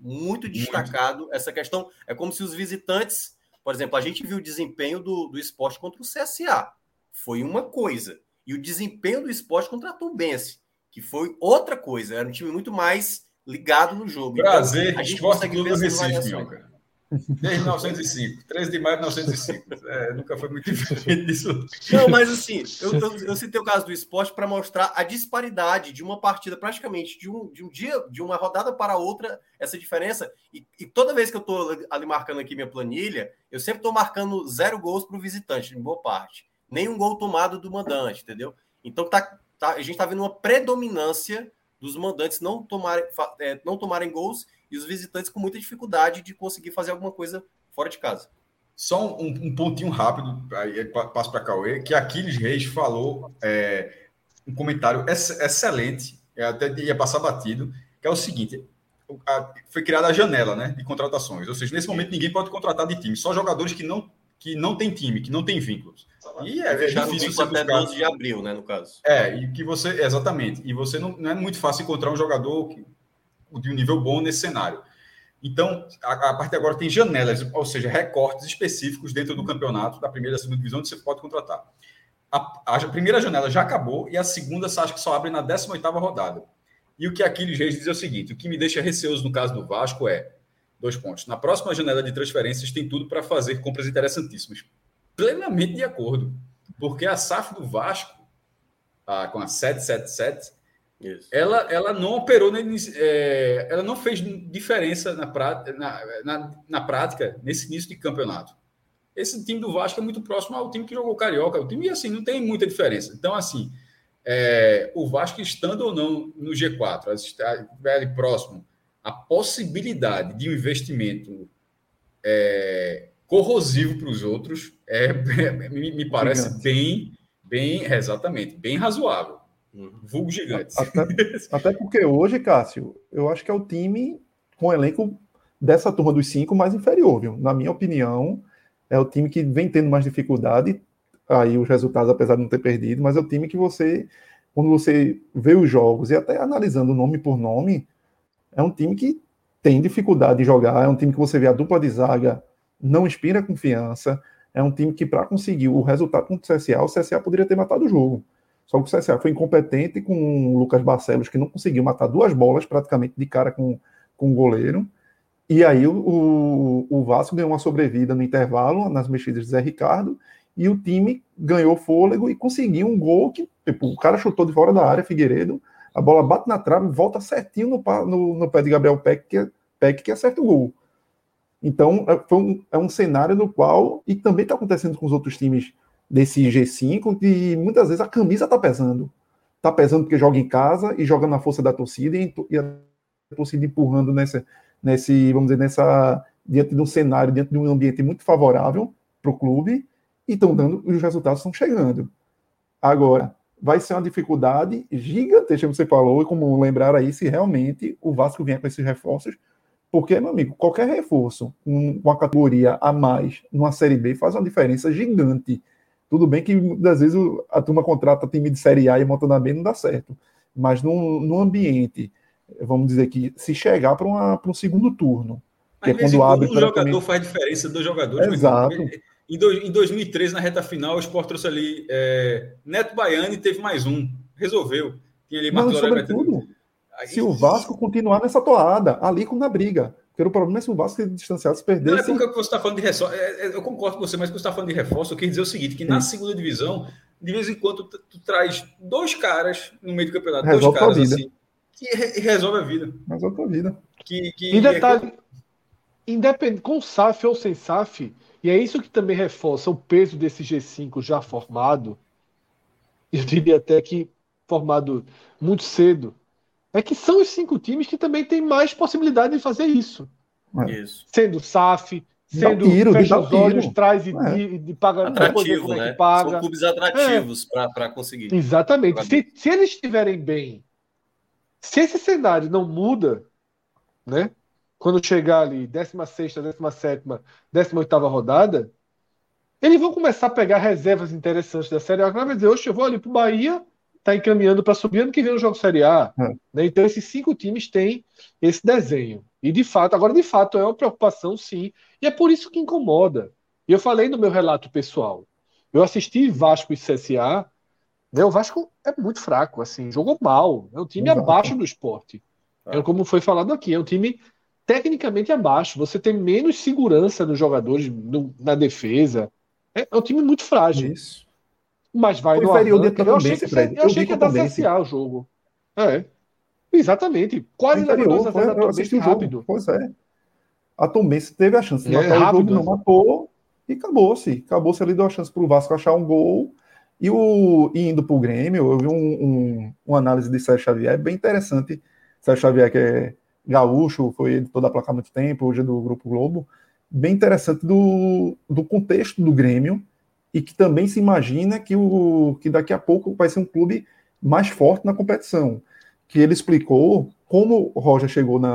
essa questão. É como se os visitantes, por exemplo, a gente viu o desempenho do Sport contra o CSA, foi uma coisa, e o desempenho do Sport contra a Tombense, que foi outra coisa, era um time muito mais ligado no jogo. Prazer, então, a gente Esporte Clube do Recife, Minhoca. Desde 1905, 13 de maio de 1905. Nunca foi muito diferente disso. Não, mas assim, eu citei o caso do Sport para mostrar a disparidade de uma partida, praticamente de um dia, de uma rodada para outra, essa diferença. E toda vez que eu estou ali marcando aqui minha planilha, eu sempre estou marcando 0 gols para o visitante, em boa parte. Nenhum gol tomado do mandante, entendeu? Então a gente está vendo uma predominância dos mandantes não tomarem gols e os visitantes com muita dificuldade de conseguir fazer alguma coisa fora de casa. Só um pontinho rápido, aí passo para Cauê, que Aquiles Reis falou um comentário excelente, eu até ia passar batido, que é o seguinte: foi criada a janela, né, de contratações, ou seja, nesse momento ninguém pode contratar de time, só jogadores que não tem time, que não tem vínculos. E é difícil você até 12 de abril, né, no caso. E que você, exatamente, e você não é muito fácil encontrar um jogador de um nível bom nesse cenário. Então, a partir de agora tem janelas, ou seja, recortes específicos dentro do campeonato, da primeira e da segunda divisão, onde você pode contratar. A primeira janela já acabou e a segunda, acho que só abre na 18ª rodada. E o que Aquiles Reis diz é o seguinte: o que me deixa receoso no caso do Vasco é 2 pontos. Na próxima janela de transferências tem tudo para fazer compras interessantíssimas. Plenamente de acordo. Porque a SAF do Vasco, com a 777, ela não operou, ela não fez diferença na prática nesse início de campeonato. Esse time do Vasco é muito próximo ao time que jogou Carioca. O time, assim, não tem muita diferença. Então, assim, o Vasco estando ou não no G4, ali próximo, a possibilidade de um investimento corrosivo para os outros me parece bem, exatamente, bem razoável. Vulgo gigante. Até porque hoje, Cássio, eu acho que é o time com o elenco dessa turma dos 5 mais inferior, viu? Na minha opinião, é o time que vem tendo mais dificuldade, aí os resultados, apesar de não ter perdido, mas é o time que quando você vê os jogos e até analisando nome por nome, é um time que tem dificuldade de jogar, é um time que você vê a dupla de zaga não inspira confiança, é um time que para conseguir o resultado contra o CSA poderia ter matado o jogo. Só que o CSA foi incompetente com o Lucas Barcelos, que não conseguiu matar 2 bolas praticamente de cara com o goleiro. E aí o Vasco ganhou uma sobrevida no intervalo, nas mexidas de Zé Ricardo, e o time ganhou fôlego e conseguiu um gol que tipo, o cara chutou de fora da área, Figueiredo, a bola bate na trave e volta certinho no pé de Gabriel Peck, que acerta o gol. Então, é um cenário no qual, e também está acontecendo com os outros times desse G5, que muitas vezes a camisa está pesando. Está pesando porque joga em casa e joga na força da torcida, e a torcida empurrando diante de um cenário, diante de um ambiente muito favorável para o clube, e os resultados estão chegando. Agora, vai ser uma dificuldade gigantesca, como você falou, e como lembrar aí, se realmente o Vasco vier com esses reforços, porque, meu amigo, qualquer reforço com uma categoria a mais numa Série B faz uma diferença gigante. Tudo bem que, às vezes, a turma contrata time de Série A e monta na B não dá certo. Mas num ambiente, vamos dizer que se chegar para um segundo turno, que é quando abre... Um jogador faz diferença, 2 jogadores. Exato. Em 2013, na reta final, o Sport trouxe ali Neto Baiano e teve mais um. Resolveu. Tinha ali Marcos Aurélio. Se o Vasco continuar nessa toada, ali com na briga. Porque o problema é se o Vasco se distanciar, se perder... Não, é porque você está falando de reforço. Eu concordo com você, mas quando você está falando de reforço, eu queria dizer o seguinte, que na segunda divisão, de vez em quando, tu traz 2 caras no meio do campeonato, resolve 2 caras assim, que resolve a vida. Resolve a vida. E detalhe, independente, com SAF ou sem SAF, e é isso que também reforça o peso desse G5 já formado, eu diria até que formado muito cedo, é que são os 5 times que também têm mais possibilidade de fazer isso. Isso. Sendo SAF, sendo fecha os olhos, traz e paga atrativo, depois né? Que paga. São clubes atrativos para conseguir. Exatamente. Se eles estiverem bem, se esse cenário não muda, né? Quando chegar ali 16ª, 17ª, 18ª rodada, eles vão começar a pegar reservas interessantes da Série A. Vai dizer, oxe, eu vou ali pro Bahia, tá encaminhando para subir ano que vem no jogo Série A. Né? Então esses 5 times têm esse desenho. E de fato é uma preocupação, sim. E é por isso que incomoda. E eu falei no meu relato pessoal. Eu assisti Vasco e CSA. Né? O Vasco é muito fraco, assim, jogou mal. É um time abaixo do Sport. Como foi falado aqui, é um time tecnicamente abaixo. Você tem menos segurança nos jogadores, na defesa. É um time muito frágil. Isso. Mas vai no arranque. Eu achei que ia dar CSA o jogo. Exatamente. Quase levou 2-0 a Tombense rápido. Pois é. A Tombense teve a chance de matar o jogo, não matou e acabou-se. Acabou-se ali, deu a chance para o Vasco achar um gol. E indo para o Grêmio, eu vi uma análise de Sérgio Xavier bem interessante. Sérgio Xavier, que é gaúcho, foi editor da Placar há muito tempo, hoje é do Grupo Globo. Bem interessante do contexto do Grêmio, e que também se imagina que daqui a pouco vai ser um clube mais forte na competição. Que ele explicou como o Roger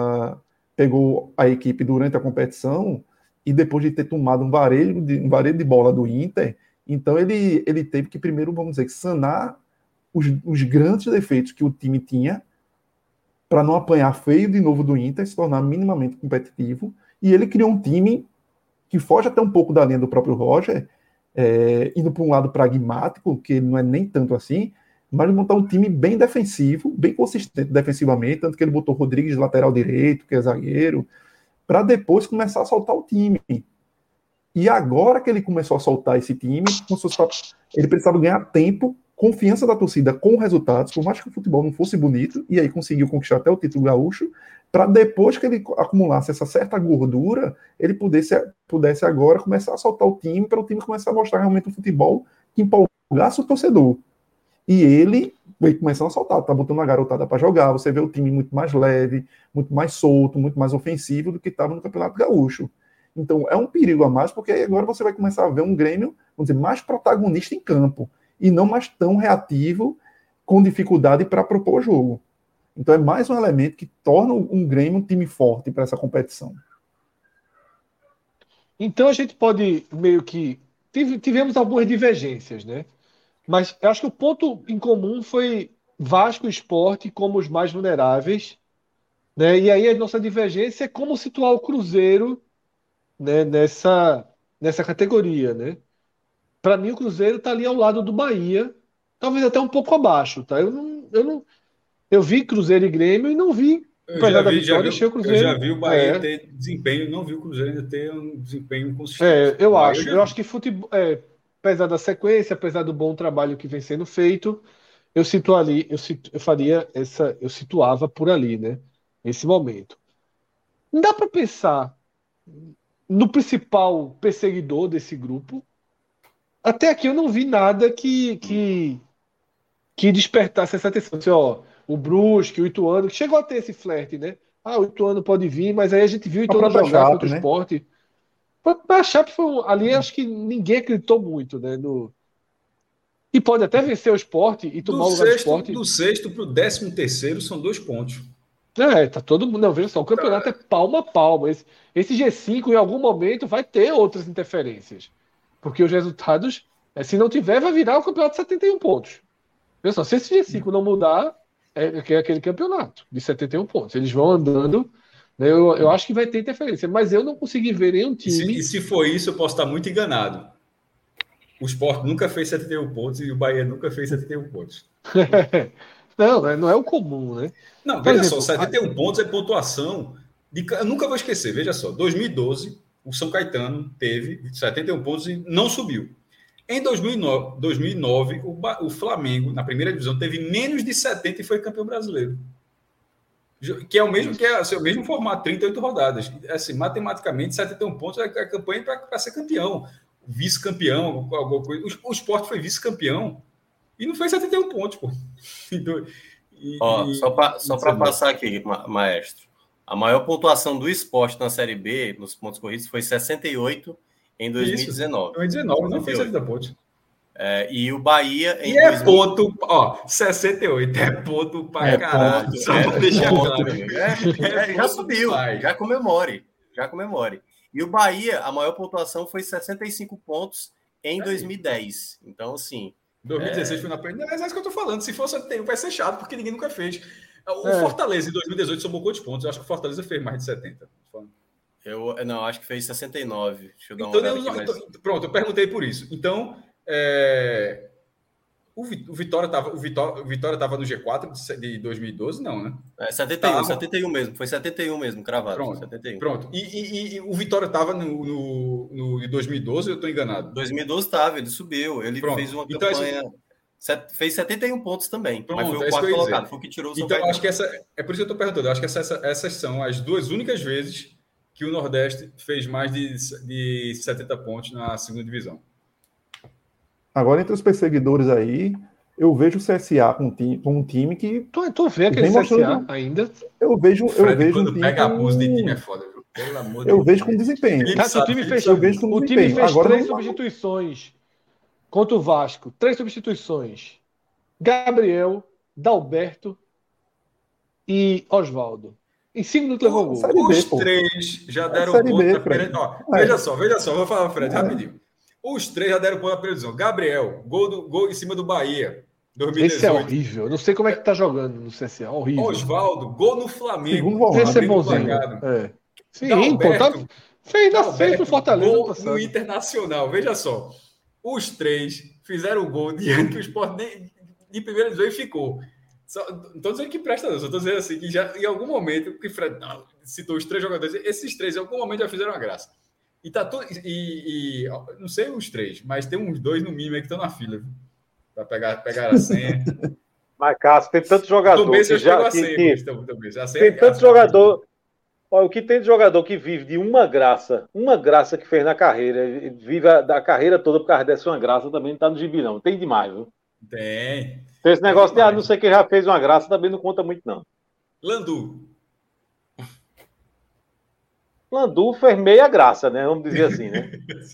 pegou a equipe durante a competição e depois de ter tomado um varejo de bola do Inter, então ele teve que primeiro, vamos dizer, sanar os grandes defeitos que o time tinha para não apanhar feio de novo do Inter, se tornar minimamente competitivo, e ele criou um time que foge até um pouco da linha do próprio Roger, indo para um lado pragmático, que não é nem tanto assim, mas montar um time bem defensivo, bem consistente defensivamente, tanto que ele botou o Rodrigues de lateral direito, que é zagueiro, para depois começar a soltar o time. E agora que ele começou a soltar esse time, ele precisava ganhar tempo, confiança da torcida com resultados, por mais que o futebol não fosse bonito, e aí conseguiu conquistar até o título gaúcho, para depois que ele acumulasse essa certa gordura, ele pudesse agora começar a soltar o time, para o time começar a mostrar realmente um futebol que empolgasse o torcedor. E ele veio começando a soltar, tá botando a garotada para jogar, você vê o time muito mais leve, muito mais solto, muito mais ofensivo do que estava no Campeonato Gaúcho. Então é um perigo a mais, porque aí agora você vai começar a ver um Grêmio, vamos dizer, mais protagonista em campo, e não mais tão reativo, com dificuldade para propor o jogo. Então é mais um elemento que torna um Grêmio um time forte para essa competição. Então a gente pode meio que... Tivemos algumas divergências, né? Mas eu acho que o ponto em comum foi Vasco e Sport como os mais vulneráveis, né? E aí a nossa divergência é como situar o Cruzeiro, né, nessa categoria, né? Para mim o Cruzeiro está ali ao lado do Bahia, talvez até um pouco abaixo, tá? Eu vi Cruzeiro e Grêmio e não vi, apesar da vitória, achei o Cruzeiro. Eu já vi o Bahia ter desempenho, não vi o Cruzeiro ainda ter um desempenho consistente. Eu acho que futebol, apesar da sequência, apesar do bom trabalho que vem sendo feito, eu situava por ali, né? Nesse momento. Não dá para pensar no principal perseguidor desse grupo. Até aqui eu não vi nada que despertasse essa atenção. Assim, ó, o Brusque, o Ituano, que chegou a ter esse flerte, né? O Ituano pode vir, mas aí a gente viu o Ituano jogar contra o Sport. A Chape ali, acho que ninguém acreditou muito, né? E pode até vencer o Sport e tomar o lugar do Sport. Do sexto para o 13º são 2 pontos. Tá todo mundo. Não, veja só, o campeonato é palmo a palmo. Esse G5, em algum momento, vai ter outras interferências. Porque os resultados, se não tiver, vai virar o campeonato de 71 pontos. Veja só, se esse G5 não mudar, é aquele campeonato de 71 pontos. Eles vão andando. Eu acho que vai ter interferência, mas eu não consegui ver nenhum time. E se for isso, eu posso estar muito enganado. O Sport nunca fez 71 pontos e o Bahia nunca fez 71 pontos. Não é o comum, né? Não, veja só, 71 pontos é pontuação. Eu nunca vou esquecer, veja só, 2012, o São Caetano teve 71 pontos e não subiu. Em 2009 o Flamengo, na primeira divisão, teve menos de 70 e foi campeão brasileiro. Que é o mesmo formato, 38 rodadas. Assim, matematicamente, 71 pontos é a campanha para ser campeão. Vice-campeão, alguma coisa. O Sport foi vice-campeão e não fez 71 pontos, pô. Então, só para passar aqui, maestro. A maior pontuação do Sport na Série B, nos pontos corridos, foi 68 em 2019. 2019, não fez 70 pontos. E o Bahia em 2000... ponto, 68 é ponto pra caralho. Só pra deixar claro. Já subiu, já comemore. E o Bahia, a maior pontuação foi 65 pontos em 2010. Então, assim... 2016 foi na frente. Mas é isso que eu tô falando. Se for 71, vai ser chato, porque ninguém nunca fez. O Fortaleza, em 2018, somou quantos pontos? Eu acho que o Fortaleza fez mais de 70. Não, acho que fez 69. Deixa eu dar uma olhada aqui, Pronto, eu perguntei por isso. Então, o Vitória estava no G4 de 2012? Não, né? 71 mesmo. Foi 71 mesmo, cravado. Pronto. E o Vitória estava no de 2012, eu estou enganado? 2012 estava, ele subiu. Ele fez uma campanha... Fez 71 pontos também. Pronto, mas foi o quarto colocado. Foi o que tirou o São Caetano. Acho que é por isso que eu estou perguntando. Eu acho que essas são as duas únicas vezes que o Nordeste fez mais de 70 pontos na segunda divisão. Agora, entre os perseguidores aí, eu vejo o CSA com um time que... Tu vê aquele CSA ainda? Eu vejo quando um time pega abuso de time é foda, viu? Pelo amor eu vejo com desempenho. O time fez 3 substituições contra o Vasco. 3 substituições. Gabriel, Dalberto e Oswaldo. Em 5 minutos levou o gol. Os 3 já deram ponto para Veja só, vou falar, Fred, rapidinho. Os 3 já deram ponto na previsão. Gabriel, gol em cima do Bahia, 2018. Esse é horrível. Eu não sei como é que tá jogando no CSA. Horrível. Oswaldo, gol no Flamengo. Esse é bonzinho. Sim, pô, fez na frente pro Fortaleza. Gol no Internacional. Veja só. Os 3 fizeram o gol diante que o Sport de primeira divisão e ficou. Não estou dizendo que presta, não. Só estou dizendo assim, que já em algum momento, que Fred citou os 3 jogadores, esses 3 em algum momento já fizeram uma graça. E tá tudo. Não sei os 3, mas tem uns 2 no mínimo aí que estão na fila, para pegar a senha. Mas, Cássio, tem tanto jogador. Também que já, a senha, tem tanto jogador. Olha, o que tem de jogador que vive de uma graça que fez na carreira, vive da carreira toda por causa dessa uma graça, também não tá no gibi, não. Tem demais, viu? Tem. Esse negócio de, não sei quem já fez uma graça, também não conta muito, não. Landu fez meia graça, né? Vamos dizer assim, né?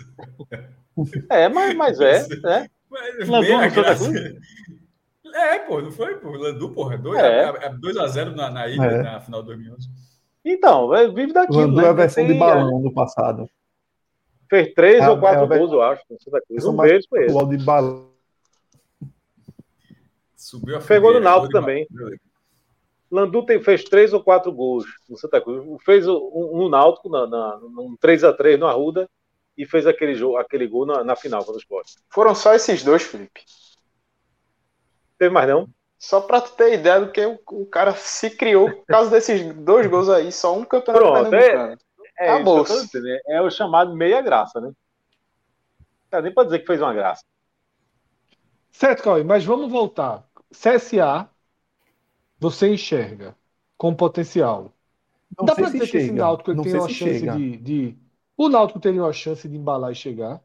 Mas é, né? Landu não foi pô, não foi? Pô, Landu, porra, 2-0 na ilha, na final de 2011. Então, vive daquilo. Landu é a versão de balão do passado. Fez 3 ou 4 gols, eu acho. Um deles foi esse. De balão. Subiu a pegou no Náutico também. Landu fez 3 ou 4 gols no Santa Cruz. Fez no Náutico, num 3-3 no Arruda, e fez aquele gol na final contra o Sport. Foram só esses 2, Felipe. Teve mais não? Só pra tu ter ideia do que o cara se criou por causa desses 2 gols aí, só um campeonato pernambucano. É o chamado meia graça, né? Não nem pra dizer que fez uma graça. Certo, Cauê, mas vamos voltar. CSA, você enxerga com potencial. Dá pra dizer que esse Náutico tem uma chance o Náutico teria uma chance de embalar e chegar?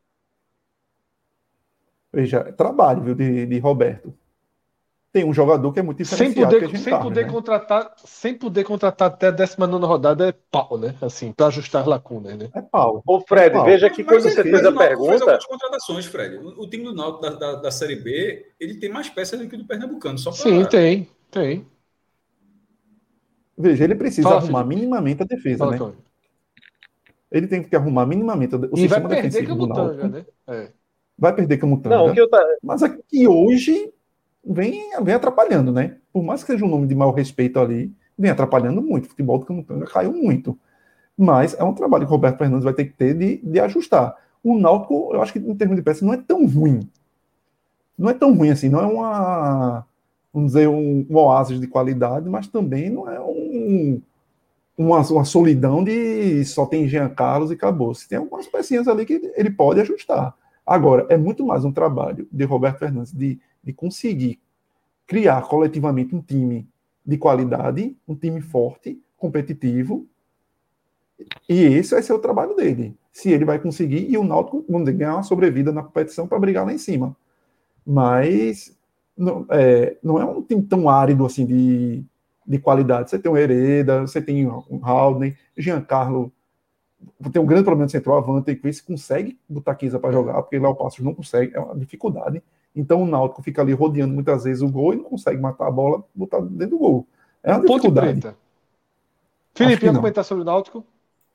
Veja, trabalho, viu, de Roberto. Tem um jogador que é muito diferenciado. Sem poder contratar até a 19ª rodada é pau, né? Assim, para ajustar as lacunas, né? É pau. Ô, Fred, veja que quando você fez a pergunta... Fez algumas contratações, Fred. O time do Náutico da Série B, ele tem mais peças do que o do Pernambucano. Sim, tem. Veja, ele precisa arrumar minimamente a defesa, né? Cauê. Ele tem que arrumar minimamente o sistema defensivo do Náutico. Né? Vai perder Camutanga. Mas aqui hoje... Vem atrapalhando, né? Por mais que seja um nome de maior respeito ali, vem atrapalhando muito. O futebol do Camutanga caiu muito. Mas é um trabalho que o Roberto Fernandes vai ter que ter de ajustar. O Náutico, eu acho que em termos de peça, não é tão ruim. Não é tão ruim assim. Não é vamos dizer, um oásis de qualidade, mas também não é uma solidão de só tem Jean Carlos e acabou. Se tem algumas pecinhas ali que ele pode ajustar. Agora, é muito mais um trabalho de Roberto Fernandes de conseguir criar coletivamente um time de qualidade, um time forte, competitivo, e esse vai ser o trabalho dele. Se ele vai conseguir, e o Náutico, vamos dizer, ganhar uma sobrevida na competição para brigar lá em cima. Mas não é um time tão árido assim de qualidade. Você tem o Hereda, você tem o Haldane, Giancarlo tem um grande problema de centroavante, e Chris consegue botar Kisa para jogar, porque lá o Passos não consegue, é uma dificuldade. Então o Náutico fica ali rodeando muitas vezes o gol e não consegue matar a bola, botar dentro do gol. É uma dificuldade. Felipe, ia comentar sobre o Náutico?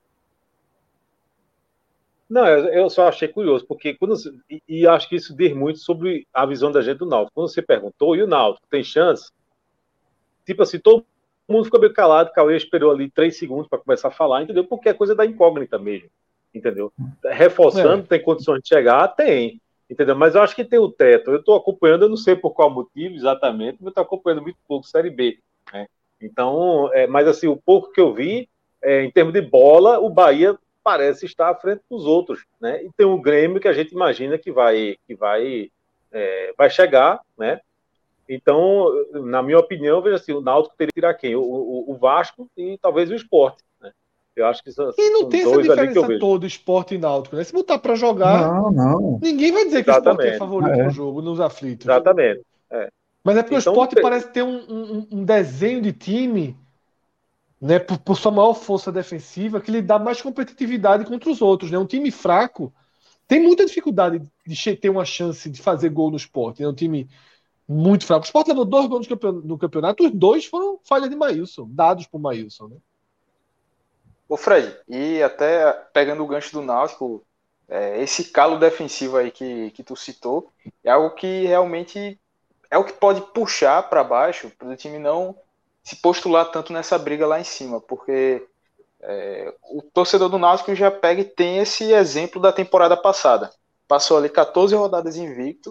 Não, eu só achei curioso, porque e acho que isso diz muito sobre a visão da gente do Náutico. Quando você perguntou, e o Náutico tem chance? Tipo assim, todo mundo ficou meio calado, o Cauê esperou ali 3 segundos para começar a falar, entendeu? Porque é coisa da incógnita mesmo, entendeu? Reforçando, tem condições de chegar? Tem. Entendeu? Mas eu acho que tem o teto. Eu estou acompanhando, eu não sei por qual motivo exatamente, mas eu estou acompanhando muito pouco Série B. Né? Então, mas assim, o pouco que eu vi, em termos de bola, o Bahia parece estar à frente dos outros. Né? E tem o Grêmio que a gente imagina que vai chegar. Né? Então, na minha opinião, veja assim, o Náutico teria que tirar quem? O Vasco e talvez o Sport. Né? Eu acho que e não tem essa diferença toda, Sport e Náutico, né? Se botar para jogar, ninguém vai dizer que o Sport é favorito no jogo, nos aflitos. Exatamente. Mas é porque então, o Sport parece ter um desenho de time, né, por sua maior força defensiva, que lhe dá mais competitividade contra os outros. Né? Um time fraco tem muita dificuldade de ter uma chance de fazer gol no Sport. É né? Um time muito fraco. O Sport levou 2 gols no campeonato, os 2 foram falha de Maílson, dados por Maílson, né? Ô Fred, e até pegando o gancho do Náutico, esse calo defensivo aí que tu citou, é algo que realmente é o que pode puxar para baixo, para o time não se postular tanto nessa briga lá em cima, porque o torcedor do Náutico já pega e tem esse exemplo da temporada passada. Passou ali 14 rodadas invicto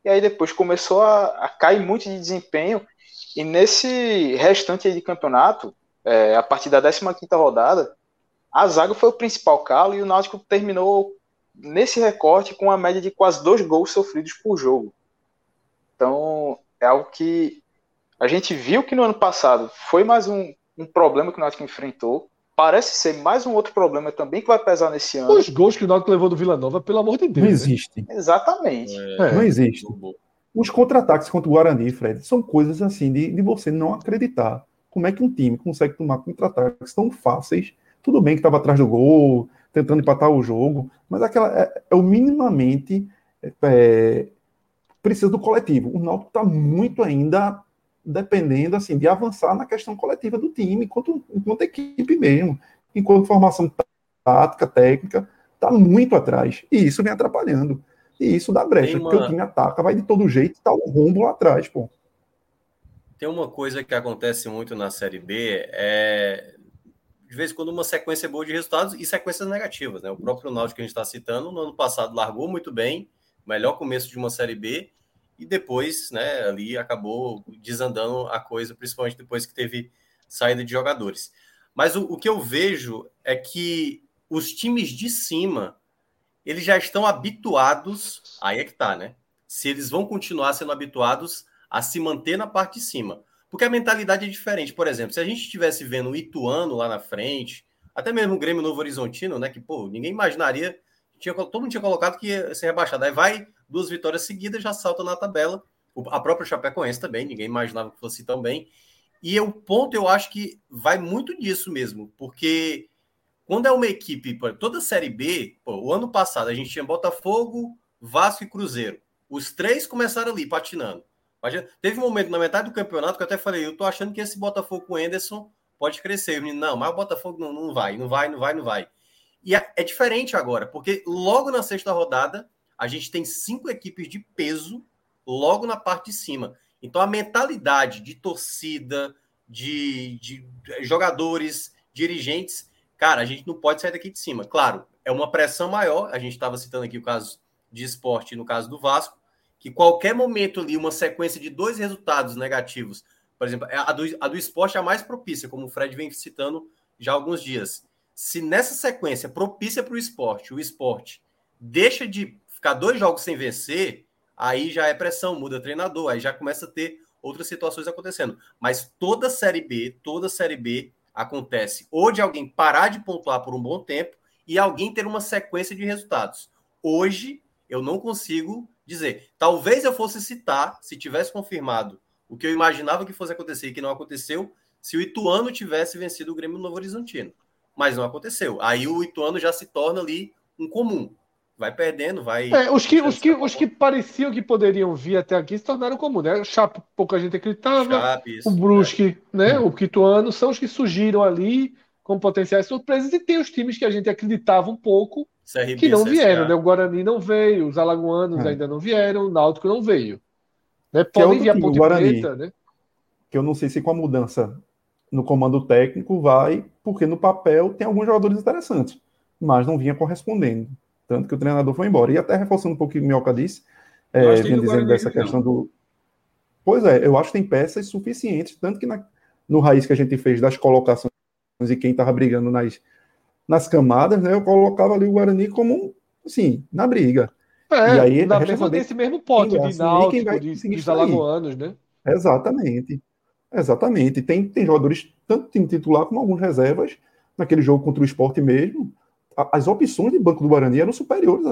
e aí depois começou a cair muito de desempenho, e nesse restante aí de campeonato, a partir da 15ª rodada, a zaga foi o principal calo, e o Náutico terminou nesse recorte com uma média de quase 2 gols sofridos por jogo. Então, é algo que a gente viu que no ano passado foi mais um problema que o Náutico enfrentou. Parece ser mais um outro problema também que vai pesar nesse ano. Os gols que o Náutico levou do Vila Nova, pelo amor de Deus. Não existe. Né? Exatamente. Não existe. Os contra-ataques contra o Guarani, Fred, são coisas assim de você não acreditar. Como é que um time consegue tomar contra-ataques tão fáceis? Tudo bem que estava atrás do gol, tentando empatar o jogo, mas é o minimamente precisa do coletivo. O Náutico está muito ainda dependendo assim, de avançar na questão coletiva do time, enquanto equipe mesmo, enquanto formação tática, técnica, está muito atrás. E isso vem atrapalhando. E isso dá brecha, porque o time ataca, vai de todo jeito, está o rombo lá atrás, pô. Tem uma coisa que acontece muito na Série B, de vez em quando uma sequência boa de resultados e sequências negativas, né? O próprio Náutico que a gente está citando, no ano passado largou muito bem, melhor começo de uma Série B, e depois, né, ali acabou desandando a coisa, principalmente depois que teve saída de jogadores. Mas o que eu vejo é que os times de cima, eles já estão habituados, aí é que tá, né? Se eles vão continuar sendo habituados a se manter na parte de cima. Porque a mentalidade é diferente. Por exemplo, se a gente estivesse vendo o Ituano lá na frente, até mesmo o Grêmio Novo Horizontino, né? Que, pô, ninguém imaginaria, todo mundo tinha colocado que ia ser rebaixado. Aí vai 2 vitórias seguidas, já salta na tabela. A própria Chapecoense também, ninguém imaginava que fosse tão bem. E o ponto, eu acho que vai muito disso mesmo, porque quando é uma equipe, toda a Série B, o ano passado a gente tinha Botafogo, Vasco e Cruzeiro. Os 3 começaram ali, patinando. Teve um momento na metade do campeonato que eu até falei, eu tô achando que esse Botafogo com o Henderson pode crescer. Eu, não, mas o Botafogo não vai. E é diferente agora, porque logo na 6ª rodada, a gente tem 5 equipes de peso logo na parte de cima. Então, a mentalidade de torcida, de jogadores, dirigentes, cara, a gente não pode sair daqui de cima. Claro, é uma pressão maior. A gente estava citando aqui o caso de Sport e no caso do Vasco, que qualquer momento ali, uma sequência de 2 resultados negativos, por exemplo, a do Sport é a mais propícia, como o Fred vem citando já há alguns dias. Se nessa sequência propícia para o Sport deixa de ficar 2 jogos sem vencer, aí já é pressão, muda treinador, aí já começa a ter outras situações acontecendo. Mas toda Série B acontece ou de alguém parar de pontuar por um bom tempo e alguém ter uma sequência de resultados. Hoje, eu não consigo dizer. Talvez eu fosse citar, se tivesse confirmado o que eu imaginava que fosse acontecer e que não aconteceu, se o Ituano tivesse vencido o Grêmio Novo Horizontino. Mas não aconteceu. Aí o Ituano já se torna ali um comum. Vai perdendo, vai... Os que pareciam que poderiam vir até aqui se tornaram comum, né? O Chape, pouca gente acreditava. O Brusque, né? O Ituano são os que surgiram ali com potenciais surpresas, e tem os times que a gente acreditava um pouco CRB, que não vieram, CSA. né? O Guarani não veio, os alagoanos ainda não vieram, o Náutico não veio. Né? Podem vir a Ponte Preta, né? Que eu não sei se com a mudança no comando técnico vai, porque no papel tem alguns jogadores interessantes, mas não vinha correspondendo. Tanto que o treinador foi embora. E até reforçando um pouco o que o Minhoca disse, vinha dizendo dessa questão do... Pois é, eu acho que tem peças suficientes, tanto que no raiz que a gente fez das colocações e quem estava brigando nas camadas, né, eu colocava ali o Guarani como, assim, na briga. E aí, dá mesmo desse mesmo pote de Náutico, dos alagoanos, né? Exatamente. Tem jogadores, tanto time titular como alguns reservas, naquele jogo contra o Sport mesmo. As opções de banco do Guarani eram superiores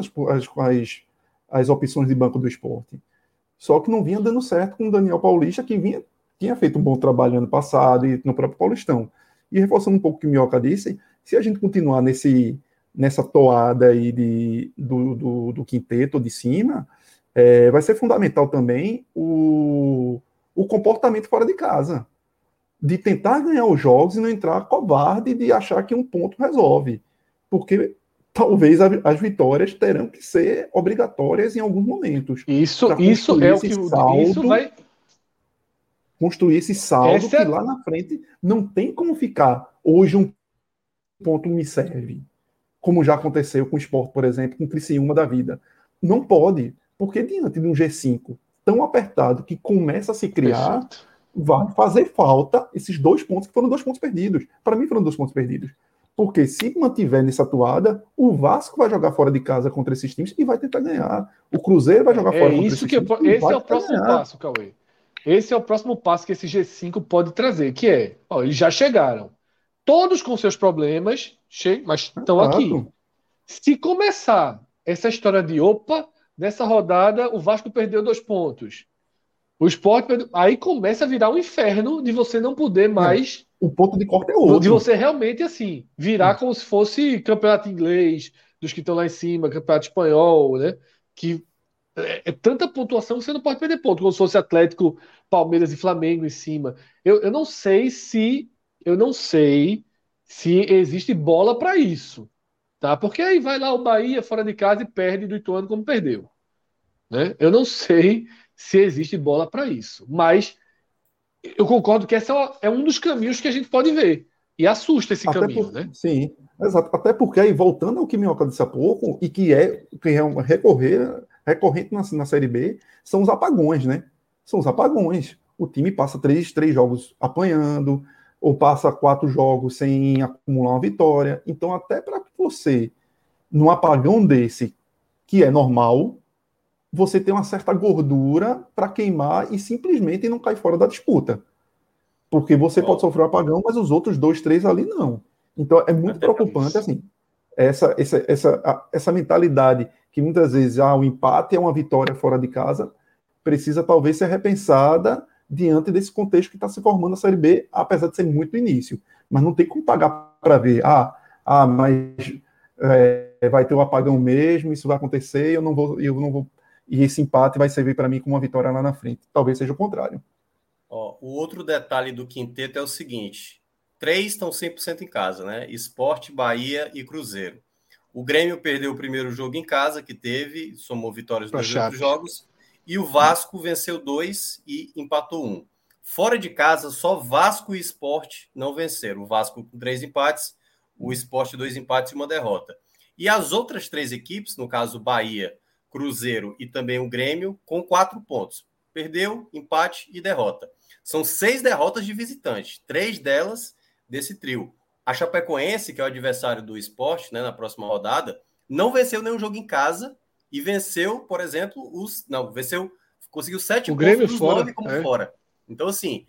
às opções de banco do Sport. Só que não vinha dando certo com o Daniel Paulista, que tinha feito um bom trabalho ano passado e no próprio Paulistão. E reforçando um pouco o que o Minhoca disse, se a gente continuar nessa toada aí do quinteto de cima, vai ser fundamental também o comportamento fora de casa. De tentar ganhar os jogos e não entrar covarde de achar que um ponto resolve. Porque talvez as vitórias terão que ser obrigatórias em alguns momentos. Isso é o que isso vai... Construir esse saldo que lá na frente não tem como ficar. Hoje um ponto me serve. Como já aconteceu com o Sport, por exemplo, com o Criciúma da vida. Não pode. Porque diante de um G5 tão apertado que começa a se criar, vai fazer falta esses 2 pontos, que foram 2 pontos perdidos. Para mim foram 2 pontos perdidos. Porque se mantiver nessa atuada, o Vasco vai jogar fora de casa contra esses times e vai tentar ganhar. O Cruzeiro vai jogar fora contra esses times. Esse é o próximo passo, Cauê. Esse é o próximo passo que esse G5 pode trazer, que é, eles já chegaram. Todos com seus problemas, mas estão aqui. Se começar essa história de, nessa rodada o Vasco perdeu 2 pontos. O Sport perdeu, aí começa a virar um inferno de você não poder mais... O ponto de corte é outro. De você realmente, assim, virar como se fosse campeonato inglês, dos que estão lá em cima, campeonato espanhol, né? Que é tanta pontuação que você não pode perder ponto, como se fosse Atlético, Palmeiras e Flamengo em cima. Eu não sei se existe bola para isso, tá? Porque aí vai lá o Bahia fora de casa e perde do Ituano como perdeu, né? Eu não sei se existe bola para isso, mas eu concordo que esse é um dos caminhos que a gente pode ver. E assusta esse caminho, né? Sim, exato. Até porque aí, voltando ao que Minhoca disse há pouco, e que é um recorrente na Série B, são os apagões, né? São os apagões. O time passa 3 jogos apanhando, ou passa 4 jogos sem acumular uma vitória. Então, até para você, num apagão desse, que é normal, você tem uma certa gordura para queimar e simplesmente não cair fora da disputa. Porque você pode sofrer um apagão, mas os outros 2, 3 ali não. Então é muito preocupante assim, essa mentalidade que muitas vezes o empate é uma vitória fora de casa, precisa talvez ser repensada diante desse contexto que está se formando a Série B, apesar de ser muito início. Mas não tem como pagar para ver, mas vai ter um apagão mesmo, isso vai acontecer, eu não vou e esse empate vai servir para mim como uma vitória lá na frente. Talvez seja o contrário. O outro detalhe do quinteto é o seguinte: 3 estão 100% em casa, né? Sport, Bahia e Cruzeiro. O Grêmio perdeu o primeiro jogo em casa que teve, somou vitórias nos outros jogos, e o Vasco venceu 2 e empatou 1. Fora de casa, só Vasco e Sport não venceram. O Vasco com 3 empates, o Sport 2 empates e 1 derrota. E as outras 3 equipes, no caso Bahia, Cruzeiro e também o Grêmio, com 4 pontos. Perdeu, empate e derrota. São 6 derrotas de visitante, 3 delas desse trio. A Chapecoense, que é o adversário do Sport, né, na próxima rodada, não venceu nenhum jogo em casa e venceu, por exemplo, conseguiu 7 pontos dos 9 como fora. Então, assim,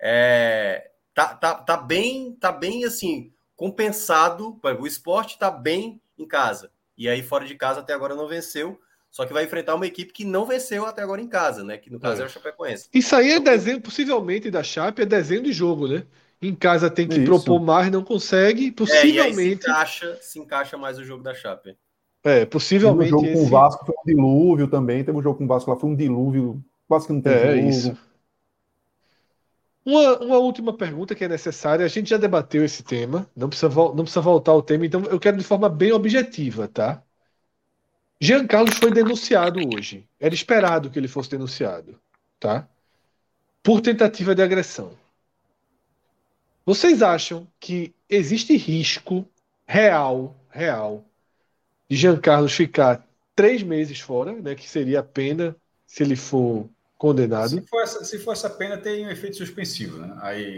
tá bem assim, compensado. O Sport tá bem em casa. E aí, fora de casa, até agora não venceu. Só que vai enfrentar uma equipe que não venceu até agora em casa, né? Que no caso é o Chapecoense. Isso aí é desenho, possivelmente, da Chape, é desenho de jogo, né? Em casa tem que propor mais, não consegue. Possivelmente. E aí se encaixa mais o jogo da Chape. Possivelmente. Teve um jogo com o Vasco foi um dilúvio também. Teve um jogo com o Vasco lá, foi um dilúvio. Quase que não tem jogo. Isso. Uma última pergunta que é necessária. A gente já debateu esse tema. Não precisa voltar ao tema. Então, eu quero de forma bem objetiva, tá? Jean Carlos foi denunciado hoje. Era esperado que ele fosse denunciado, tá? Por tentativa de agressão. Vocês acham que existe risco real de Jean Carlos ficar 3 meses fora, né? Que seria a pena se ele for condenado? Se for essa pena, tem um efeito suspensivo, né? Aí,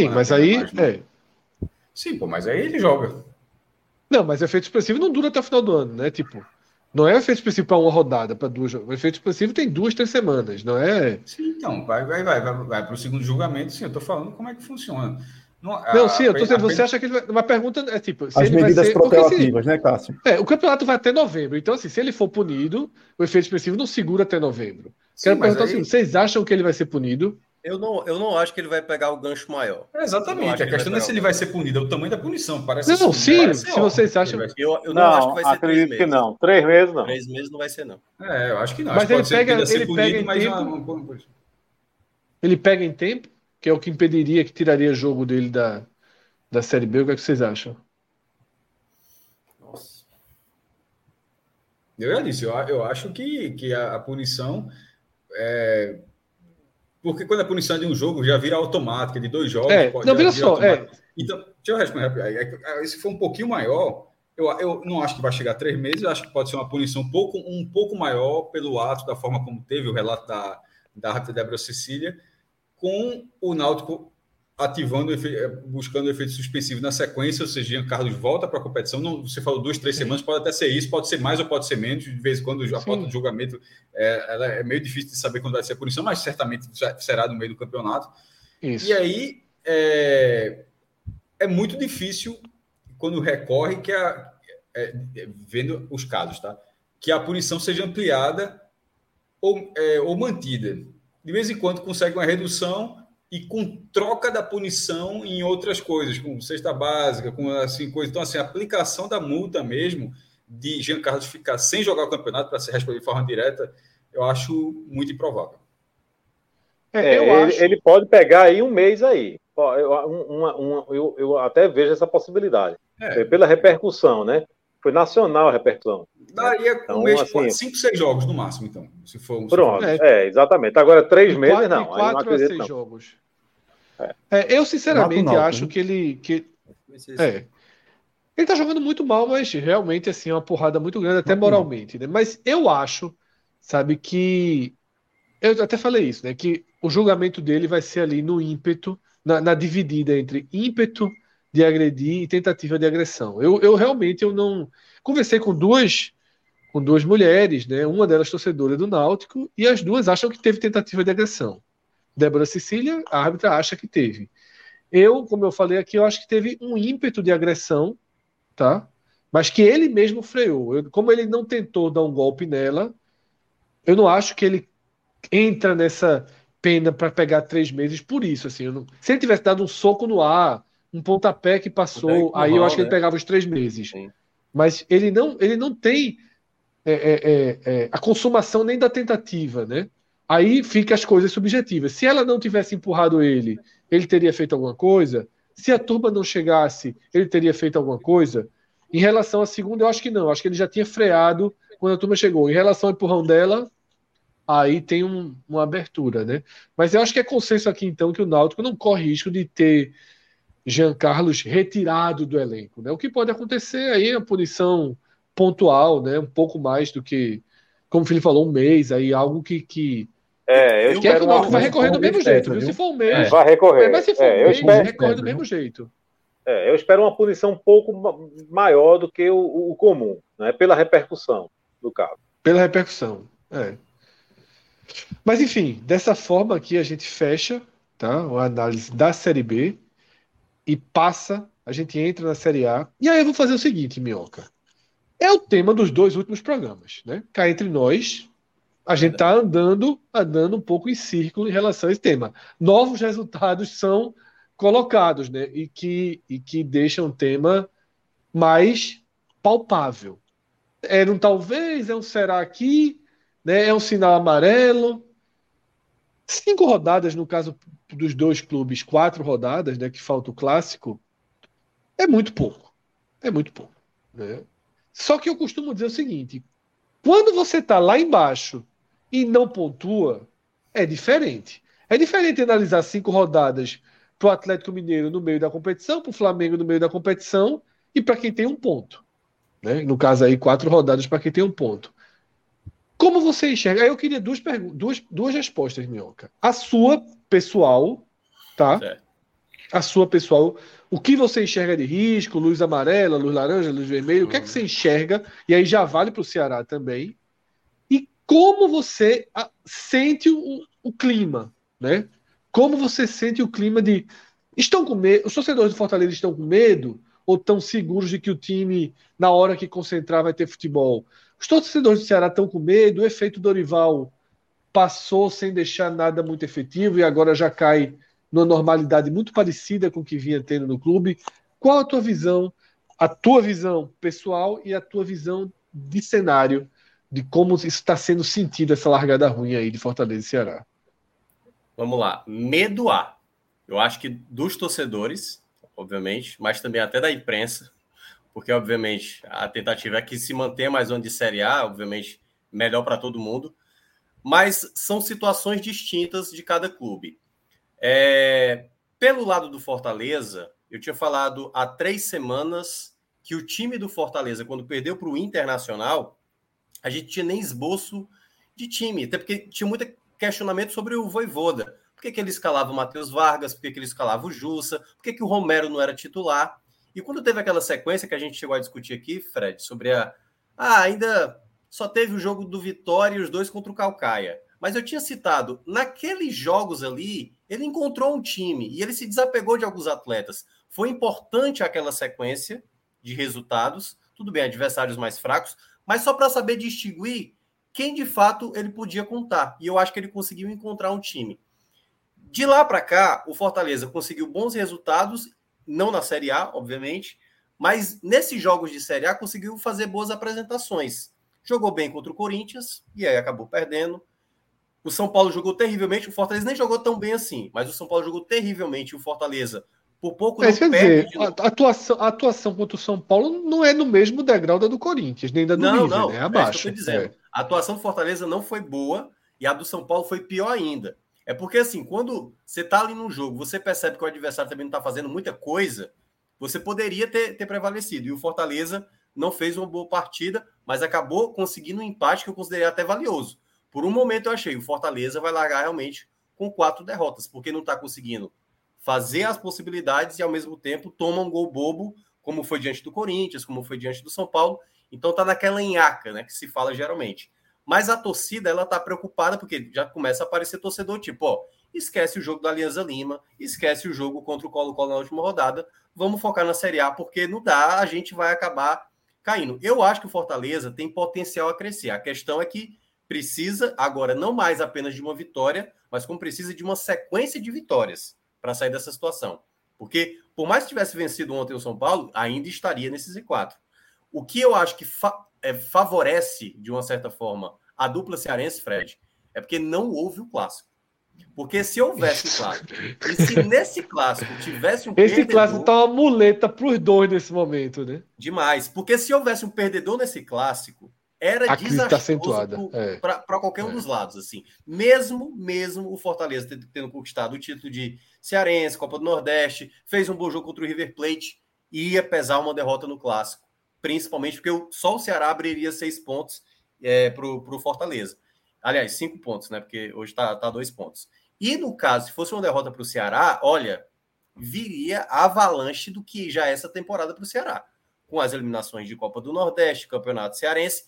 Sim, mas aí ele joga. Não, mas o efeito suspensivo não dura até o final do ano, né? Não é efeito suspensivo para uma rodada, para 2. O efeito suspensivo tem 2, 3 semanas, não é? Sim, então, vai para o segundo julgamento, sim, eu estou falando como é que funciona. Eu tô dizendo, você acha que ele vai... Uma pergunta é tipo... Se as ele medidas vai ser... protelativas, né, Cássio? O campeonato vai até novembro, então assim, se ele for punido, o efeito suspensivo não segura até novembro. Quero perguntar assim, vocês acham que ele vai ser punido? Eu não acho que ele vai pegar o gancho maior. Exatamente, a questão não é se ele vai ser punido, é o tamanho da punição. Se vocês acham... Eu não acho que vai ser 3 meses. Acredito que não. 3 meses não. 3 meses não vai ser, não. Eu acho que não. Mas acho ele pega em tempo? Ele pega em tempo? Que é o que impediria, que tiraria jogo dele da Série B. O que é que vocês acham? Nossa. Eu já disse, eu acho que a punição porque quando a punição é de um jogo já vira automática, de 2 jogos. Vira só. Então, deixa eu responder. Se for um pouquinho maior, Eu não acho que vai chegar a 3 meses, eu acho que pode ser uma punição um pouco maior pelo ato, da forma como teve o relato da árbitra Débora Cecília, com o Náutico ativando, buscando o efeito suspensivo na sequência, ou seja, Jean Carlos volta para a competição. Não, você falou 2, 3 semanas, pode até ser isso, pode ser mais ou pode ser menos. De vez em quando a pauta de julgamento ela é meio difícil de saber quando vai ser a punição, mas certamente será no meio do campeonato. Isso. E aí é muito difícil quando recorre vendo os casos, tá? Que a punição seja ampliada ou mantida. De vez em quando consegue uma redução e com troca da punição em outras coisas, com cesta básica, com assim, coisa. Então, assim, a aplicação da multa mesmo de Jean Carlos ficar sem jogar o campeonato para ser respondido de forma direta, eu acho muito improvável. Ele pode pegar aí um mês aí. Eu até vejo essa possibilidade. Pela repercussão, né? Foi nacional a repercussão. Daria um mês, assim, 5, 6 jogos no máximo, então. Se for, pronto, exatamente. Agora, 3 meses, não. 4 a 6 jogos. Eu, sinceramente, acho que ele... Ele tá jogando muito mal, mas realmente, assim, é uma porrada muito grande, até moralmente, né? Mas eu acho, sabe, que... Eu até falei isso, né? Que o julgamento dele vai ser ali no ímpeto, na dividida entre ímpeto de agredir e tentativa de agressão. Eu realmente não... Conversei com duas mulheres, né? Uma delas torcedora do Náutico, e as duas acham que teve tentativa de agressão. Débora Cecília, a árbitra, acha que teve. Como eu falei aqui, eu acho que teve um ímpeto de agressão, tá? Mas que ele mesmo freou. Como ele não tentou dar um golpe nela, eu não acho que ele entra nessa pena para pegar 3 meses por isso. Assim, se ele tivesse dado um soco no ar, um pontapé que passou, aí eu acho que ele pegava os 3 meses. Sim. Mas ele não tem a consumação nem da tentativa, né? Aí fica as coisas subjetivas. Se ela não tivesse empurrado ele teria feito alguma coisa? Se a turma não chegasse, ele teria feito alguma coisa? Em relação à segunda, eu acho que não. Eu acho que ele já tinha freado quando a turma chegou. Em relação ao empurrão dela, aí tem uma abertura, né? Mas eu acho que é consenso aqui, então, que o Náutico não corre risco de ter Jean Carlos retirado do elenco, né? O que pode acontecer aí é uma punição pontual, né? Um pouco mais do que, como o Felipe falou, um mês, aí algo que eu espero que o Náutico vai recorrer do mesmo jeito, viu? Se for um mês, vai recorrer. Mas se for um mês, recorre do mesmo jeito. Eu espero uma punição um pouco maior do que o comum, né? Pela repercussão do caso. Pela repercussão, Mas, enfim, dessa forma aqui a gente fecha, tá? A análise da Série B e a gente entra na Série A. E aí eu vou fazer o seguinte, Minhoca. É o tema dos 2 últimos programas, né? Cá entre nós, a gente tá andando um pouco em círculo em relação a esse tema. Novos resultados são colocados, né? E que deixam o tema mais palpável. É um talvez, é um será aqui, né? É um sinal amarelo. 5 rodadas, no caso dos 2 clubes, 4 rodadas, né? Que falta o clássico, é muito pouco. É muito pouco, né? Só que eu costumo dizer o seguinte: quando você está lá embaixo e não pontua, é diferente. É diferente analisar 5 rodadas para o Atlético Mineiro no meio da competição, para o Flamengo no meio da competição e para quem tem um ponto. Né? No caso aí, 4 rodadas para quem tem um ponto. Como você enxerga? Aí eu queria duas respostas, Minhoca. A sua pessoal, tá? Certo. A sua pessoal, o que você enxerga de risco, luz amarela, luz laranja, luz vermelha, o que é que você enxerga? E aí já vale para o Ceará também. E como você sente o clima, né? Como você sente o clima de... Estão com medo? Os torcedores do Fortaleza estão com medo? Ou estão seguros de que o time, na hora que concentrar, vai ter futebol? Os torcedores do Ceará estão com medo? O efeito Dorival passou sem deixar nada muito efetivo e agora já cai numa normalidade muito parecida com o que vinha tendo no clube. Qual a tua visão pessoal e a tua visão de cenário, de como isso está sendo sentido, essa largada ruim aí de Fortaleza e Ceará? Vamos lá. Medo há. Eu acho que dos torcedores, obviamente, mas também até da imprensa, porque, obviamente, a tentativa é que se mantenha mais um de Série A, obviamente, melhor para todo mundo, mas são situações distintas de cada clube. Pelo lado do Fortaleza, eu tinha falado há 3 semanas que o time do Fortaleza, quando perdeu para o Internacional, a gente tinha nem esboço de time, até porque tinha muito questionamento sobre o Vojvoda. Por que ele escalava o Matheus Vargas? Por que ele escalava o Jussa? Por que o Romero não era titular? E quando teve aquela sequência que a gente chegou a discutir aqui, Fred, sobre ainda só teve o jogo do Vitória e os dois contra o Caucaia. Mas eu tinha citado, naqueles jogos ali, ele encontrou um time e ele se desapegou de alguns atletas. Foi importante aquela sequência de resultados, tudo bem, adversários mais fracos, mas só para saber distinguir quem de fato ele podia contar. E eu acho que ele conseguiu encontrar um time. De lá para cá, o Fortaleza conseguiu bons resultados, não na Série A, obviamente, mas nesses jogos de Série A conseguiu fazer boas apresentações. Jogou bem contra o Corinthians e aí acabou perdendo. O São Paulo jogou terrivelmente, o Fortaleza nem jogou tão bem assim, mas o São Paulo jogou terrivelmente e o Fortaleza por pouco não quer perde. Dizer, a atuação contra o São Paulo não é no mesmo degrau da do Corinthians, nem da do River, né? Abaixo. É isso que eu tô dizendo. A atuação do Fortaleza não foi boa e a do São Paulo foi pior ainda. É porque, assim, quando você tá ali no jogo, você percebe que o adversário também não tá fazendo muita coisa, você poderia ter prevalecido. E o Fortaleza não fez uma boa partida, mas acabou conseguindo um empate que eu considerei até valioso. Por um momento eu achei, o Fortaleza vai largar realmente com 4 derrotas, porque não tá conseguindo fazer as possibilidades e, ao mesmo tempo, toma um gol bobo, como foi diante do Corinthians, como foi diante do São Paulo. Então tá naquela nhaca, né, que se fala geralmente. Mas a torcida, ela tá preocupada, porque já começa a aparecer torcedor, tipo, esquece o jogo da Alianza Lima, esquece o jogo contra o Colo-Colo na última rodada, vamos focar na Série A, porque não dá, a gente vai acabar caindo. Eu acho que o Fortaleza tem potencial a crescer. A questão é que precisa, agora, não mais apenas de uma vitória, mas como precisa de uma sequência de vitórias para sair dessa situação. Porque, por mais que tivesse vencido ontem o São Paulo, ainda estaria nesses Z4. O que eu acho que favorece, de uma certa forma, a dupla cearense, Fred, é porque não houve o clássico. Porque se houvesse o clássico, e se nesse clássico tivesse um perdedor... Esse clássico tá uma muleta para os dois nesse momento, né? Demais. Porque se houvesse um perdedor nesse clássico, era desastroso para qualquer um dos lados. Assim. Mesmo o Fortaleza tendo conquistado o título de cearense, Copa do Nordeste, fez um bom jogo contra o River Plate, ia pesar uma derrota no clássico. Principalmente porque só o Ceará abriria 6 pontos para o Fortaleza. Aliás, 5 pontos, né? Porque hoje está 2 pontos. E no caso, se fosse uma derrota para o Ceará, olha, viria a avalanche do que já é essa temporada para o Ceará. Com as eliminações de Copa do Nordeste, Campeonato Cearense.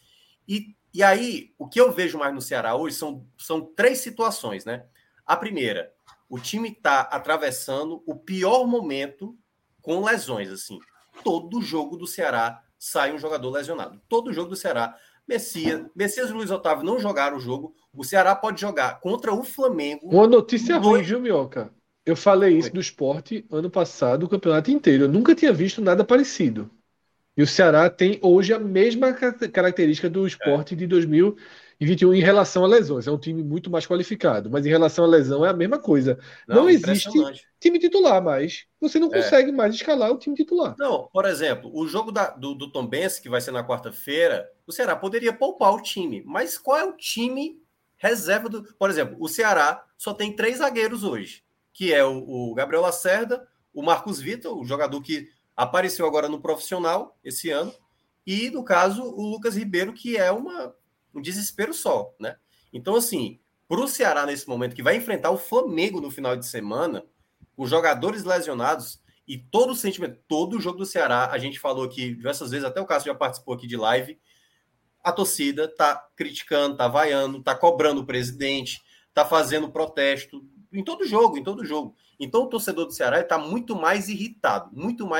E aí, o que eu vejo mais no Ceará hoje são 3 situações, né? A primeira, o time está atravessando o pior momento com lesões, assim. Todo jogo do Ceará sai um jogador lesionado. Todo jogo do Ceará. Messias e Luiz Otávio não jogaram o jogo. O Ceará pode jogar contra o Flamengo. Uma notícia ruim, viu, Minhoca? Eu falei isso do Sport ano passado, o campeonato inteiro. Eu nunca tinha visto nada parecido. E o Ceará tem hoje a mesma característica do Sport de 2021 em relação a lesões. É um time muito mais qualificado, mas em relação à lesão é a mesma coisa. Não existe time titular mais. Você não consegue mais escalar o time titular. Não, por exemplo, o jogo do Tombense, que vai ser na quarta-feira, o Ceará poderia poupar o time. Mas qual é o time reserva do... Por exemplo, o Ceará só tem 3 zagueiros hoje, que é o Gabriel Lacerda, o Marcos Vitor, o jogador que apareceu agora no profissional esse ano, e, no caso, o Lucas Ribeiro, que é um desespero só, né? Então, assim, para o Ceará, nesse momento, que vai enfrentar o Flamengo no final de semana, os jogadores lesionados e todo o sentimento, todo o jogo do Ceará, a gente falou aqui diversas vezes, até o Cássio já participou aqui de live, a torcida tá criticando, tá vaiando, tá cobrando o presidente, tá fazendo protesto, em todo jogo. Então, o torcedor do Ceará está muito mais irritado.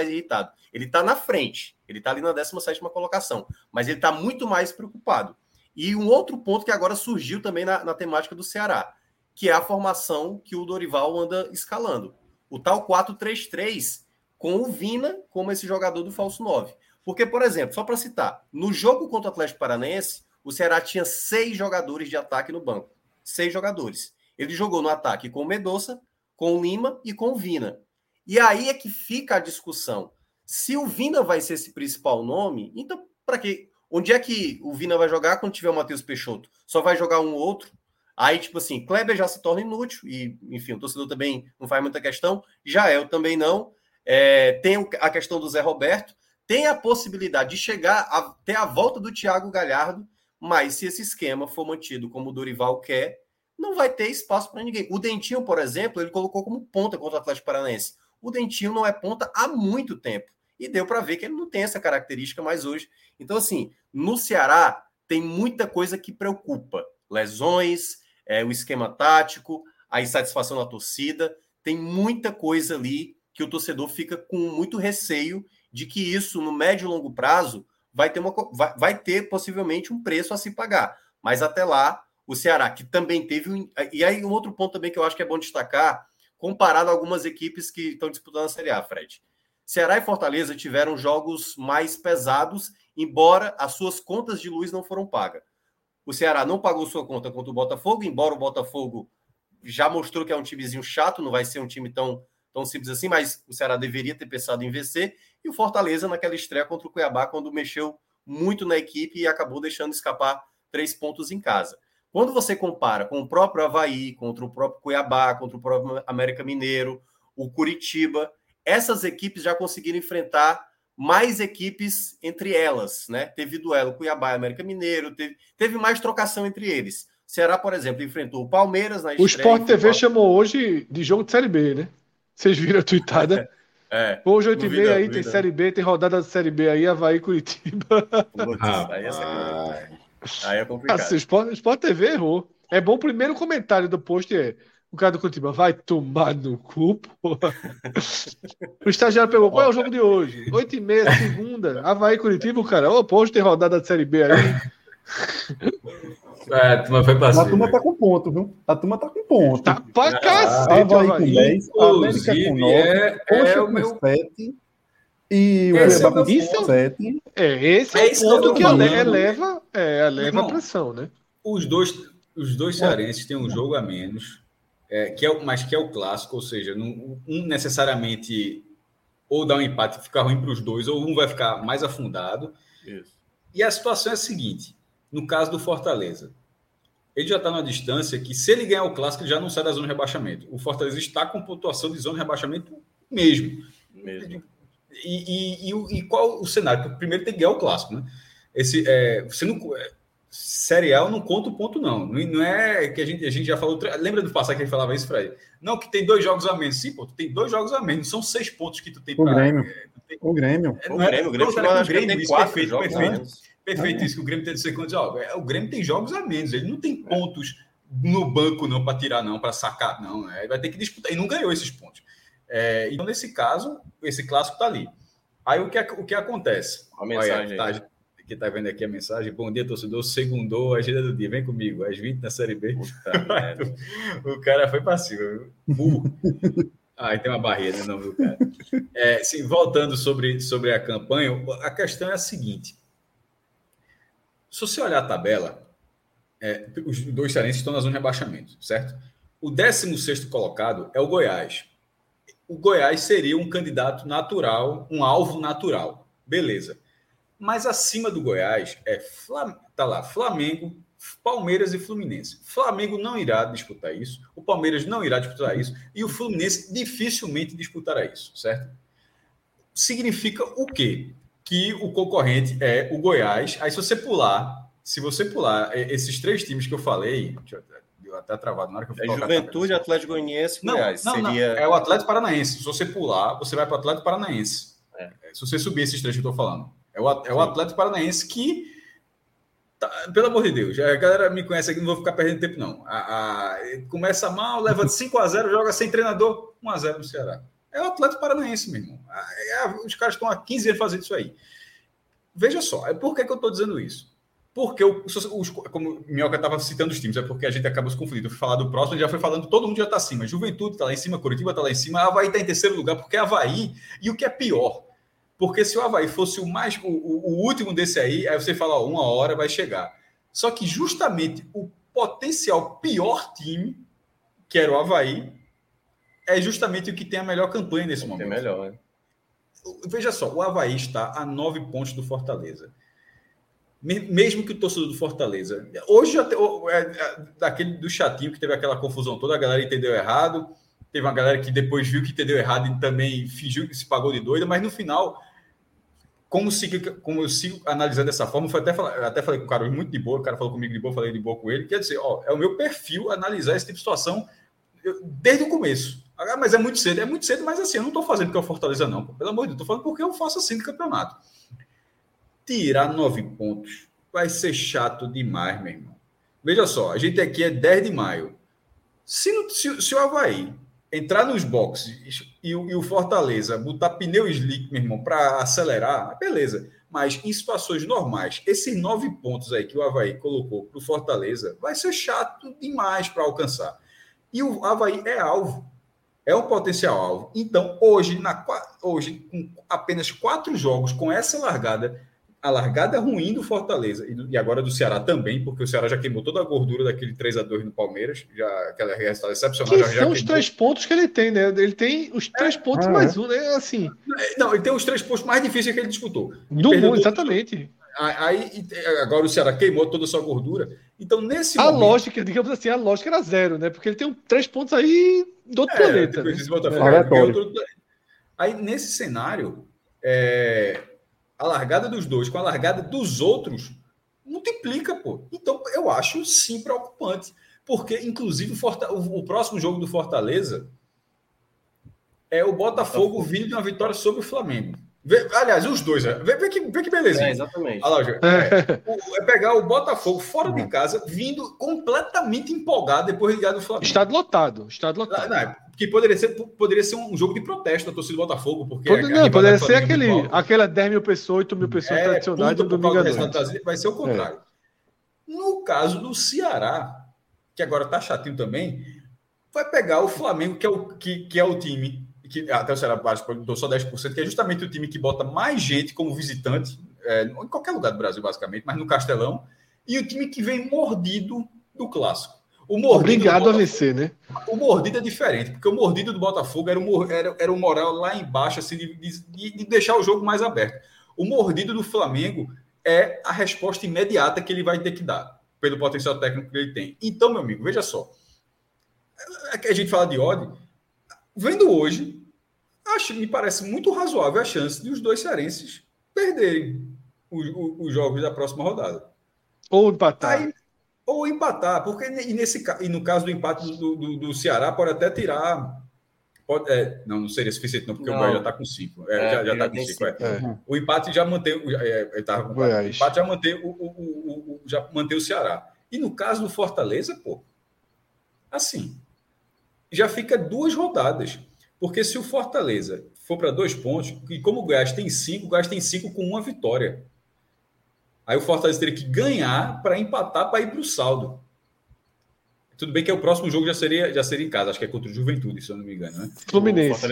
Ele está na frente, ele está ali na 17ª colocação, mas ele está muito mais preocupado. E um outro ponto que agora surgiu também na temática do Ceará, que é a formação que o Dorival anda escalando. O tal 4-3-3, com o Vina como esse jogador do falso 9. Porque, por exemplo, só para citar, no jogo contra o Atlético Paranaense, o Ceará tinha 6 jogadores de ataque no banco. 6 jogadores. Ele jogou no ataque com o Mendonça, com o Lima e com o Vina. E aí é que fica a discussão. Se o Vina vai ser esse principal nome, então para quê? Onde é que o Vina vai jogar quando tiver o Matheus Peixoto? Só vai jogar um ou outro? Aí, tipo assim, Kleber já se torna inútil, e, enfim, o torcedor também não faz muita questão. Jael também não. Tem a questão do Zé Roberto. tem a possibilidade de chegar a ter a volta do Thiago Galhardo, mas se esse esquema for mantido como o Dorival quer, não vai ter espaço para ninguém. O Dentinho, por exemplo, ele colocou como ponta contra o Atlético Paranaense. O Dentinho não é ponta há muito tempo. E deu para ver que ele não tem essa característica mais hoje. Então, assim, no Ceará tem muita coisa que preocupa. Lesões, o esquema tático, a insatisfação da torcida. Tem muita coisa ali que o torcedor fica com muito receio de que isso, no médio e longo prazo, vai ter possivelmente um preço a se pagar. Mas até lá, o Ceará, que também teve... E aí, um outro ponto também que eu acho que é bom destacar, comparado a algumas equipes que estão disputando a Série A, Fred. Ceará e Fortaleza tiveram jogos mais pesados, embora as suas contas de luz não foram pagas. O Ceará não pagou sua conta contra o Botafogo, embora o Botafogo já mostrou que é um timezinho chato, não vai ser um time tão simples assim, mas o Ceará deveria ter pensado em vencer. E o Fortaleza naquela estreia contra o Cuiabá, quando mexeu muito na equipe e acabou deixando escapar 3 pontos em casa. Quando você compara com o próprio Avaí, contra o próprio Cuiabá, contra o próprio América Mineiro, o Curitiba, essas equipes já conseguiram enfrentar mais equipes entre elas, né? Teve duelo Cuiabá e América Mineiro, teve mais trocação entre eles. Ceará, por exemplo, enfrentou o Palmeiras na estreia. O Sport TV chamou hoje de jogo de Série B, né? Vocês viram a tweetada? Hoje, 8h30 aí, tem Série B, tem rodada de Série B aí, Avaí e Curitiba. Aí é complicado. O Sport TV errou. É bom, o primeiro comentário do post o cara do Curitiba vai tomar no cu, porra. O estagiário pegou, qual é o jogo de hoje? 8h30, segunda, Avaí e Curitiba, o cara, hoje tem rodada de Série B aí. A turma foi pra cima. A turma tá com ponto, viu? A turma tá com ponto. Tá pra cacete, Avaí com 10, América com 9, Coxa com 7 e o Cuiabá com 7. Esse é o ponto que eleva a pressão, né? Os dois cearenses têm um jogo a menos, mas que é o clássico, ou seja, um necessariamente ou dá um empate e fica ruim para os dois, ou um vai ficar mais afundado. Isso. E a situação é a seguinte: no caso do Fortaleza, ele já está numa distância que, se ele ganhar o clássico, ele já não sai da zona de rebaixamento. O Fortaleza está com pontuação de zona de rebaixamento mesmo. E qual o cenário? Porque primeiro tem que ganhar o clássico, né? Você não, Série A não conta o ponto, não. Não é que a gente já falou. Lembra do passado que a gente falava isso, Fred? Não, que tem 2 jogos a menos. Sim, pô, tu tem 2 jogos a menos. Não são 6 pontos que tu tem para. O Grêmio. O Grêmio tem 4 jogos a menos. Perfeito isso, que o Grêmio tem 2 jogos. O Grêmio tem jogos a menos. Ele não tem pontos no banco, não, para tirar, não, para sacar, não. Ele vai ter que disputar. E não ganhou esses pontos. Então, nesse caso, esse clássico está ali. Aí, o que acontece? A mensagem aí. Que tá vendo aqui a mensagem. Bom dia, torcedor. Segundou, agenda do dia. Vem comigo. Às 20 na Série B. O cara foi para cima. Burro. Aí tem uma barreira, não, viu, cara? Sim, voltando sobre a campanha, a questão é a seguinte. Se você olhar a tabela, os 2 cearenses estão na zona de rebaixamento, certo? O 16º colocado é o Goiás. O Goiás seria um candidato natural, um alvo natural. Beleza. Mas acima do Goiás tá lá Flamengo, Palmeiras e Fluminense. Flamengo não irá disputar isso, o Palmeiras não irá disputar isso e o Fluminense dificilmente disputará isso, certo? Significa o quê? Que o concorrente é o Goiás. Aí se você pular esses 3 times que eu falei, deu até travado na hora que eu fui colocar. Juventude, Atlético Goianiense, Goiás. Não. É o Atlético Paranaense. Se você pular, você vai para o Atlético Paranaense. Se você subir esses 3 que eu estou falando. É o Atlético Paranaense que, pelo amor de Deus, a galera me conhece aqui, não vou ficar perdendo tempo, não. Começa mal, leva de 5-0, joga sem treinador, 1-0 no Ceará. É o Atlético Paranaense, meu irmão. Os caras estão há 15 anos fazendo isso aí. Veja só, por que eu estou dizendo isso? Porque, como o Minhoca estava citando os times, é porque a gente acaba se confundindo. Eu fui falar do próximo, já foi falando, todo mundo já está acima. Juventude está lá em cima, Curitiba está lá em cima, Avaí está em 3º lugar, porque é Avaí, e o que é pior... Porque se o Avaí fosse o último desse aí você fala, 1 hora vai chegar. Só que justamente o potencial pior time, que era o Avaí, é justamente o que tem a melhor campanha nesse momento. É melhor, né? Veja só, o Avaí está a 9 pontos do Fortaleza. Mesmo que o torcedor do Fortaleza... Hoje já daquele do chatinho que teve aquela confusão toda, a galera entendeu errado. Teve uma galera que depois viu que entendeu errado e também fingiu que se pagou de doida, mas no final... como eu sigo analisando dessa forma, até falei com o cara muito de boa, o cara falou comigo de boa, falei de boa com ele, quer dizer, é o meu perfil analisar esse tipo de situação desde o começo. Mas é muito cedo, mas assim, eu não estou fazendo porque é o Fortaleza não, pelo amor de Deus, estou falando porque eu faço assim no campeonato. Tirar 9 pontos vai ser chato demais, meu irmão. Veja só, a gente aqui é 10 de maio. Se o Avaí entrar nos boxes e o Fortaleza botar pneu slick, meu irmão, para acelerar, beleza. Mas em situações normais, esses 9 pontos aí que o Avaí colocou para o Fortaleza vai ser chato demais para alcançar. E o Avaí é alvo, é um potencial alvo. Então, hoje com apenas 4 jogos, com essa largada, a largada ruim do Fortaleza e agora do Ceará também, porque o Ceará já queimou toda a gordura daquele 3-2 no Palmeiras, aquele resultado excepcional. Que já são os 3 pontos que ele tem, né? Ele tem os 3 pontos mais um, né? Assim. Não, ele tem os 3 pontos mais difíceis que ele disputou. Do mundo, exatamente. Aí, agora o Ceará queimou toda a sua gordura. Então, nesse momento... lógica, digamos assim, a lógica era 0, né? Porque ele tem 3 pontos aí do outro planeta. Né? Aí, nesse cenário, a largada dos dois com a largada dos outros multiplica, pô. Então, eu acho sim preocupante. Porque, inclusive, o próximo jogo do Fortaleza é o Botafogo vindo de uma vitória sobre o Flamengo. Aliás, os dois. Vê que belezinha. Exatamente. É pegar o Botafogo fora de casa, vindo completamente empolgado depois de ganhar do Flamengo. Estádio lotado. Que poderia ser um jogo de protesto da torcida do Botafogo. Porque poderia ser aquela 10 mil pessoas, 8 mil pessoas tradicionais do domingo à noite. Vai ser o contrário. No caso do Ceará, que agora tá chatinho também, vai pegar o Flamengo, que é o time, que até o Ceará deu só 10%, que é justamente o time que bota mais gente como visitante, em qualquer lugar do Brasil, basicamente, mas no Castelão, e o time que vem mordido do Clássico. Obrigado a vencer, né? O mordido é diferente, porque o mordido do Botafogo era o moral lá embaixo, assim, de deixar o jogo mais aberto. O mordido do Flamengo é a resposta imediata que ele vai ter que dar, pelo potencial técnico que ele tem. Então, meu amigo, veja só. A gente fala de odd. Vendo hoje, me parece muito razoável a chance de os dois cearenses perderem os jogos da próxima rodada. Ou empatar. Ou empatar, porque e no caso do empate do Ceará, pode até tirar. Não seria suficiente, não, porque o Bahia já está com 5. Já está com 5. O empate já mantém. O empate já mantém o Ceará. E no caso do Fortaleza, pô, assim, já fica 2 rodadas. Porque se o Fortaleza for para 2 pontos, e como o Goiás tem 5, o Goiás tem 5 com 1 vitória. Aí o Fortaleza teria que ganhar para empatar para ir para o saldo. Tudo bem que o próximo jogo já seria em casa. Acho que é contra o Juventude, se eu não me engano, né? Fluminense.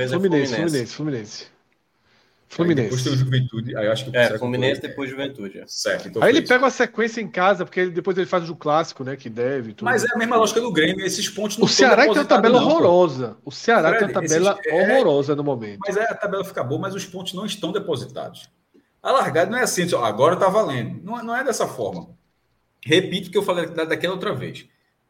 Depois tem o Juventude. Aí eu acho que Fluminense depois Juventude. Certo. Então aí ele pega uma sequência em casa, porque depois ele faz o clássico, né? Que deve. Tudo. Mas é a mesma lógica do Grêmio. Esses pontos não o Ceará tem uma tabela horrorosa. O Ceará tem uma tabela horrorosa no momento. Mas a tabela fica boa, mas os pontos não estão depositados. A largada não é assim, agora está valendo. Não é dessa forma. Repito o que eu falei daquela outra vez.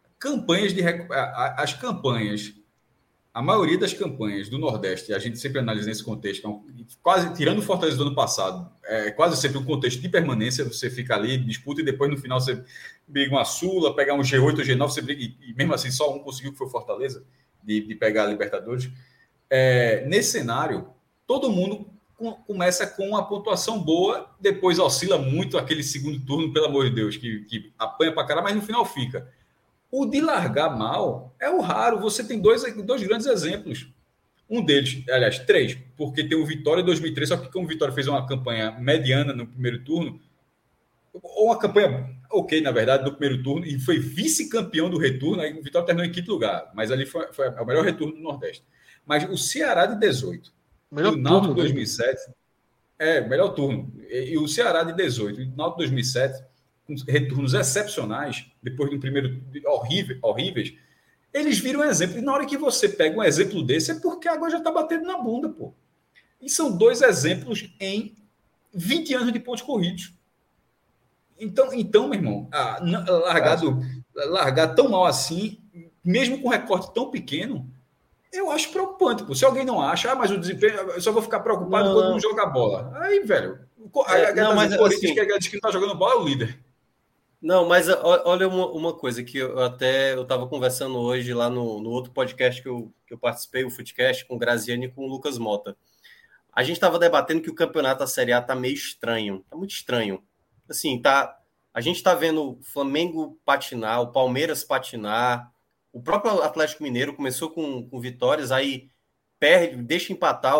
As campanhas, a maioria das campanhas do Nordeste, a gente sempre analisa nesse contexto, quase tirando o Fortaleza do ano passado, é quase sempre um contexto de permanência, você fica ali, disputa, e depois no final você briga uma Sula, pegar um G8 ou G9, você briga, e mesmo assim só um conseguiu, que foi o Fortaleza, de pegar a Libertadores. Nesse cenário, todo mundo começa com uma pontuação boa, depois oscila muito aquele segundo turno, pelo amor de Deus, que apanha pra caralho, mas no final fica. O de largar mal é o raro. Você tem dois grandes exemplos. Um deles, aliás, 3, porque tem o Vitória em 2003, só que como o Vitória fez uma campanha mediana no primeiro turno, ou uma campanha ok, na verdade, do primeiro turno, e foi vice-campeão do retorno, aí o Vitória terminou em quinto lugar, mas ali foi o melhor retorno do Nordeste. Mas o Ceará de 18, melhor e o Náutico de 2007, melhor turno. E o Ceará de 18 e o Náutico de 2007, com retornos excepcionais, depois de um primeiro horríveis, eles viram um exemplo. E na hora que você pega um exemplo desse, é porque a água já está batendo na bunda, pô. E são 2 exemplos em 20 anos de pontos corridos. Então meu irmão, largar tão mal assim, mesmo com recorte tão pequeno, Eu acho preocupante, pô. Se alguém não acha, mas o desempenho, eu só vou ficar preocupado quando não joga bola. Aí, velho, o Corinthians assim, que não tá jogando bola é o líder. Não, mas olha uma coisa que eu estava conversando hoje lá no outro podcast que eu participei, o Footcast, com o Graziani e com o Lucas Mota. A gente estava debatendo que o campeonato da Série A tá meio estranho, tá muito estranho. Assim, a gente tá vendo o Flamengo patinar, o Palmeiras patinar, o próprio Atlético Mineiro começou com vitórias, aí perde, deixa empatar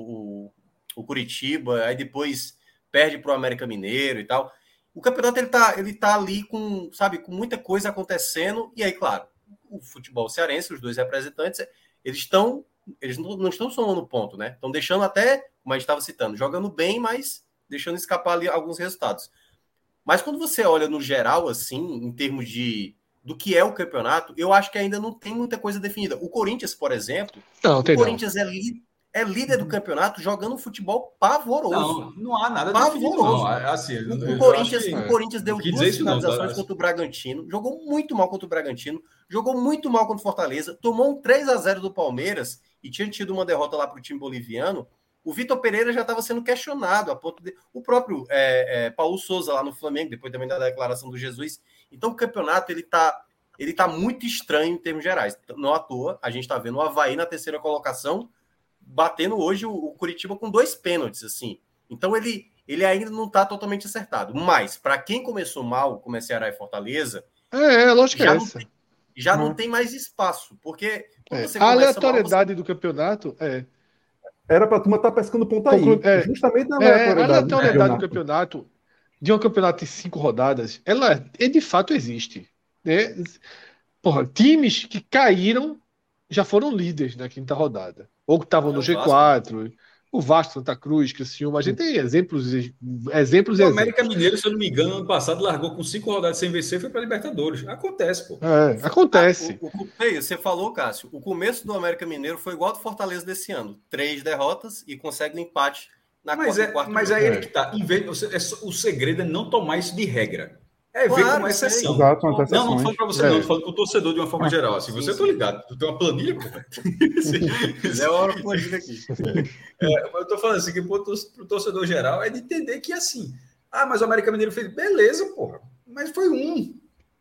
o Curitiba, aí depois perde para o América Mineiro e tal. O campeonato ele tá ali com muita coisa acontecendo, e aí, claro, o futebol cearense, os dois representantes, eles não estão somando ponto, né? Estão deixando até, como a gente estava citando, jogando bem, mas deixando escapar ali alguns resultados. Mas quando você olha no geral, assim, em termos do que é o campeonato, eu acho que ainda não tem muita coisa definida. O Corinthians, por exemplo, Corinthians é líder do campeonato jogando um futebol pavoroso. Não há nada definido, não. Assim, o Corinthians deu 2 finalizações contra o Bragantino, jogou muito mal contra o Bragantino, jogou muito mal contra o Fortaleza, tomou um 3-0 do Palmeiras e tinha tido uma derrota lá para o time boliviano. O Vitor Pereira já estava sendo questionado, a ponto de o próprio Paulo Souza lá no Flamengo, depois também da declaração do Jesus. Então o campeonato ele tá muito estranho em termos gerais. Não à toa, a gente está vendo o Avaí na terceira colocação, batendo hoje o Curitiba com 2 pênaltis, assim. Então ele ainda não está totalmente acertado. Mas, para quem começou mal, como é Ceará e Fortaleza, lógico já não tem mais espaço, porque a aleatoriedade do campeonato era para a turma estar pescando ponta aí. Justamente na aleatoriedade do campeonato, de um campeonato de 5 rodadas, ela de fato existe. Né? Porra, times que caíram já foram líderes na quinta rodada. Ou que estavam no G4, o Vasco, Santa Cruz, Criciúma. A gente tem exemplos o América Mineiro, se eu não me engano, ano passado largou com 5 rodadas sem vencer, foi para Libertadores. Acontece, pô. Acontece. Você falou, Cássio, o começo do América Mineiro foi igual ao do Fortaleza desse ano. 3 derrotas e consegue um empate na quarta. Mas aí ele que tá. O segredo é não tomar isso de regra. Ver como exceção. Exato, não falando para você, não. Tô falando com o torcedor de uma forma geral. Assim, você tô ligado. Tu tem uma planilha, pô. É hora planilha aqui. Eu tô falando assim, que pro torcedor geral é de entender que assim. Mas o América Mineiro fez. Beleza, porra. Mas foi um.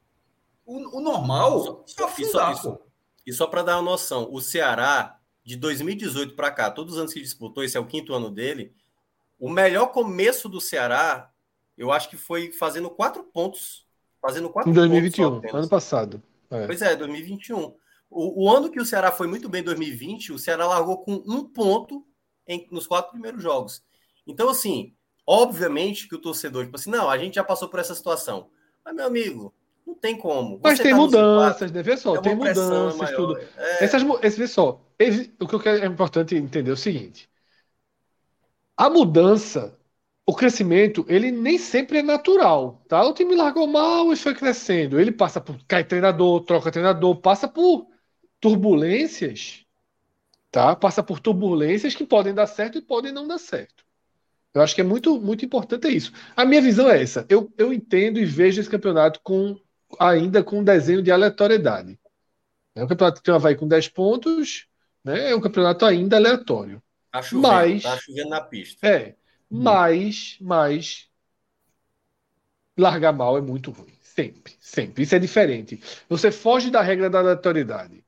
O normal é afundar, pô. E só para dar uma noção, o Ceará, de 2018 para cá, todos os anos que disputou, esse é o 5º ano dele, o melhor começo do Ceará, eu acho que foi fazendo 4 pontos. Em 2021, ano passado. Pois 2021. O ano que o Ceará foi muito bem, 2020, o Ceará largou com 1 ponto nos 4 primeiros jogos. Então, assim, obviamente que o torcedor, tipo assim, não, a gente já passou por essa situação. Mas, meu amigo, não tem como. Mas tem mudanças, né? Vê só, tem mudanças, tudo. Vê só, o que eu quero, é importante entender é o seguinte. A mudança, o crescimento, ele nem sempre é natural, tá? O time largou mal e foi crescendo. Ele passa por cai treinador, troca treinador, passa por turbulências, tá? Passa por turbulências que podem dar certo e podem não dar certo. Eu acho que é muito, muito importante isso. A minha visão é essa. Eu entendo e vejo esse campeonato ainda com um desenho de aleatoriedade. É um campeonato que tem um Avaí com 10 pontos, né? É um campeonato ainda aleatório. Tá chovendo na pista. Mas largar mal é muito ruim. Sempre, sempre. Isso é diferente. Você foge da regra da aleatoriedade.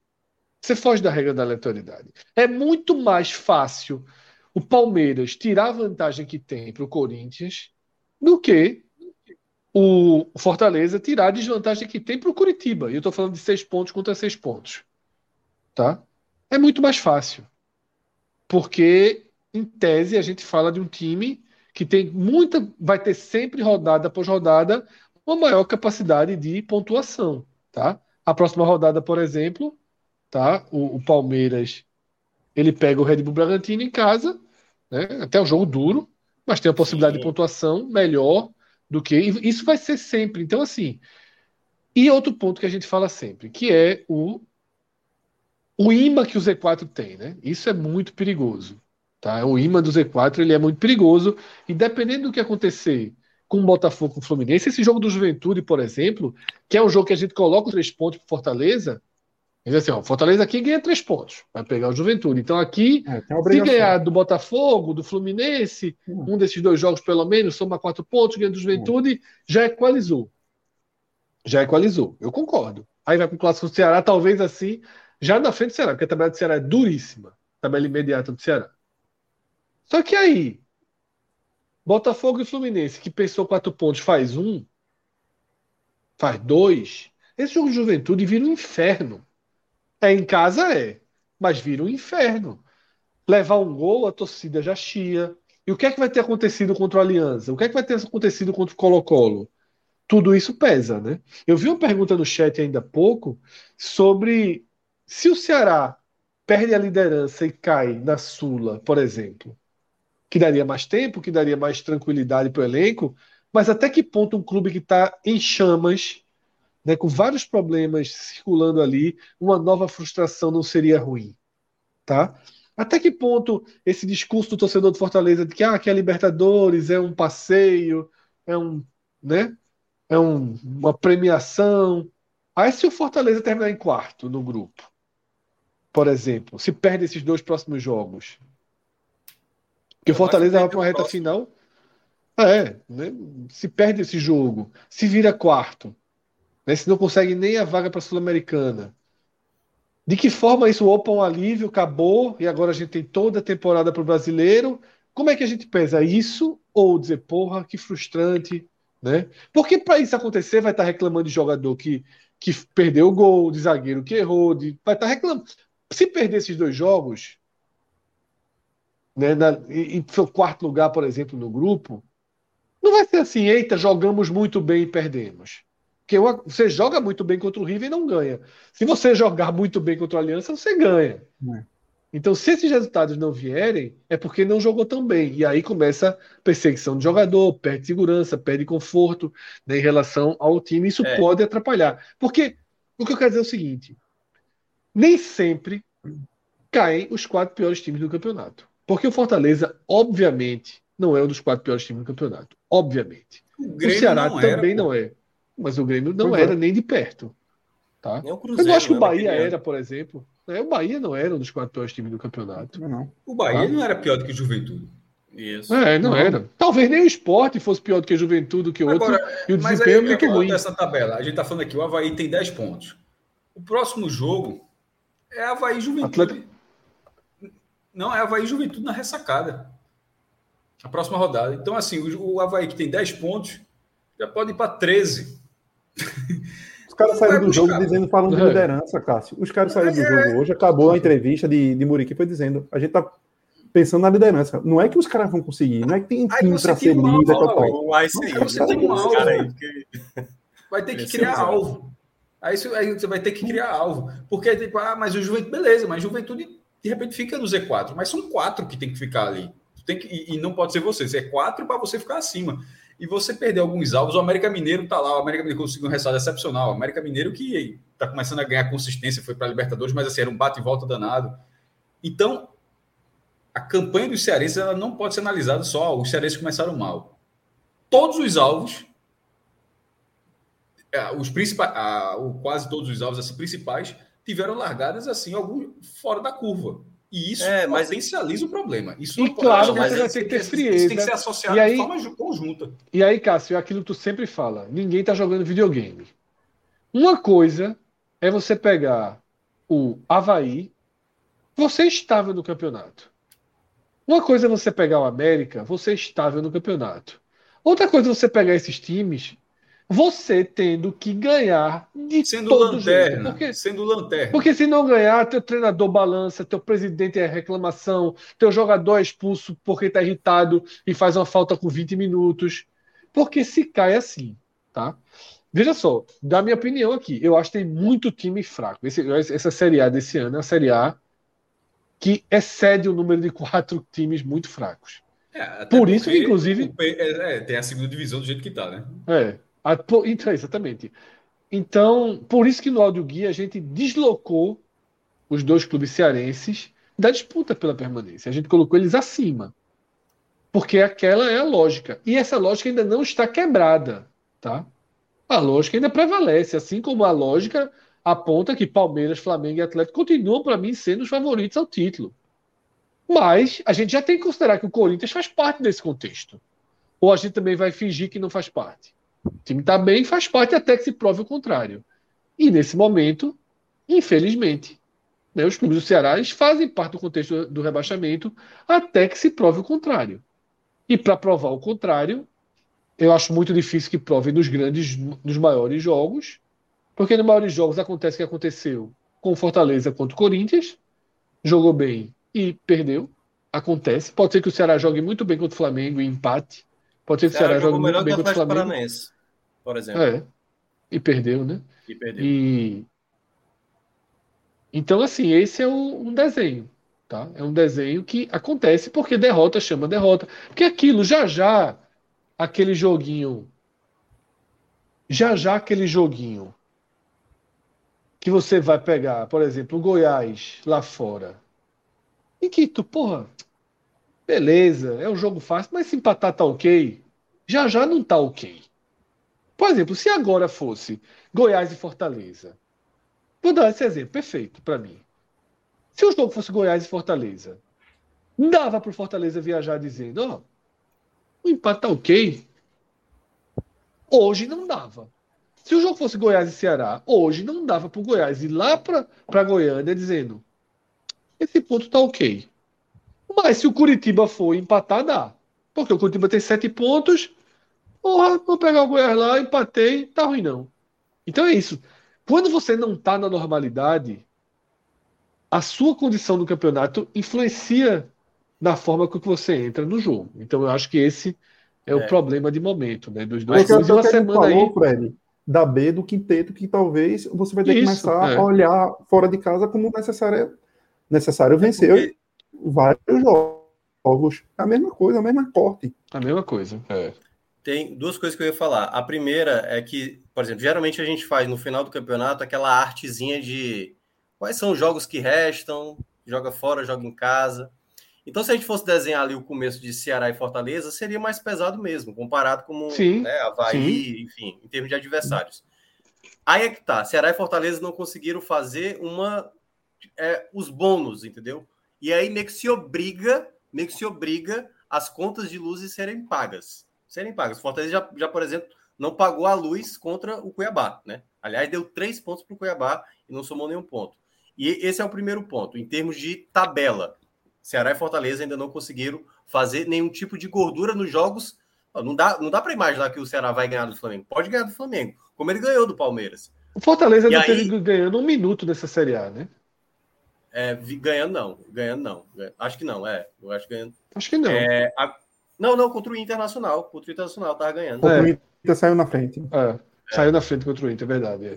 É muito mais fácil o Palmeiras tirar a vantagem que tem para o Corinthians do que o Fortaleza tirar a desvantagem que tem para o Curitiba. E eu estou falando de 6 pontos contra 6 pontos. Tá? É muito mais fácil. Porque, em tese, a gente fala de um time que tem vai ter sempre rodada após rodada uma maior capacidade de pontuação. Tá? A próxima rodada, por exemplo, tá? O Palmeiras ele pega o Red Bull Bragantino em casa, né? Até um jogo duro, mas tem a possibilidade de pontuação melhor do que. Isso vai ser sempre. Então, assim. E outro ponto que a gente fala sempre, que é o imã que o Z4 tem, né? Isso é muito perigoso. Tá? O imã do Z4 ele é muito perigoso, e dependendo do que acontecer com o Botafogo, com o Fluminense, esse jogo do Juventude, por exemplo, que é um jogo que a gente coloca os 3 pontos para Fortaleza, Diz assim, ó, Fortaleza aqui ganha 3 pontos. Vai pegar o Juventude. Então aqui, Tem a se obrigação. ganhar do Botafogo, do Fluminense, um desses 2 jogos pelo menos, soma 4 pontos, ganha do Juventude, já equalizou. Já equalizou. Eu concordo. Aí vai pro Clássico do Ceará, talvez assim, já na frente do Ceará, porque a tabela do Ceará é duríssima. Tabela imediata do Ceará. Só que aí, Botafogo e Fluminense, que pensou 4 pontos, faz 1, faz 2. Esse jogo de Juventude vira um inferno. É em casa, mas vira um inferno. Levar um gol, a torcida já chia. E o que é que vai ter acontecido contra o Aliança? O que é que vai ter acontecido contra o Colo-Colo? Tudo isso pesa, né? Eu vi uma pergunta no chat ainda há pouco sobre se o Ceará perde a liderança e cai na Sula, por exemplo, que daria mais tempo, que daria mais tranquilidade para o elenco, mas até que ponto um clube que está em chamas, né, com vários problemas circulando ali, uma nova frustração não seria ruim, tá? Até que ponto esse discurso do torcedor do Fortaleza de que a Libertadores é um passeio, é um, né, uma premiação. Aí se o Fortaleza terminar em quarto no grupo, por exemplo, se perde esses 2 próximos jogos, que o Fortaleza vai para uma reta final, né, se perde esse jogo, se vira quarto, né, se não consegue nem a vaga para a Sul-Americana. De que forma isso opa um alívio, acabou, e agora a gente tem toda a temporada para o brasileiro? Como é que a gente pesa isso? Ou dizer, porra, que frustrante, né? Porque para isso acontecer, vai estar reclamando de jogador que perdeu o gol, de zagueiro que errou, vai estar reclamando. Se perder esses 2 jogos, né, em seu 4º lugar, por exemplo, no grupo, não vai ser assim, eita, jogamos muito bem e perdemos. Porque você joga muito bem contra o River e não ganha. Se você jogar muito bem contra o Aliança, você ganha. Então, se esses resultados não vierem, é porque não jogou tão bem. E aí começa perseguição de jogador, perde segurança, perde conforto, né, em relação ao time. Isso pode atrapalhar. Porque o que eu quero dizer é o seguinte: nem sempre caem os 4 piores times do campeonato. Porque o Fortaleza, obviamente, não é um dos 4 piores times do campeonato. Obviamente. O Ceará também não é. Mas o Grêmio não era nem de perto. Tá? Nem o Cruzeiro, eu não acho que o né, Bahia naquele era, ano. por exemplo. O Bahia não era um dos 4 piores times do campeonato. Não. O Bahia não era pior do que o Juventude. Isso. Não era. Talvez nem o Sport fosse pior do que o Juventude, do que o outro. Agora, E o mas desempenho aí é muito ruim. essa tabela. A gente tá falando aqui, o Avaí tem 10 pontos. O próximo jogo é Avaí e Juventude. Não, é Avaí e Juventude na ressacada. A próxima rodada. Então, assim, o Avaí que tem 10 pontos já pode ir para 13. Os caras saíram do jogo falando de liderança, Cássio. Os caras saíram do jogo hoje, acabou a entrevista de Muriqui, foi dizendo, a gente tá pensando na liderança. Não é que os caras vão conseguir, não é que tem time para ser líder total. Vai ter que criar alvo. Aí você vai ter que criar alvo. Porque, tipo, mas o Juventude, beleza, mas o Juventude de repente fica no Z4, mas são 4 que tem que ficar ali. E não pode ser você. É 4 para você ficar acima. E você perder alguns alvos. O América Mineiro tá lá. O América Mineiro conseguiu um resultado excepcional. O América Mineiro que tá começando a ganhar consistência, foi para a Libertadores, mas assim, era um bate e volta danado. Então, a campanha dos cearenses ela não pode ser analisada só. Os cearenses começaram mal. Todos os alvos, os principais, quase todos os alvos assim, principais, tiveram largadas assim, alguns fora da curva. E isso potencializa o problema. Isso e não claro, pode, você vai ter que ter frieza. Isso tem que ser associado de forma conjunta. E aí, Cássio, é aquilo que tu sempre fala. Ninguém está jogando videogame. Uma coisa é você pegar o Avaí, você estável no campeonato. Uma coisa é você pegar o América, você estável no campeonato. Outra coisa é você pegar esses times, você tendo que ganhar de todo jeito. Sendo lanterna. Porque se não ganhar, teu treinador balança, teu presidente é reclamação, teu jogador é expulso porque está irritado e faz uma falta com 20 minutos. Porque se cai assim, tá? Veja só, da minha opinião aqui, eu acho que tem muito time fraco. Essa Série A desse ano é uma Série A que excede o número de 4 times muito fracos. Por isso, inclusive... tem a segunda divisão do jeito que tá, né? Então, exatamente. Então, por isso que no áudio guia a gente deslocou os 2 clubes cearenses da disputa pela permanência. A gente colocou eles acima. Porque aquela é a lógica. E essa lógica ainda não está quebrada, tá? A lógica ainda prevalece, assim como a lógica aponta que Palmeiras, Flamengo e Atlético continuam, para mim, sendo os favoritos ao título. Mas a gente já tem que considerar que o Corinthians faz parte desse contexto. Ou a gente também vai fingir que não faz parte? O time está bem, faz parte até que se prove o contrário. E nesse momento, infelizmente, né, os clubes do Ceará eles fazem parte do contexto do rebaixamento até que se prove o contrário. E para provar o contrário, eu acho muito difícil que prove nos maiores jogos, porque nos maiores jogos acontece o que aconteceu com o Fortaleza contra o Corinthians, jogou bem e perdeu. Acontece. Pode ser que o Ceará jogue muito bem contra o Flamengo e empate. Pode ser que o Ceará jogue muito bem contra o Flamengo. Paranaense, por exemplo. E perdeu, né? E perdeu. Então, assim, esse é um desenho. Tá? É um desenho que acontece porque derrota chama derrota. Porque aquilo, já aquele joguinho que você vai pegar, por exemplo, o Goiás lá fora, e que tu, porra, beleza, é um jogo fácil, mas se empatar tá ok, já não tá ok. Por exemplo, se agora fosse Goiás e Fortaleza, vou dar esse exemplo, perfeito para mim. Se o jogo fosse Goiás e Fortaleza, dava pro Fortaleza viajar dizendo, ó, o empate tá ok. Hoje não dava. Se o jogo fosse Goiás e Ceará, hoje não dava pro Goiás ir lá pra Goiânia dizendo, esse ponto tá ok. Mas se o Curitiba for empatar, dá. Porque o Curitiba tem 7 pontos, porra, vou pegar o Goiás lá, empatei, tá ruim não. Então é isso. Quando você não tá na normalidade, a sua condição no campeonato influencia na forma com que você entra no jogo. Então eu acho que esse é o problema de momento, né? Dos dois clubes. Uma semana aí, Fred, da B do quinteto, que talvez você vai ter que começar a olhar fora de casa como necessário vencer vários jogos. A mesma coisa, a mesma corte. A mesma coisa, Tem duas coisas que eu ia falar. A primeira é que, por exemplo, geralmente a gente faz no final do campeonato aquela artezinha de quais são os jogos que restam, joga fora, joga em casa. Então, se a gente fosse desenhar ali o começo de Ceará e Fortaleza, seria mais pesado mesmo, comparado com Avaí, enfim, em termos de adversários. Aí é que tá, Ceará e Fortaleza não conseguiram fazer os bônus, entendeu? E aí meio que se obriga as contas de luz serem pagas. Fortaleza já, por exemplo, não pagou a luz contra o Cuiabá, né? Aliás, deu 3 pontos para o Cuiabá e não somou nenhum ponto. E esse é o primeiro ponto. Em termos de tabela, Ceará e Fortaleza ainda não conseguiram fazer nenhum tipo de gordura nos jogos. Não dá para imaginar que o Ceará vai ganhar do Flamengo. Pode ganhar do Flamengo, como ele ganhou do Palmeiras. O Fortaleza não teve ganhando 1 minuto nessa Série A, né? Ganhando não. Acho que não, Eu acho que ganhando. Acho que não. Não, contra o Internacional. Contra o Internacional tava ganhando. Contra o Inter saiu na frente. Saiu na frente contra o Inter, é verdade.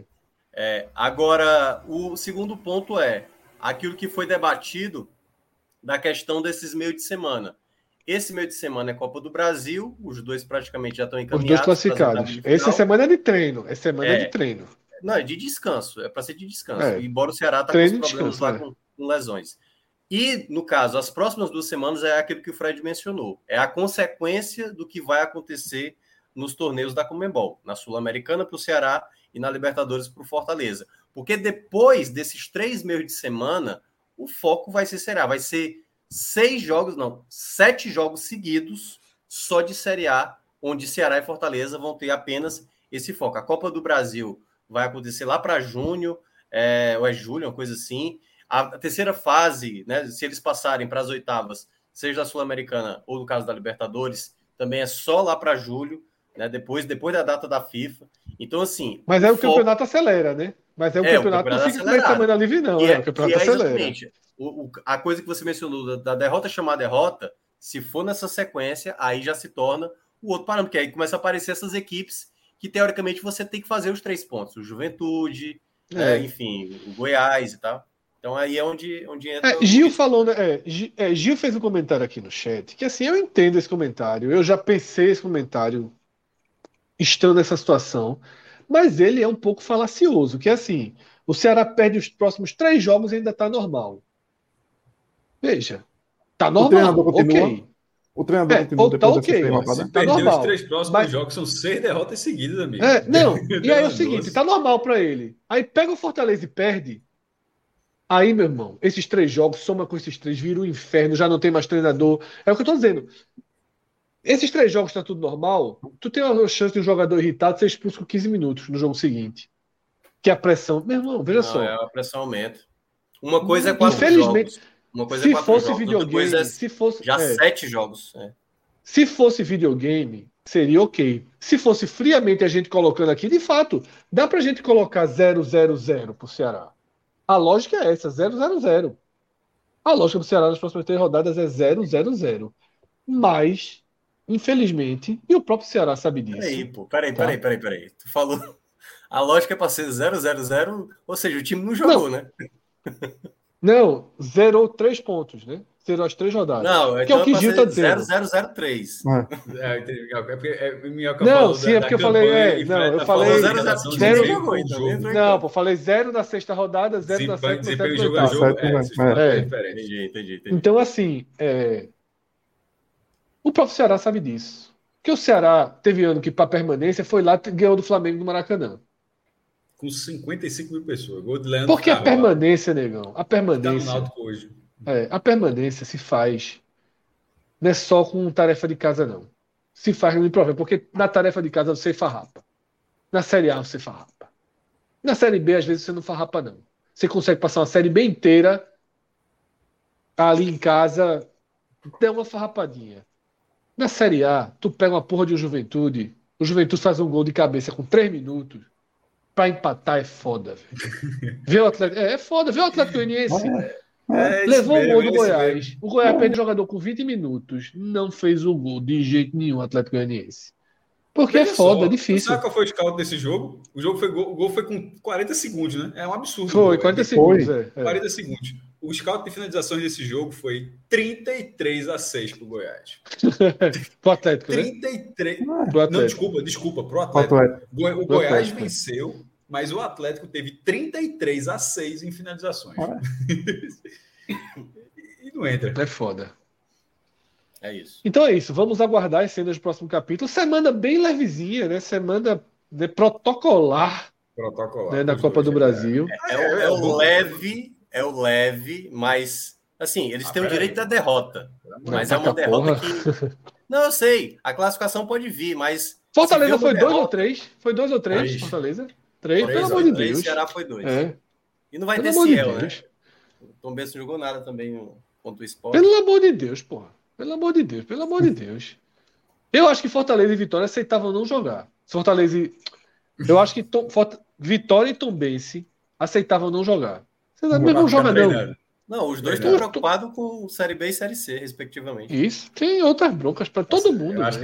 Agora, o segundo ponto é aquilo que foi debatido da questão desses meio de semana. Esse meio de semana é Copa do Brasil, os dois praticamente já estão encaminhados. Os dois classificados. Essa semana é de treino. Não, é de descanso. É para ser de descanso. Embora o Ceará está com os problemas lá com lesões. E, no caso, as próximas 2 semanas é aquilo que o Fred mencionou. É a consequência do que vai acontecer nos torneios da Conmebol. Na Sul-Americana para o Ceará e na Libertadores para o Fortaleza. Porque depois desses 3 meios de semana, o foco vai ser Ceará. Vai ser 7 jogos seguidos só de Série A, onde Ceará e Fortaleza vão ter apenas esse foco. A Copa do Brasil vai acontecer lá para junho, ou é julho, uma coisa assim. A terceira fase, né, se eles passarem para as oitavas, seja da Sul-Americana ou no caso da Libertadores, também é só lá para julho, né, depois da data da FIFA. Então, assim... Mas aí o campeonato acelera, né? Mas aí o campeonato não fica com uma semana livre, não. O campeonato acelera. A coisa que você mencionou da derrota chamar derrota, se for nessa sequência, aí já se torna o outro parâmetro, porque aí começa a aparecer essas equipes que, teoricamente, você tem que fazer os 3 pontos. O Juventude, enfim, o Goiás e tal. Então aí é onde entra... Gil falou, né? Gil fez um comentário aqui no chat, que assim, eu entendo esse comentário, eu já pensei esse comentário estando nessa situação, mas ele é um pouco falacioso, que é assim, o Ceará perde os próximos 3 jogos e ainda tá normal. Veja, tá normal, ok. O treinador continua tá depois ok, dessas 3 ó, rodadas? Se tá perder os normal. 3 próximos Mas- jogos, são 6 derrotas seguidas, amigo. Não, e aí é o seguinte, Nossa. tá normal pra ele. Aí pega o Fortaleza e perde. Aí, meu irmão, esses 3 jogos, soma com esses 3, vira um inferno, já não tem mais treinador. É o que eu tô dizendo. Esses 3 jogos tá tudo normal, tu tem a chance de um jogador irritado ser expulso com 15 minutos no jogo seguinte. Que é a pressão. Meu irmão, veja Não, só. a pressão aumenta. Uma coisa é 4 Infelizmente, jogos. Uma coisa se é 4 fosse jogos. Outra videogame, coisa é se fosse. já 7 jogos. Se fosse videogame, seria ok. Se fosse friamente a gente colocando aqui, de fato, dá pra gente colocar 0-0-0 pro Ceará. A lógica é essa, 0-0-0. A lógica do Ceará nas próximas 3 rodadas é 0-0-0. Mas, infelizmente, e o próprio Ceará sabe disso. Peraí, pô. Peraí. Tá. Tu falou. A lógica é pra ser 0-0-0, ou seja, o time não jogou, né? Não, zerou 3 pontos, né? Zerou as 3 rodadas. Não, que é então o que Gil tá dizendo. 0-0-0-3. Não, sim, é porque eu falei. Eu falei. Não, pô, falei 0 na 6ª rodada, 0 na 7ª, 7ª, 8ª. Entendi. Então, assim, o próprio Ceará sabe disso. Porque o Ceará teve ano que, para permanência, foi lá e ganhou do Flamengo no Maracanã. Com 55 mil pessoas. Gol de Leandro Porque a Carvalho. permanência, negão, a Tá no permanência. Náutico hoje. A permanência se faz. Não é só com tarefa de casa, não. Se faz no problema, porque na tarefa de casa você farrapa. Na Série A você farrapa. Na Série B, às vezes, você não farrapa, não. Você consegue passar uma Série B inteira ali em casa, dá uma farrapadinha. Na Série A, tu pega uma porra de um Juventude, o Juventude faz um gol de cabeça com 3 minutos, pra empatar é foda, velho. Vê o Atlético, é foda, vê o Atlético Goianiense. Levou o gol do Goiás. O Goiás perdeu o jogador com 20 minutos. Não fez o gol de jeito nenhum, o Atlético Goianiense. Porque Veja é foda, só, é difícil. Sabe qual foi o scout desse jogo? O gol foi com 40 segundos, né? É um absurdo. Foi, 40 segundos. 40 segundos. O scout de finalizações desse jogo foi 33-6 pro Goiás. Pro Atlético, 33. Né? Não, desculpa, pro Atlético. O Goiás venceu, mas o Atlético teve 33-6 em finalizações. E não entra. É foda. É isso. Então é isso. Vamos aguardar as cenas do próximo capítulo. Semana bem levezinha, né? Semana protocolar. Né? Da Copa do Brasil. É o leve, mas assim, eles têm o direito da derrota. Mas é uma derrota que. Não, eu sei. A classificação pode vir, mas. Fortaleza foi 2 ou 3? Foi 2 ou 3, Fortaleza? 3, pelo amor de Deus. O Ceará foi 2. E não vai ter Ciel, né? O Tom Benz não jogou nada também contra o Sport. Pelo amor de Deus, porra. Pelo amor de Deus. Eu acho que Fortaleza e Vitória aceitavam não jogar. Eu acho que Vitória e Tombense aceitavam não jogar. Você não joga, não. Não, os dois estão preocupados com Série B e Série C, respectivamente. Isso, tem outras broncas para todo mundo. Eu acho que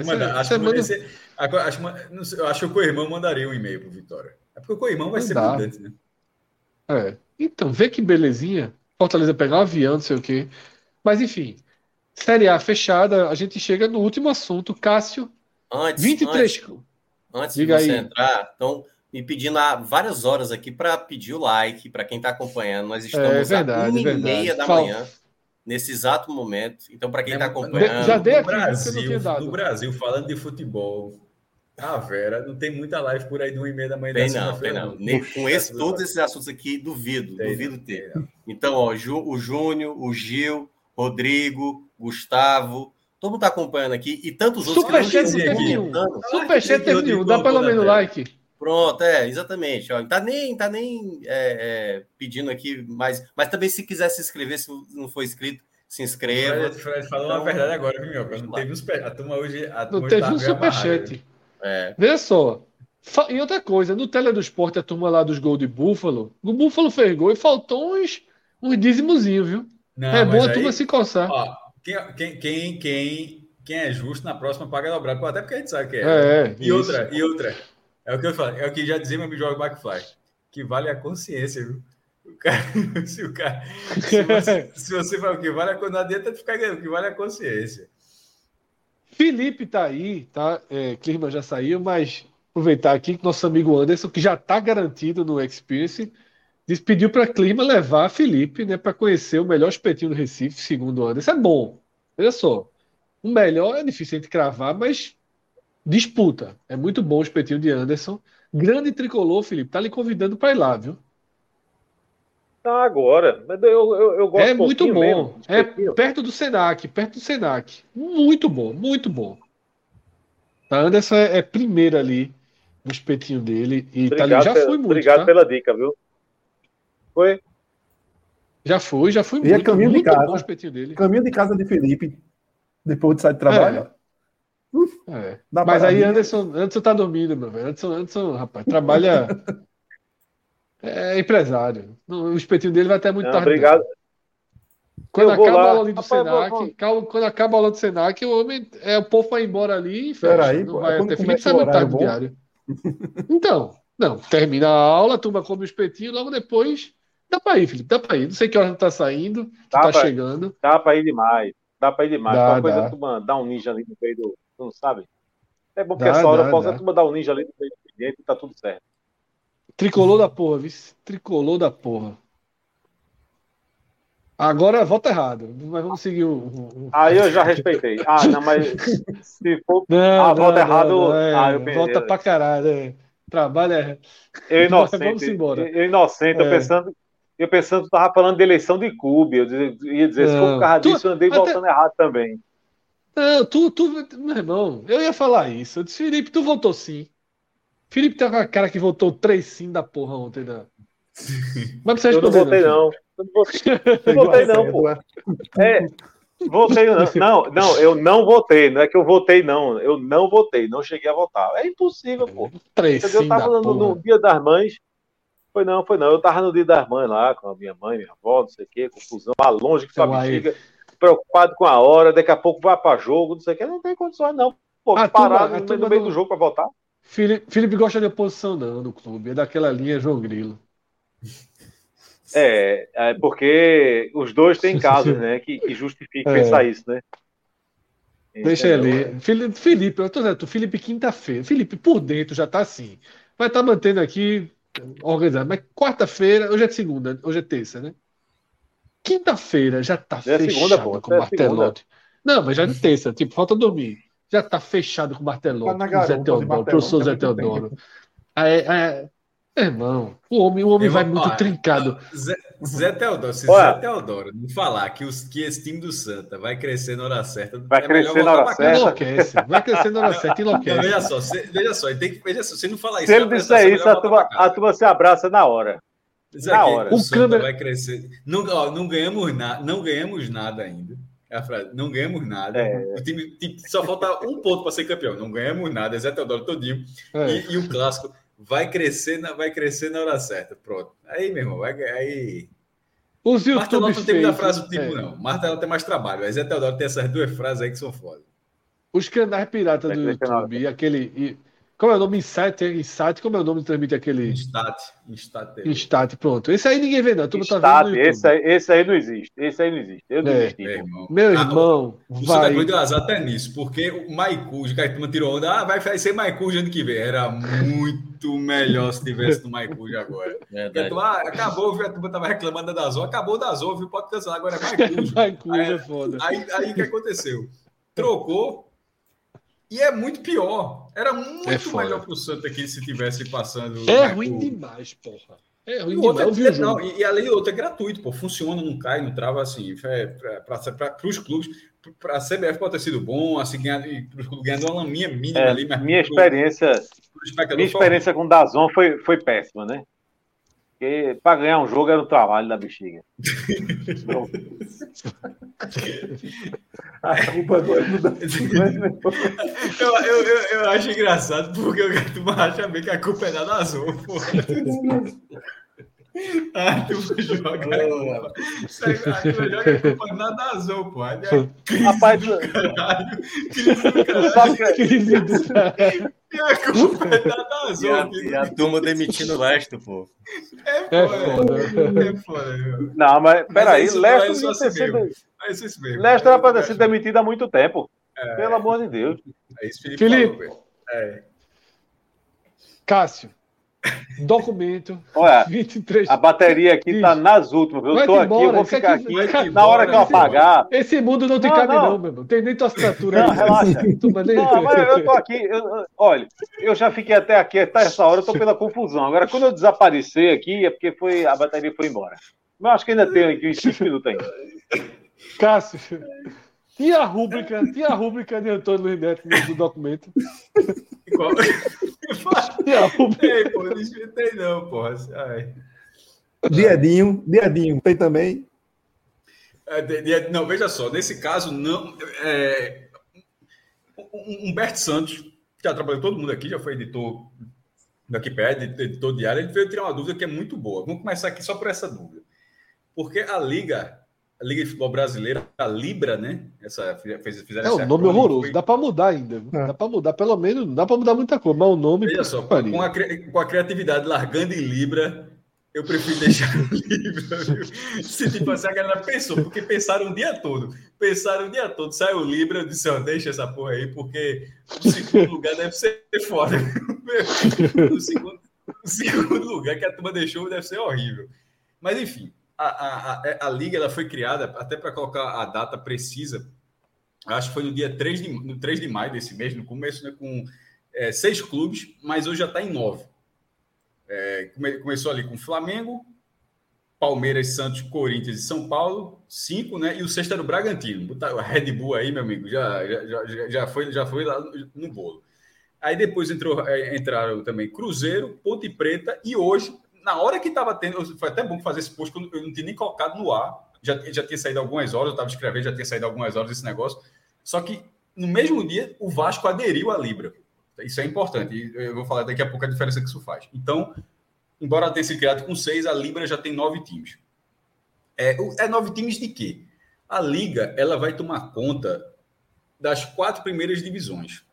o Coirmão mandaria um e-mail pro Vitória. É porque o Coirmão vai ser mandante, né? Então, vê que belezinha. Fortaleza pegar um avião, não sei o quê. Mas, enfim, Série A fechada, a gente chega no último assunto. Cássio, 23. Antes de você entrar, então, me pedindo há várias horas aqui para pedir o like, para quem está acompanhando. Nós estamos às 1h30 da manhã, nesse exato momento. Então, para quem está acompanhando... Já dei aqui, no Brasil, falando de futebol, a Vera, não tem muita live por aí de 1h30 da manhã. Tem não. Com todos esses assuntos aqui, duvido ter. Então, ó, o Júnior, o Gil, Rodrigo, Gustavo, todo mundo está acompanhando aqui, e tantos outros Superchat não teve nenhum. Superchat teve nenhum, dá pelo menos like. Pronto, exatamente. Ó, não tá nem pedindo aqui, mas também se quiser se inscrever, se não for inscrito, se inscreva. O Fred falou uma verdade agora, viu, meu? Não teve a turma hoje. Não teve um superchat. Veja só. E outra coisa, no Tele do Esporte, a turma lá dos gols de Búfalo, o Búfalo fez gol e faltou uns dízimozinhos, viu? Não, bom a turma se coçar. Ó, quem é justo na próxima paga dobrado, até porque a gente sabe que E outra. É o que eu falo, é o que já dizia meu amigo Jorge McFly, que vale a consciência, viu? Se você fala o que vale a consciência, não adianta ficar ganhando, o que vale a consciência. Felipe tá aí, tá? Clima já saiu, mas aproveitar aqui que nosso amigo Anderson, que já tá garantido no Experience, pediu para Clima levar Felipe, né, para conhecer o melhor espetinho do Recife, segundo o Anderson. É bom. Olha só. O melhor é difícil a gente cravar, mas disputa. É muito bom o espetinho de Anderson. Grande tricolor, Felipe, tá lhe convidando para ir lá, viu? Tá agora. Mas eu gosto É um muito pouquinho bom. mesmo. É perto do Senac, perto do Senac. Muito bom, muito bom. A Anderson é primeiro ali no espetinho dele e tá ali. Já fui muito, obrigado tá? pela dica, viu? Foi? Já fui E muito. é caminho de Muito bom o casa. espetinho dele. Caminho de casa de Felipe, depois de sair de trabalho. Dá Mas aí paradinha. Anderson tá dormindo, meu velho. Anderson, rapaz, trabalha. É empresário. O espetinho dele vai até muito Não, tarde. obrigado. Não. Quando Eu vou acaba a lá. aula ali do Rapaz, Senac, quando acaba a aula do Senac, o homem, o povo vai embora ali e fecha. Peraí, Não pô, vai quando até Felipe, começa o sai muito horário tarde bom. diário. Então, não, termina a aula, a turma come o espetinho, logo depois. Dá pra ir, Felipe, dá pra ir. Não sei que hora tu tá saindo, tu tá chegando. Dá pra ir demais. Dá pra ir demais. Dá, Qualquer coisa dá. tu dá um ninja ali no meio do. Tu não sabe? É bom porque essa hora eu posso Dá. tu mandar um ninja ali no meio do expediente e tá tudo certo. Tricolor da porra, viu? Tricolor da porra. Agora volta errado, mas vamos seguir o. Aí eu já respeitei. Não, mas se for Não, volta errado. não, volta pra caralho. Trabalha. Eu Mas vamos inocente. embora. Eu inocente, eu pensando que tu tava falando de eleição de clube. Eu ia dizer, se for por causa disso, eu andei voltando errado também. Não, meu irmão, eu ia falar isso. Eu disse, Felipe, tu votou sim. Felipe tá com a cara que votou 3 sim da porra ontem, né? Mas precisa Eu não responder, votei, não. Não votei, não, pô. Votei, não, eu não votei. Não é que eu votei, não. Eu não votei, não cheguei a votar. É impossível, pô. 3 sim Eu tava no Dia das Mães. Foi não. Eu tava no Dia das Mães lá, com a minha mãe, minha avó, não sei o quê, confusão, lá longe que sua bexiga, preocupado com a hora, daqui a pouco vai pra jogo, não sei o quê. Não tem condições, não. Pô, parado no meio do jogo pra votar. Felipe gosta de oposição, não, no clube. É daquela linha João Grilo. É porque os dois têm casos, né, que justificam pensar isso, né? Deixa ele. Felipe, eu tô dizendo, Felipe quinta-feira. Felipe, por dentro já tá assim. Vai estar mantendo aqui organizado. Mas quarta-feira, hoje é segunda, hoje é terça, né? Quinta-feira já tá fechado com o Martelotti. Não, mas já é terça, tipo, falta dormir. Já tá fechado com o Martelotti, com o Zé Teodoro, professor Zé Teodoro. Irmão, o homem vai muito trincado. Zé Teodoro, se Zé Teodoro não falar que esse time do Santa vai crescer na hora certa, vai crescer na hora certa. Enlouquece, vai crescer na hora certa, enlouquece. Veja só, se não falar isso, se ele disser isso, a turma se abraça na hora. Na hora. O Santa vai crescer. Não ganhamos nada ainda. É a frase, não ganhamos nada. O time só falta um ponto para ser campeão. Não ganhamos nada, Zé Teodoro todinho. E o clássico vai crescer na hora certa. Pronto. Aí, meu irmão, aí. Os Martelotti não tem muita frase do tipo, não. Martelotti tem mais trabalho. Mas Zé Teodoro tem essas duas frases aí que são foda. Os canais piratas do YouTube e aquele. Como é o nome? Insight, como é o nome que transmite aquele. Instat, pronto. Esse aí ninguém vê, não. Tu não tá vendo no YouTube. Esse aí não existe. Eu não existi. Meu irmão. O Santa Cruz deu azar até nisso, porque o Maicujo, que a turma tirou onda, vai ser Maicujo ano que vem. Era muito melhor se tivesse no Maicujo agora. Acabou, a turma tava reclamando da Dazon, acabou da Dazon, viu? Pode cancelar, agora é Maicujo. Maicujo é foda. Aí o que aconteceu? Trocou. E é muito pior. Era muito melhor pro Santa que se tivesse passando. É ruim demais, porra. É ruim demais. E além de outro, é gratuito, pô. Funciona, não cai, não trava, assim. Para os clubes, para a CBF pode ter sido bom, assim, para os clubes ganhando uma laminha mínima ali. Mas minha experiência com o Dazon foi péssima, né? Porque para ganhar um jogo era um trabalho da bexiga. A culpa agora não dá. Eu acho engraçado porque o turma acha bem que a culpa é da Dazon, pô. A turma joga a culpa na Dazon, pô. Rapaz, crise do caralho. E a culpa é da Dazon. E a turma demitindo o Lester, pô. É foda. Não, mas peraí, Lester era para ter sido demitido há muito tempo. Pelo amor de Deus. Felipe. Cássio, documento. Olha, 23. a bateria aqui tá nas últimas. Eu tô aqui, eu vou ficar aqui. Na hora que eu apagar. Esse mundo não te cabe, não, meu irmão. Tem nem tua assinatura. Não, relaxa. Não, mas eu tô aqui. Olha, eu já fiquei até aqui, até essa hora, eu tô pela confusão. Agora, quando eu desaparecer aqui, é porque a bateria foi embora. Mas acho que ainda tem aqui uns 5 minutos ainda. Cássio, tinha a rúbrica de Antônio Luiz Neto do documento. Qual? Tinha a rúbrica. Ei, pô, não escutei não, porra. Diedinho, tem também. Não, veja só, nesse caso, não. Humberto Santos, que já trabalhou todo mundo aqui, já foi editor da Wikipedia, editor diário, ele veio tirar uma dúvida que é muito boa. Vamos começar aqui só por essa dúvida. Porque a Liga de Futebol Brasileira, a Libra, né? Fizeram um nome horroroso. Dá para mudar ainda. Dá para mudar, pelo menos. Não dá para mudar muita coisa, mas o nome. Veja só, com a criatividade largando em Libra, eu prefiro deixar Libra. Se tipo assim, a galera pensou, porque pensaram o dia todo. Saiu o Libra, eu disse, deixa essa porra aí, porque o segundo lugar deve ser foda. O segundo lugar que a turma deixou deve ser horrível. Mas, enfim. A Liga ela foi criada, até para colocar a data precisa, acho que foi no dia 3 de maio desse mês, no começo, né, com 6 clubes, mas hoje já está em 9. Começou ali com Flamengo, Palmeiras, Santos, Corinthians e São Paulo, 5, né? E o sexto era o Bragantino. Botar o Red Bull aí, meu amigo, já foi lá no bolo. Aí depois entraram também Cruzeiro, Ponte Preta e hoje, na hora que estava tendo, foi até bom fazer esse post, eu não tinha nem colocado no ar, já tinha saído algumas horas, eu estava escrevendo, já tinha saído algumas horas esse negócio, só que no mesmo dia o Vasco aderiu à Libra. Isso é importante, e eu vou falar daqui a pouco a diferença que isso faz. Então, embora tenha sido criado com 6, a Libra já tem 9 times. 9 times de quê? A Liga ela vai tomar conta das 4 primeiras divisões.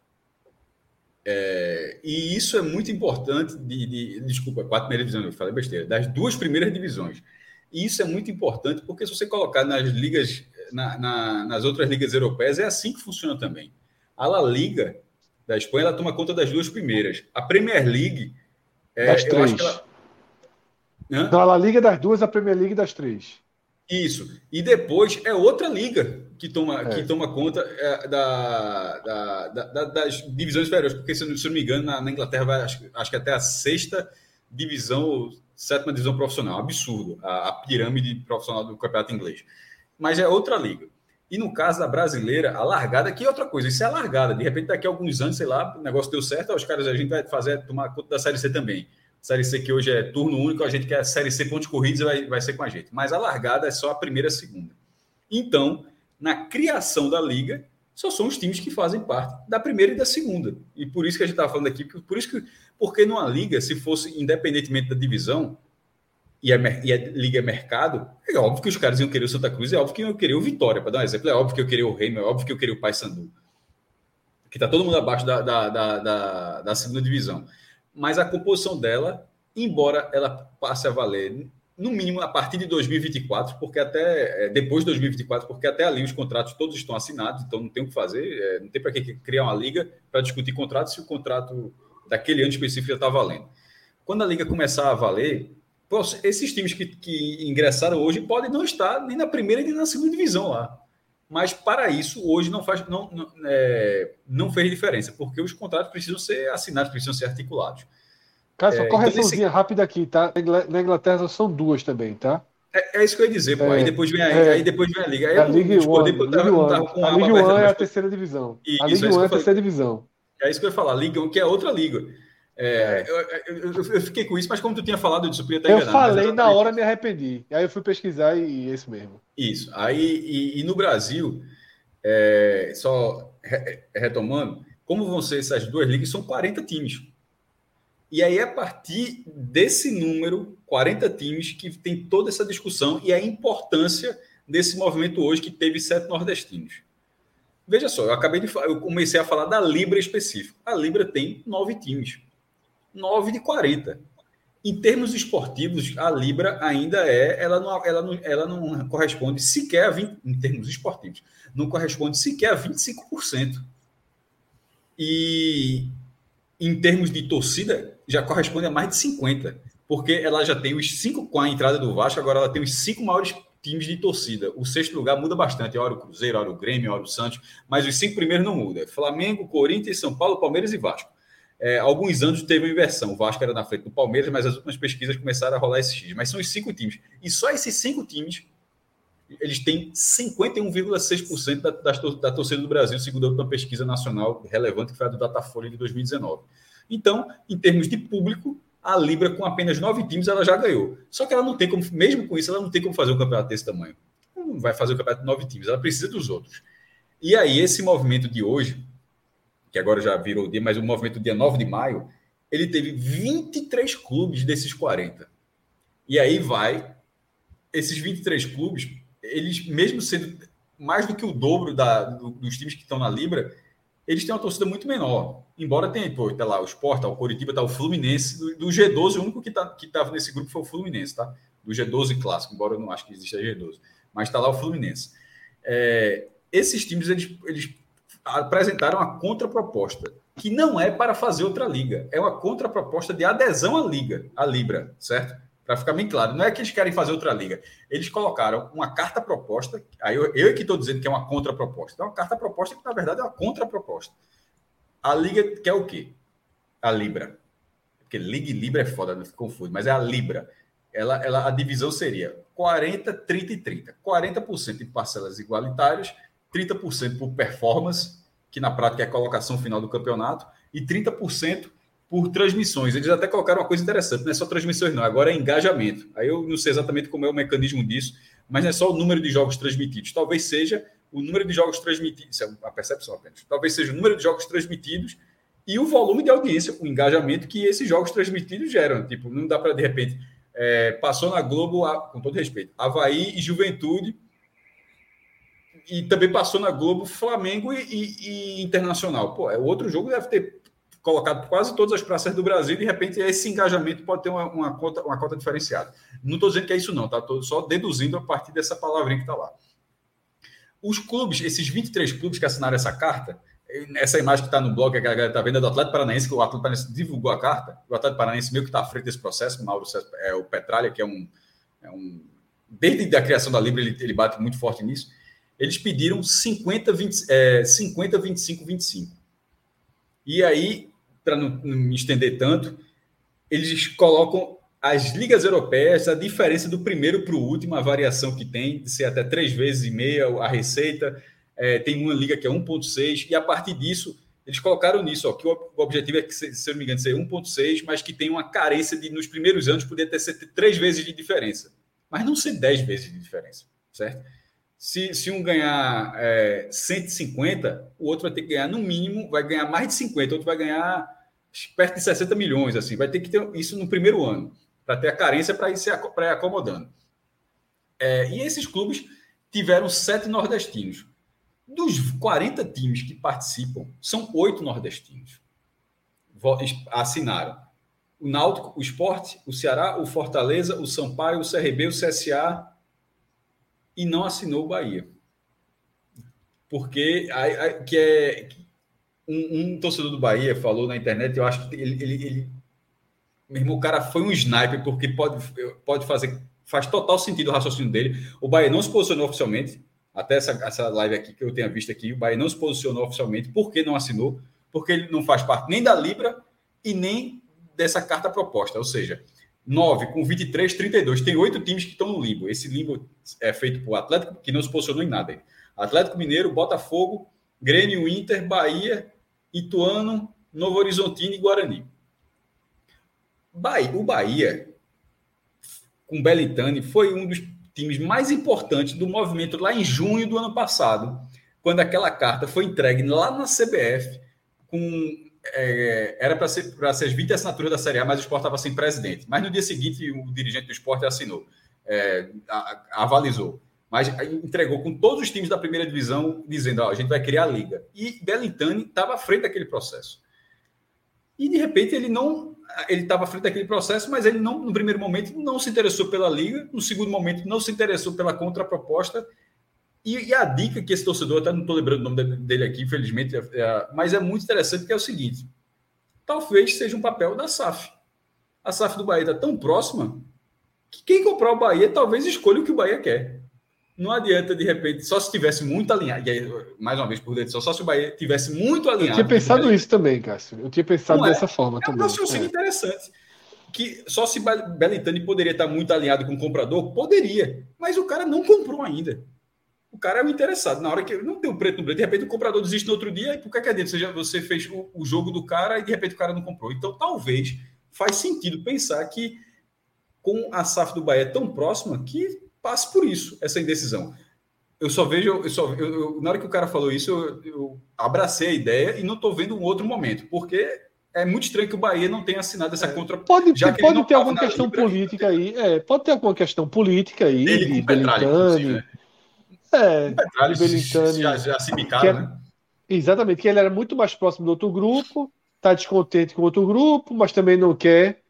E isso é muito importante. Desculpa, 4 primeiras divisões, eu falei besteira. Das 2 primeiras divisões. E isso é muito importante porque se você colocar nas ligas, nas outras ligas europeias, é assim que funciona também. A La Liga da Espanha ela toma conta das 2 primeiras. A Premier League das 3. Não, a La Liga das 2, a Premier League das 3. Isso. E depois é outra liga que toma conta das divisões inferiores. Porque, se eu não me engano, na Inglaterra vai, acho que até a 6ª divisão, 7ª divisão profissional. Absurdo. A pirâmide profissional do campeonato inglês. Mas é outra liga. E no caso da brasileira, a largada, que é outra coisa. Isso é a largada. De repente, daqui a alguns anos, sei lá, o negócio deu certo, os caras, a gente vai tomar conta da Série C também. Série C que hoje é turno único, a gente quer a Série C pontos corridos vai ser com a gente. Mas a largada é só a primeira e a segunda. Então, na criação da Liga, só são os times que fazem parte da primeira e da segunda. E por isso que a gente estava falando aqui, porque numa Liga, se fosse independentemente da divisão, e a Liga é mercado, é óbvio que os caras iam querer o Santa Cruz, é óbvio que iam querer o Vitória, para dar um exemplo, é óbvio que eu queria o Remo, é óbvio que eu queria o Paysandu. Que está todo mundo abaixo da segunda divisão. Mas a composição dela, embora ela passe a valer, no mínimo, a partir de 2024, porque até depois de 2024, porque até ali os contratos todos estão assinados, então não tem o que fazer, não tem para que criar uma liga para discutir contrato se o contrato daquele ano específico já está valendo. Quando a liga começar a valer, esses times que ingressaram hoje podem não estar nem na primeira nem na segunda divisão lá. Mas, para isso, hoje não fez diferença, porque os contratos precisam ser assinados, precisam ser articulados. Cara, só correçãozinha rápida aqui, tá? Na Inglaterra são 2 também, tá? É isso que eu ia dizer, pô. Aí depois vem a Liga. Aí a Liga 1 é a terceira divisão. A Liga 1 é a terceira divisão. É isso que eu ia falar, Liga 1, que é outra liga. Eu fiquei com isso, mas como tu tinha falado, eu podia estar enganado. Eu falei na hora, me arrependi. Aí eu fui pesquisar e é isso mesmo. Isso. Aí, e no Brasil, só retomando, como vão ser essas 2 ligas, são 40 times. E aí, a partir desse número, 40 times, que tem toda essa discussão e a importância desse movimento hoje, que teve 7 nordestinos. Veja só, eu comecei a falar da Libra específico. A Libra tem 9 times. 9 de 40. Em termos esportivos, a Libra ainda ela não corresponde sequer a 20%, em termos esportivos, não corresponde sequer a 25%. E em termos de torcida, já corresponde a mais de 50, porque ela já tem os 5 com a entrada do Vasco, agora ela tem os 5 maiores times de torcida. O sexto lugar muda bastante, hora o Cruzeiro, hora o Grêmio, hora o Santos, mas os 5 primeiros não mudam. Flamengo, Corinthians, São Paulo, Palmeiras e Vasco. Alguns anos teve uma inversão, o Vasco era na frente do Palmeiras, mas as últimas pesquisas começaram a rolar esses X. Mas são os 5 times. E só esses 5 times, eles têm 51,6% da torcida do Brasil, segundo a última pesquisa nacional relevante, que foi a do Datafolha de 2019. Então, em termos de público, a Libra, com apenas 9 times, ela já ganhou. Só que ela não tem como, mesmo com isso, ela não tem como fazer um campeonato desse tamanho. Não vai fazer um campeonato de 9 times, ela precisa dos outros. E aí, esse movimento de hoje, que agora já virou o dia, mas o movimento do dia 9 de maio, ele teve 23 clubes desses 40. E aí esses 23 clubes, eles, mesmo sendo mais do que o dobro dos times que estão na Libra, eles têm uma torcida muito menor. Embora tenha, tá lá o Sport, tá o Coritiba, tá o Fluminense, do G12, o único que estava nesse grupo foi o Fluminense, tá? Do G12 clássico, embora eu não acho que exista G12. Mas está lá o Fluminense. Esses times, eles apresentaram a contraproposta, que não é para fazer outra liga, é uma contraproposta de adesão à liga, à Libra, certo? Para ficar bem claro, não é que eles querem fazer outra liga. Eles colocaram uma carta proposta, aí eu que estou dizendo que é uma contraproposta. É uma carta proposta que, na verdade, é uma contraproposta. A liga quer o quê? A Libra. Porque Liga e Libra é foda, não se confunde, mas é a Libra. A divisão seria 40, 30 e 30. 40% em parcelas igualitárias, 30% por performance, que na prática é a colocação final do campeonato, e 30% por transmissões. Eles até colocaram uma coisa interessante, não é só transmissões não, agora é engajamento. Aí eu não sei exatamente como é o mecanismo disso, mas não é só o número de jogos transmitidos. Talvez seja o número de jogos transmitidos, isso é uma percepção apenas. Talvez seja o número de jogos transmitidos e o volume de audiência, o engajamento que esses jogos transmitidos geram. Tipo, não dá para, de repente, passou na Globo, com todo respeito, Avaí e Juventude, e também passou na Globo Flamengo e Internacional. Pô, o outro jogo deve ter colocado quase todas as praças do Brasil, e de repente esse engajamento pode ter uma cota diferenciada. Não estou dizendo que é isso não, tá? Estou só deduzindo a partir dessa palavrinha que está lá. Os clubes, esses 23 clubes que assinaram essa carta, essa imagem que está no blog, que a galera está vendo, é do Atlético Paranaense, que o Atlético Paranaense divulgou a carta. O Atlético Paranaense meio que está à frente desse processo, o Mauro César, o Petralha, que desde a criação da Libra, ele bate muito forte nisso. Eles pediram 50, 25, 25. E aí, para não me estender tanto, eles colocam as ligas europeias, a diferença do primeiro para o último, a variação que tem, de ser até 3,5 vezes a receita. Tem uma liga que é 1,6, e a partir disso, eles colocaram nisso, ó, que o objetivo é que, se eu não me engano, ser 1,6, mas que tem uma carência de, nos primeiros anos, poder ter 3 vezes de diferença. Mas não ser 10 vezes de diferença, certo? Se um ganhar 150, o outro vai ter que ganhar, no mínimo, vai ganhar mais de 50, o outro vai ganhar perto de 60 milhões, assim. Vai ter que ter isso no primeiro ano, para ter a carência para ir se acomodando. E esses clubes tiveram 7 nordestinos. Dos 40 times que participam, são 8 nordestinos. Assinaram o Náutico, o Sport, o Ceará, o Fortaleza, o Sampaio, o CRB, o CSA, e não assinou o Bahia. Porque um torcedor do Bahia falou na internet, eu acho que meu irmão, o cara foi um sniper, porque pode fazer, faz total sentido o raciocínio dele. O Bahia não se posicionou oficialmente, até essa live aqui que eu tenha visto aqui, o Bahia não se posicionou oficialmente. Por que não assinou? Porque ele não faz parte nem da Libra e nem dessa carta proposta, ou seja, 9 com 23, 32. Tem 8 times que estão no limbo. Esse limbo é feito por Atlético, que não se posicionou em nada. Atlético Mineiro, Botafogo, Grêmio, Inter, Bahia, Ituano, Novo Horizontino e Guarani. O Bahia, com Belintani, foi um dos times mais importantes do movimento lá em junho do ano passado, quando aquela carta foi entregue lá na CBF, era para ser as 20 assinaturas da Série A, mas o Sport estava sem presidente. Mas no dia seguinte, o dirigente do Sport assinou, avalizou. Mas entregou com todos os times da primeira divisão, dizendo, a gente vai criar a liga. E Belintani estava à frente daquele processo. E, de repente, ele estava à frente daquele processo, mas ele não, no primeiro momento, não se interessou pela liga, no segundo momento, não se interessou pela contraproposta. E a dica que esse torcedor, até não estou lembrando o nome dele aqui, infelizmente, mas é muito interessante, que é o seguinte: talvez seja um papel da SAF. A SAF do Bahia está tão próxima que quem comprar o Bahia talvez escolha o que o Bahia quer. Não adianta, de repente, só se tivesse muito alinhado. E aí, mais uma vez, por dentro, só se o Bahia tivesse muito alinhado. Eu tinha pensado isso também, Cássio. Eu tinha pensado dessa forma também. É um raciocínio interessante. Que só se Belintani poderia estar muito alinhado com o comprador? Poderia. Mas o cara não comprou ainda. O cara é o interessado. Na hora que não tem o preto no branco, de repente o comprador desiste no outro dia, e por que adianta? Você fez o jogo do cara e de repente o cara não comprou. Então, talvez faz sentido pensar que com a SAF do Bahia tão próxima que passe por isso, essa indecisão. Eu só vejo, na hora que o cara falou isso, eu abracei a ideia e não estou vendo um outro momento, porque é muito estranho que o Bahia não tenha assinado essa contra. Pode ter alguma questão política aí. Pode ter alguma questão política aí de Belintani. Né? O Petralha já se bicaram, né? Exatamente, que ele era muito mais próximo do outro grupo, está descontente com o outro grupo, mas também não quer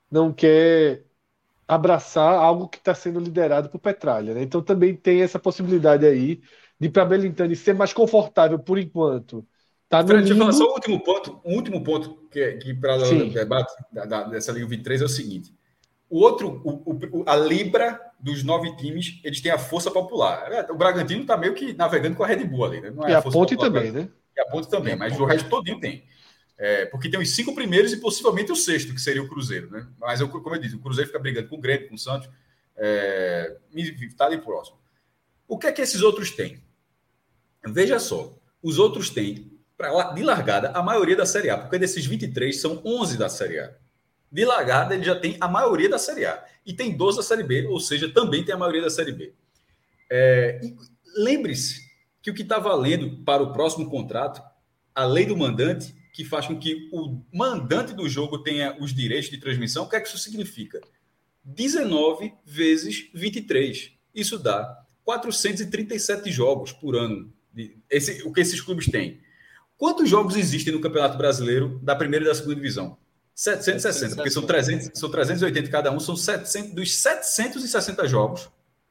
abraçar algo que está sendo liderado por Petralha, né? Então também tem essa possibilidade aí de para Belintani ser mais confortável por enquanto. Tá no Fred, limbo. deixa eu falar só o último ponto que para o debate dessa Liga 23 é o seguinte. A Libra dos 9 times, eles têm a força popular. O Bragantino está meio que navegando com a Red Bull ali, né? Não é e a Ponte popular, também, né? E a Ponte também, mas o resto todinho tem. Porque tem os 5 primeiros e possivelmente o 6º, que seria o Cruzeiro, né? Mas, como eu disse, o Cruzeiro fica brigando com o Grêmio, com o Santos, está ali próximo. O que é que esses outros têm? Veja só, os outros têm, de largada, a maioria da Série A, porque desses 23 são 11 da Série A. De largada, ele já tem a maioria da Série A. E tem 12 da Série B, ou seja, também tem a maioria da Série B. E lembre-se que o que está valendo para o próximo contrato, a lei do mandante, que faz com que o mandante do jogo tenha os direitos de transmissão, o que é que isso significa? 19 vezes 23. Isso dá 437 jogos por ano. O que esses clubes têm. Quantos jogos existem no Campeonato Brasileiro da primeira e da segunda divisão? 760, porque são 380 cada um, são 700, dos 760 jogos,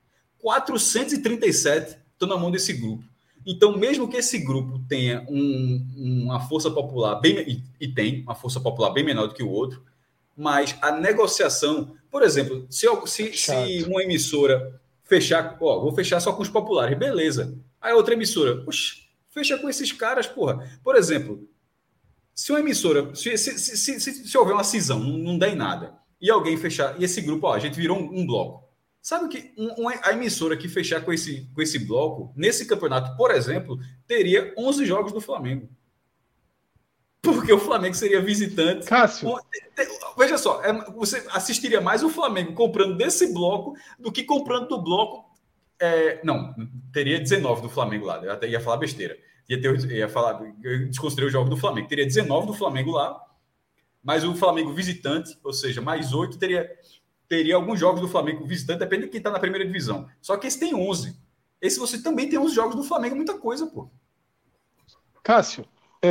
437 estão na mão desse grupo. Então, mesmo que esse grupo tenha uma força popular e tem uma força popular bem menor do que o outro, mas a negociação, por exemplo, se uma emissora fechar, vou fechar só com os populares, beleza. Aí a outra emissora, fecha com esses caras, porra. Por exemplo, se uma emissora, se houver uma cisão, não der em nada, e alguém fechar, e esse grupo, a gente virou um bloco. Sabe que a emissora que fechar com esse bloco, nesse campeonato, por exemplo, teria 11 jogos do Flamengo. Porque o Flamengo seria visitante. Cássio. Veja só, você assistiria mais o Flamengo comprando desse bloco do que comprando do bloco. Não, teria 19 do Flamengo lá. Eu até ia falar besteira. Eu desconstruí o jogo do Flamengo. Teria 19 do Flamengo lá, mas o Flamengo visitante, ou seja, mais 8, teria alguns jogos do Flamengo visitante, depende de quem está na primeira divisão. Só que esse tem 11. Esse você também tem 11 jogos do Flamengo, muita coisa, pô. Cássio,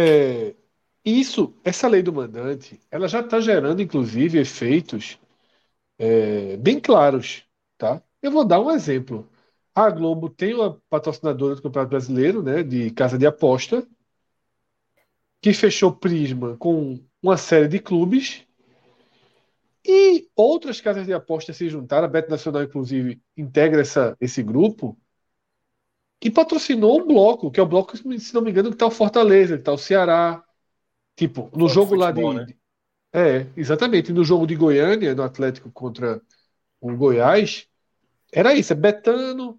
essa lei do mandante, ela já está gerando, inclusive, efeitos bem claros, tá? Eu vou dar um exemplo. A Globo tem uma patrocinadora do Campeonato Brasileiro, né, de casa de aposta, que fechou Prisma com uma série de clubes e outras casas de aposta se juntaram. A Bet Nacional, inclusive, integra esse grupo e patrocinou um bloco, que é o bloco, se não me engano, que está o Fortaleza, que está o Ceará. Tipo, no jogo futebol, lá de... Né? Exatamente. No jogo de Goiânia, no Atlético contra o Goiás, era isso. É Betano,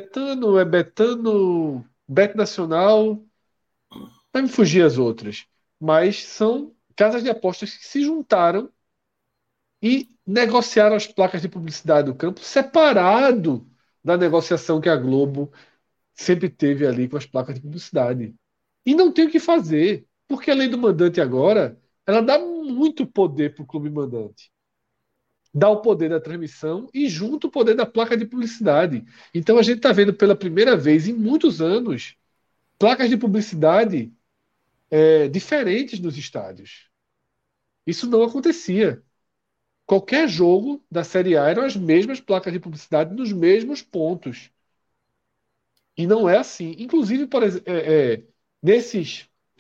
Bet Nacional. Vai me fugir as outras. Mas são casas de apostas que se juntaram e negociaram as placas de publicidade do campo separado da negociação que a Globo sempre teve ali com as placas de publicidade. E não tem o que fazer, porque a lei do mandante agora, ela dá muito poder para o clube mandante. Dá o poder da transmissão e junto o poder da placa de publicidade. Então a gente está vendo pela primeira vez em muitos anos placas de publicidade diferentes nos estádios. Isso não acontecia. Qualquer jogo da Série A eram as mesmas placas de publicidade nos mesmos pontos. E não é assim. Inclusive, por exemplo, nesses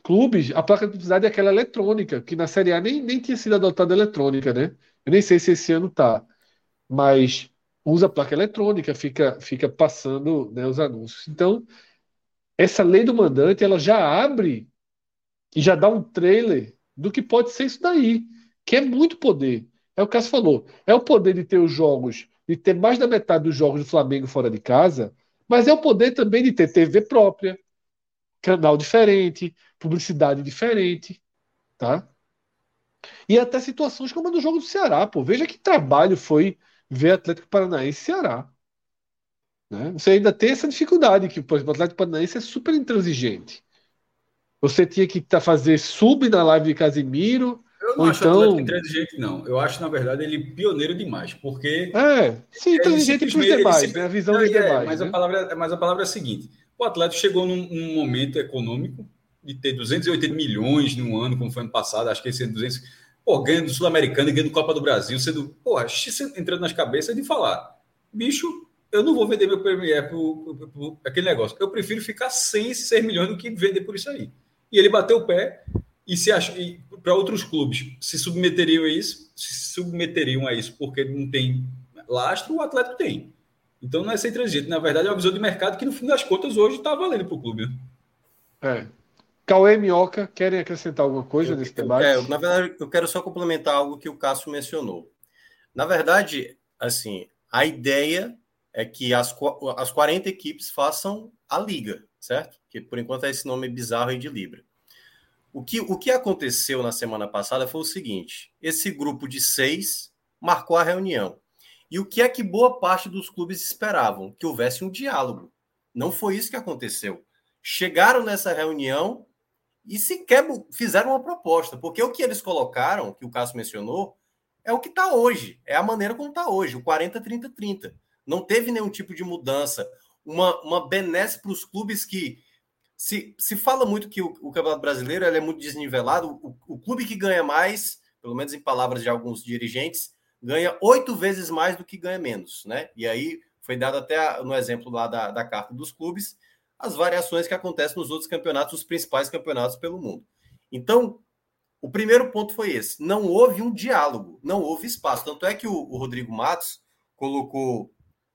clubes, a placa de publicidade é aquela eletrônica, que na Série A nem tinha sido adotada eletrônica, né? Eu nem sei se esse ano tá, mas usa a placa eletrônica, fica passando, né, os anúncios. Então, essa lei do mandante, ela já abre e já dá um trailer do que pode ser isso daí, que é muito poder. É o que o Cássio falou, é o poder de ter os jogos, de ter mais da metade dos jogos do Flamengo fora de casa, mas é o poder também de ter TV própria, canal diferente, publicidade diferente, tá? E até situações como a do jogo do Ceará, pô. Veja que trabalho foi ver Atlético Paranaense e Ceará, né? Você ainda tem essa dificuldade que, por exemplo, o Atlético Paranaense é super intransigente. Você tinha que fazer sub na live de Casimiro, Eu não ou acho o Atlético então... intransigente, não. Eu acho, na verdade, ele pioneiro demais, porque Sim, intransigente para os demais, né? A visão dos demais, mas, né? a palavra é a seguinte: o Atlético chegou num momento econômico de ter 280 milhões no ano, como foi ano passado, acho que esse ano 200, ganhando do Sul-Americano e ganhando Copa do Brasil, sendo, entrando nas cabeças de falar, bicho, eu não vou vender meu Premier por aquele negócio. Eu prefiro ficar sem esses 6 milhões do que vender por isso aí. E ele bateu o pé e se acha, para outros clubes se submeteriam a isso porque não tem lastro, o Atlético tem. Então não é ser intransigente, na verdade é uma visão de mercado que no fim das contas hoje está valendo para o clube, né? Cauê e Minhoca, querem acrescentar alguma coisa nesse debate? Na verdade, eu quero só complementar algo que o Cássio mencionou. Na verdade, assim, a ideia é que as 40 equipes façam a liga, certo? Que por enquanto é esse nome bizarro aí de Libra. O que aconteceu na semana passada foi o seguinte: esse grupo de 6 marcou a reunião. E o que é que boa parte dos clubes esperavam? Que houvesse um diálogo. Não foi isso que aconteceu. Chegaram nessa reunião e sequer fizeram uma proposta, porque o que eles colocaram, que o Cássio mencionou, é o que está hoje, é a maneira como está hoje, o 40-30-30. Não teve nenhum tipo de mudança, uma benesse para os clubes que se fala muito que o Campeonato Brasileiro ele é muito desnivelado. O clube que ganha mais, pelo menos em palavras de alguns dirigentes, ganha 8 vezes mais do que ganha menos, né? E aí foi dado até no exemplo lá da carta dos clubes, as variações que acontecem nos outros campeonatos, os principais campeonatos pelo mundo. Então, o primeiro ponto foi esse: não houve um diálogo, não houve espaço. Tanto é que o Rodrigo Matos colocou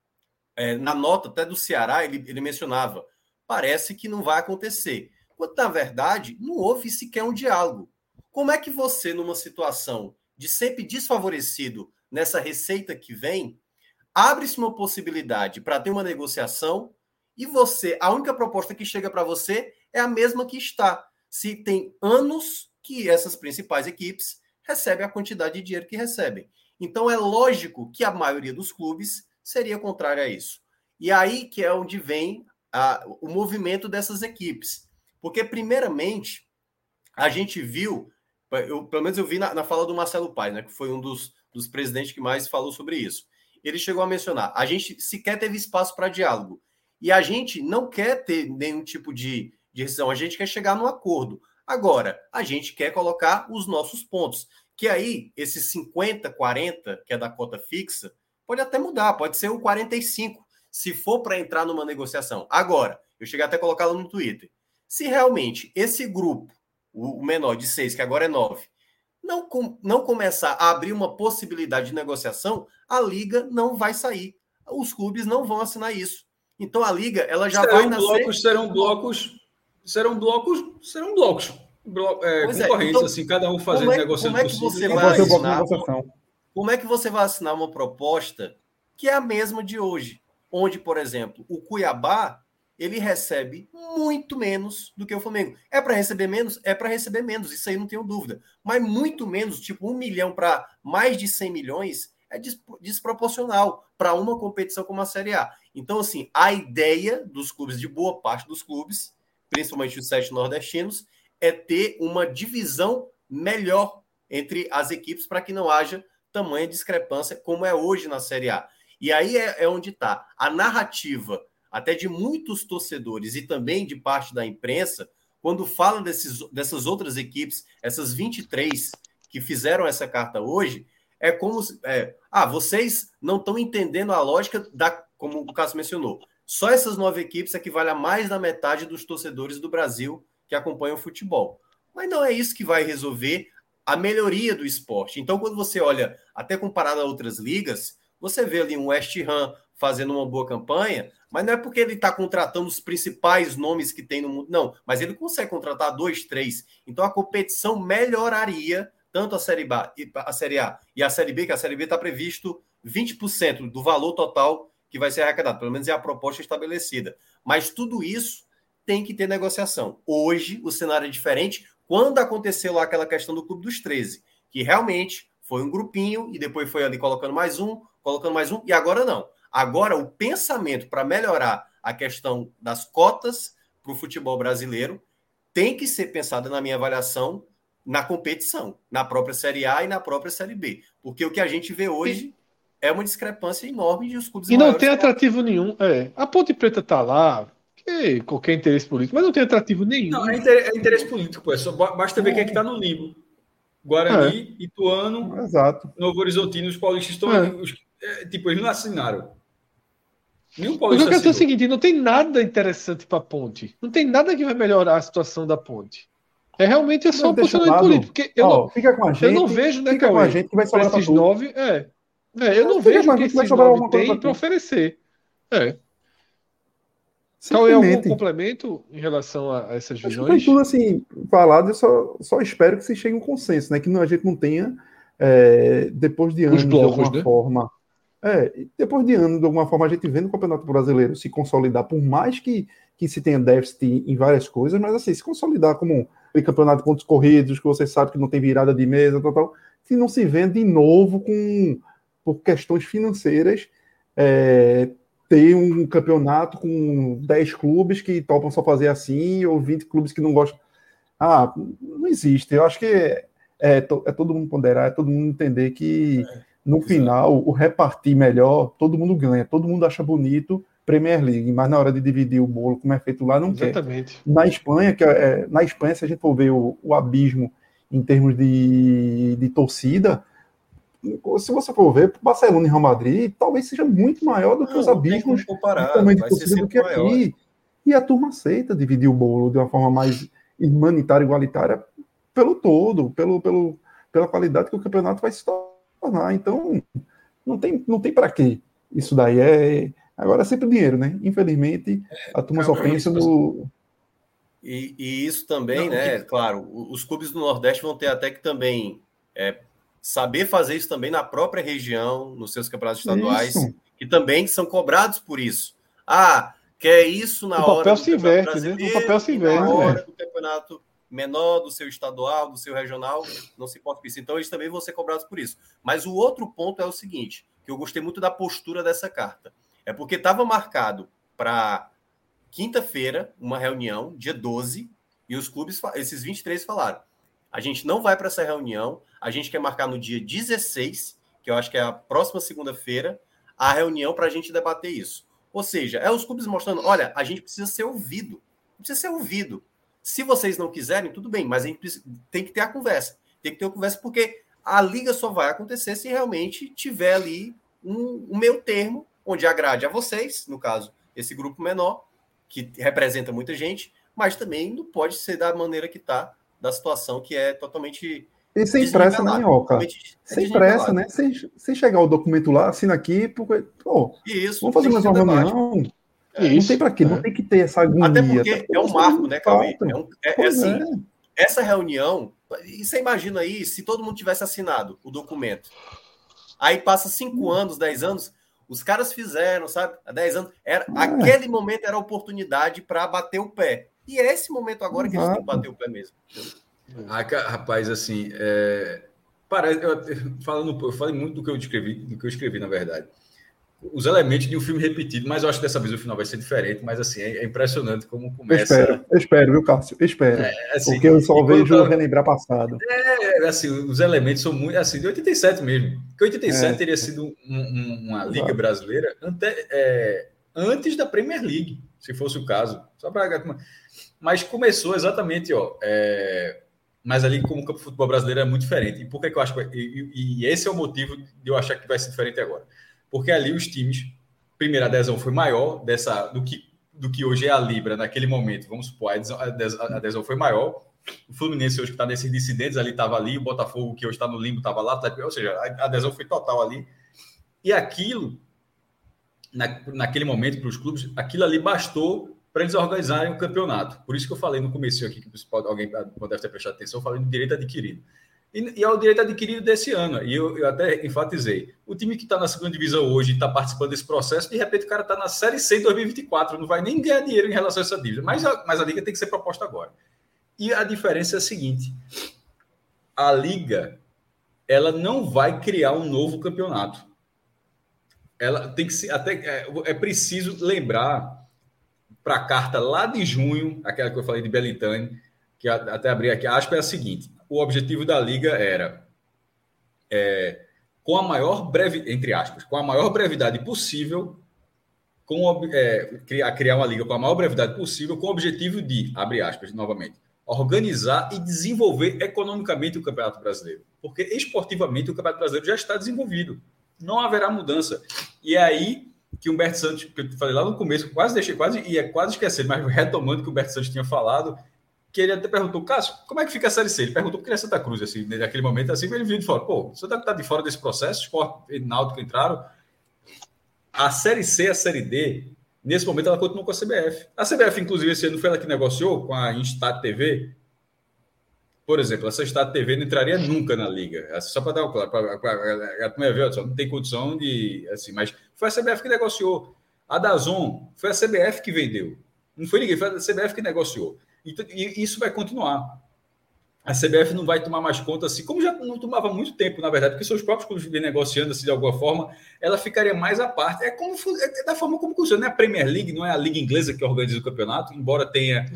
na nota até do Ceará, ele mencionava, parece que não vai acontecer. Quando, na verdade, não houve sequer um diálogo. Como é que você, numa situação de sempre desfavorecido nessa receita que vem, abre-se uma possibilidade para ter uma negociação e a única proposta que chega para você é a mesma que está. Se tem anos que essas principais equipes recebem a quantidade de dinheiro que recebem. Então, é lógico que a maioria dos clubes seria contrária a isso. E aí que é onde vem o movimento dessas equipes. Porque, primeiramente, a gente viu, pelo menos eu vi na fala do Marcelo Paes, né, que foi um dos presidentes que mais falou sobre isso. Ele chegou a mencionar, a gente sequer teve espaço para diálogo. E a gente não quer ter nenhum tipo de decisão, a gente quer chegar num acordo. Agora, a gente quer colocar os nossos pontos. Que aí, esses 50, 40, que é da cota fixa, pode até mudar, pode ser o 45, se for para entrar numa negociação. Agora, eu cheguei até a colocá-lo no Twitter. Se realmente esse grupo, o menor de 6, que agora é 9, não começar a abrir uma possibilidade de negociação, a Liga não vai sair. Os clubes não vão assinar isso. Então a Liga, ela já vai nascer... Serão blocos concorrentes, então, assim, cada um fazendo negociação possível. Como é que você vai assinar uma proposta que é a mesma de hoje? Onde, por exemplo, o Cuiabá, ele recebe muito menos do que o Flamengo. É para receber menos? É para receber menos, isso aí não tenho dúvida. Mas muito menos, tipo 1 milhão para mais de 100 milhões, é desproporcional para uma competição como a Série A. Então, assim, a ideia dos clubes, de boa parte dos clubes, principalmente os 7 nordestinos, é ter uma divisão melhor entre as equipes para que não haja tamanha discrepância como é hoje na Série A. E aí é onde está a narrativa, até de muitos torcedores e também de parte da imprensa, quando fala dessas outras equipes, essas 23 que fizeram essa carta hoje, é como vocês não estão entendendo a lógica como o Cássio mencionou. Só essas 9 equipes equivalem a mais da metade dos torcedores do Brasil que acompanham o futebol. Mas não é isso que vai resolver a melhoria do esporte. Então, quando você olha, até comparado a outras ligas, você vê ali um West Ham fazendo uma boa campanha, mas não é porque ele está contratando os principais nomes que tem no mundo, não. Mas ele consegue contratar 2, 3. Então, a competição melhoraria tanto a Série A e a Série B, que a Série B está previsto 20% do valor total que vai ser arrecadado. Pelo menos é a proposta estabelecida. Mas tudo isso tem que ter negociação. Hoje, o cenário é diferente. Quando aconteceu lá aquela questão do Clube dos 13, que realmente foi um grupinho e depois foi ali colocando mais um, e agora não. Agora, o pensamento para melhorar a questão das cotas para o futebol brasileiro tem que ser pensado, na minha avaliação, na competição, na própria Série A e na própria Série B. Porque o que a gente vê hoje é uma discrepância enorme de os clubes maiores. E não tem atrativo nenhum. A Ponte Preta está lá, que qualquer interesse político, mas não tem atrativo nenhum. Não, é interesse político, pô. Só basta ver quem é que está no limbo. Guarani, Ituano, Exato. Novo Horizontino, os paulistas estão... Tipo, eles não assinaram. Nenhum paulista. O que eu quero dizer é o seguinte, não tem nada interessante para a Ponte. Não tem nada que vai melhorar a situação da Ponte. Realmente só um posicionamento político. Porque fica com a gente, eu não vejo, né, fica com a gente que vai sobrar esses 9. Eu não vejo o que esses 9 têm para oferecer. Então, é algum complemento em relação a essas visões? Foi tudo assim, falado, eu só espero que se chegue a um consenso, né? Que a gente não tenha, depois de anos, de alguma forma... depois de anos, de alguma forma, a gente vê no Campeonato Brasileiro se consolidar, por mais que se tenha déficit em várias coisas, mas assim, se consolidar como aquele campeonato de pontos corridos, que você sabe que não tem virada de mesa, tal, se não se vê de novo por questões financeiras, ter um campeonato com 10 clubes que topam só fazer assim, ou 20 clubes que não gostam. Não existe. Eu acho que é todo mundo ponderar, é todo mundo entender que no final, o repartir melhor, todo mundo ganha, todo mundo acha bonito Premier League, mas na hora de dividir o bolo, como é feito lá, não Exatamente. quer. Na Espanha, se a gente for ver o abismo em termos de torcida, se você for ver, Barcelona e Real Madrid, talvez seja muito maior do que os abismos de tamanho de torcida do que aqui. E a turma aceita dividir o bolo de uma forma mais humanitária, igualitária, pelo todo, pela qualidade que o campeonato vai se tornar. Então, não tem para quê isso daí. Agora é sempre dinheiro, né? Infelizmente, a turma só pensa no... E isso também, né? Claro, os clubes do Nordeste vão ter até que também saber fazer isso também na própria região, nos seus campeonatos estaduais, que também são cobrados por isso. Quer isso na hora do campeonato brasileiro, o papel se inverte, na hora do campeonato menor, do seu estadual, do seu regional, não se importa com isso. Então, eles também vão ser cobrados por isso. Mas o outro ponto é o seguinte, que eu gostei muito da postura dessa carta. É porque estava marcado para quinta-feira uma reunião, dia 12, e os clubes, esses 23 falaram, a gente não vai para essa reunião, a gente quer marcar no dia 16, que eu acho que é a próxima segunda-feira, a reunião para a gente debater isso. Ou seja, os clubes mostrando, olha, a gente precisa ser ouvido. Precisa ser ouvido. Se vocês não quiserem, tudo bem, mas a gente tem que ter a conversa. Tem que ter uma conversa porque a liga só vai acontecer se realmente tiver ali um meio termo, onde agrade a vocês, no caso, esse grupo menor, que representa muita gente, mas também não pode ser da maneira que está, da situação que é totalmente... E sem pressa, né, Minhoca? Sem pressa, né? Sem chegar o documento lá, assina aqui, porque... Isso, vamos fazer mais uma reunião... Não tem para quê, não tem que ter essa agonia. Até porque é um marco, né, Cauê? Essa reunião, e você imagina aí, se todo mundo tivesse assinado o documento, aí passa 5 anos, 10 anos, os caras fizeram, sabe? Há 10 anos, aquele momento era a oportunidade para bater o pé. E é esse momento agora que eles têm que bater o pé mesmo. Rapaz, assim, eu falei muito do que eu escrevi, na verdade. Os elementos de um filme repetido, mas eu acho que dessa vez o final vai ser diferente, mas assim, é impressionante como começa... Eu espero, viu, Cássio? Espero. Assim, porque eu só vejo relembrar passado. Assim, os elementos são muito, assim, de 87 mesmo. Porque 87 teria sido uma liga brasileira antes da Premier League, se fosse o caso. Só para... Mas começou exatamente, mas ali como o futebol brasileiro é muito diferente. E por que eu acho e esse é o motivo de eu achar que vai ser diferente agora. Porque ali os times, primeira adesão foi maior do que hoje é a Libra naquele momento. Vamos supor, a adesão foi maior. O Fluminense hoje que está nesses dissidentes ali estava ali, o Botafogo que hoje está no limbo estava lá, ou seja, a adesão foi total ali. E aquilo, naquele momento para os clubes, aquilo ali bastou para eles organizarem o campeonato. Por isso que eu falei no começo aqui, que alguém pode ter prestado atenção, eu falei do direito adquirido. E é o direito adquirido desse ano. E eu até enfatizei. O time que está na segunda divisão hoje e está participando desse processo, de repente o cara está na Série C em 2024, não vai nem ganhar dinheiro em relação a essa dívida. Mas a Liga tem que ser proposta agora. E a diferença é a seguinte. A Liga, ela não vai criar um novo campeonato. Ela tem que ser... É preciso lembrar para a carta lá de junho, aquela que eu falei de Belintani, que até abri aqui, a aspa é a seguinte. O objetivo da Liga era, com a maior com a maior brevidade possível, criar uma Liga com a maior brevidade possível, com o objetivo de, abre aspas, novamente, organizar e desenvolver economicamente o Campeonato Brasileiro. Porque esportivamente o Campeonato Brasileiro já está desenvolvido. Não haverá mudança. E é aí que o Humberto Santos, que eu falei lá no começo, quase esquecer, mas retomando o que o Humberto Santos tinha falado, que ele até perguntou, Cássio, como é que fica a Série C? Ele perguntou porque ele é Santa Cruz, assim, naquele momento, assim, ele viu de fora. Pô, o Santa Cruz está de fora desse processo, Sport e Náutico entraram. A Série C e a Série D, nesse momento, ela continua com a CBF. A CBF, inclusive, esse ano foi ela que negociou com a Instat TV. Por exemplo, essa Instat TV não entraria nunca na Liga. Só para dar um claro, a primeira vez, não tem condição de... assim, mas foi a CBF que negociou. A DAZN foi a CBF que vendeu. Não foi ninguém, foi a CBF que negociou. E isso vai continuar. A CBF não vai tomar mais conta, assim, como já não tomava há muito tempo, na verdade, porque seus próprios clubes vêm negociando assim, de alguma forma, ela ficaria mais à parte. É da forma como funciona. Não é a Premier League, não é a Liga Inglesa que organiza o campeonato, embora tenha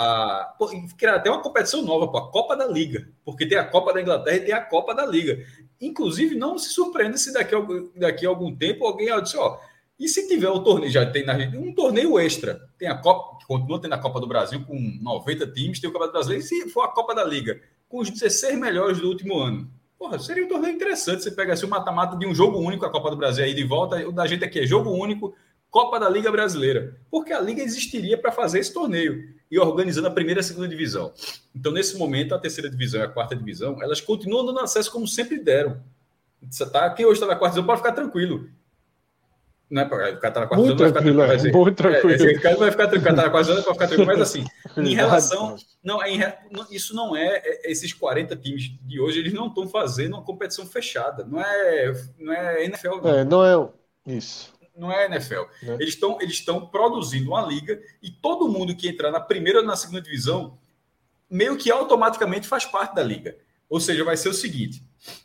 criar até uma competição nova, a Copa da Liga, porque tem a Copa da Inglaterra e tem a Copa da Liga. Inclusive, não se surpreenda se daqui a algum tempo alguém disse, e se tiver um torneio, já tem um torneio extra, tem a Copa, continua tendo a Copa do Brasil com 90 times, tem o Campeonato Brasileiro, e se for a Copa da Liga, com os 16 melhores do último ano. Porra, seria um torneio interessante, você pega assim, o mata-mata de um jogo único, a Copa do Brasil aí de volta, o da gente aqui é jogo único, Copa da Liga Brasileira, porque a Liga existiria para fazer esse torneio, e organizando a primeira e a segunda divisão. Então, nesse momento, a terceira divisão e a quarta divisão, elas continuam dando acesso como sempre deram. Quem hoje está na quarta divisão pode ficar tranquilo. Não é para o cara tá na quarta zona, vai ficar tranquilo. Muito tranquilo. O cara vai ficar tranquilo, tá na quarta zona, vai ficar tranquilo. Mas assim, em relação. Isso não é. Esses 40 times de hoje, eles não estão fazendo uma competição fechada. Não é NFL. Não é isso. Não é NFL. Eles estão produzindo uma liga e todo mundo que entrar na primeira ou na segunda divisão, meio que automaticamente faz parte da liga. Ou seja, vai ser o seguinte.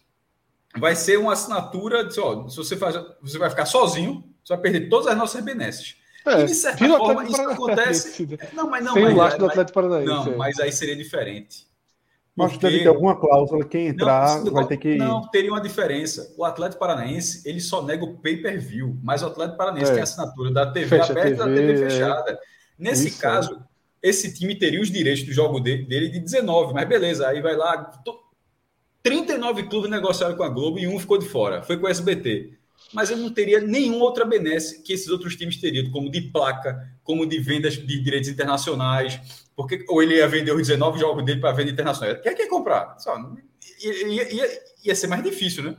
Vai ser uma assinatura de, se você vai ficar sozinho, você vai perder todas as nossas benesses. E de certa forma, isso acontece. Sem o lastro do Atlético Paranaense. Não, mas aí seria diferente. Mas deve ter alguma cláusula, quem entrar vai ter que... Não, teria uma diferença. O Atlético Paranaense, ele só nega o pay-per-view, mas o Atlético Paranaense tem a assinatura da TV aberta e da TV fechada. Nesse caso, esse time teria os direitos do jogo dele de 19, mas beleza, aí vai lá... 39 clubes negociaram com a Globo e um ficou de fora. Foi com o SBT. Mas ele não teria nenhuma outra benesse que esses outros times teriam, como de placa, como de vendas de direitos internacionais. Ou ele ia vender os 19 jogos dele para venda internacional. Quem quer comprar? Ia ser mais difícil, né?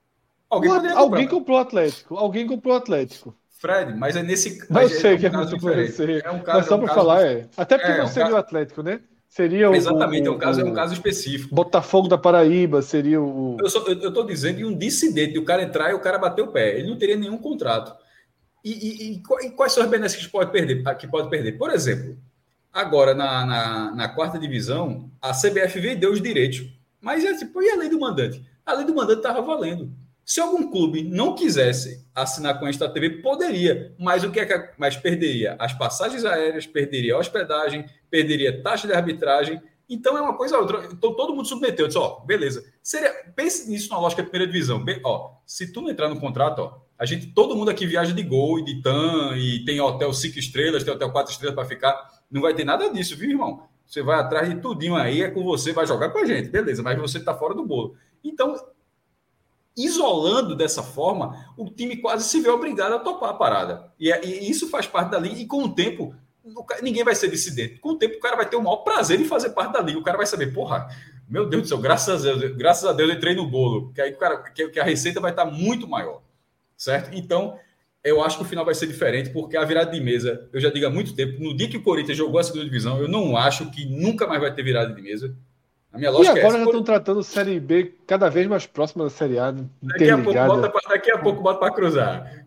Alguém comprou o Atlético. Alguém comprou o Atlético. Fred, mas é nesse... Não sei que é muito diferente. Mas só para falar, Até porque não seria o Atlético, né? Seria exatamente, é um caso específico. Botafogo da Paraíba seria o... Eu estou dizendo de um dissidente, o cara entrar e o cara bater o pé. Ele não teria nenhum contrato. E quais são as benesses que pode perder? Por exemplo, agora na quarta divisão, a CBF vendeu os direitos. Mas e a lei do mandante? A lei do mandante estava valendo. Se algum clube não quisesse assinar com a Instat TV, poderia, mas mas perderia as passagens aéreas, perderia a hospedagem, perderia taxa de arbitragem. Então é uma coisa ou outra. Então todo mundo submeteu. Eu disse, beleza. Pense nisso na lógica da primeira divisão. Se tu não entrar no contrato, todo mundo aqui viaja de Gol e de TAM e tem hotel 5 estrelas, tem hotel 4 estrelas para ficar. Não vai ter nada disso, viu, irmão? Você vai atrás de tudinho aí, é com você, vai jogar com a gente, beleza, mas você está fora do bolo. Então, isolando dessa forma, o time quase se vê obrigado a topar a parada. E isso faz parte da liga, e com o tempo, ninguém vai ser dissidente. Com o tempo, o cara vai ter o maior prazer em fazer parte da liga. O cara vai saber, porra, meu Deus do céu, graças a Deus eu entrei no bolo. Que aí que a receita vai estar muito maior. Certo? Então, eu acho que o final vai ser diferente, porque a virada de mesa, eu já digo há muito tempo, no dia que o Corinthians jogou a segunda divisão, eu não acho que nunca mais vai ter virada de mesa. A minha lógica e agora é essa. Já estão tratando Série B cada vez mais próxima da Série A. Daqui a pouco bota para cruzar.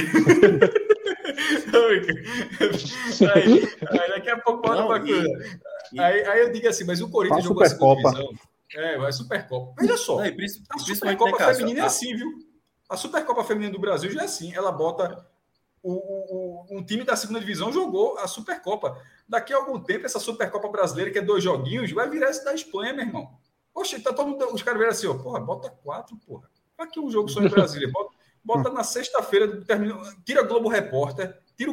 Daqui a pouco bota para cruzar. Aí eu digo assim, mas o Corinthians jogou a segunda divisão. Vai Supercopa. Veja só, a Supercopa feminina é assim, viu? A Supercopa feminina do Brasil já é assim. Ela bota um time da segunda divisão jogou a Supercopa. Daqui a algum tempo, essa Supercopa brasileira, que é 2 joguinhos, vai virar esse da Espanha, meu irmão. Poxa, tá todo mundo, os caras viram assim, ó, porra, bota 4, porra. Aqui um jogo só em Brasília. Bota na sexta-feira, tira o Globo Repórter,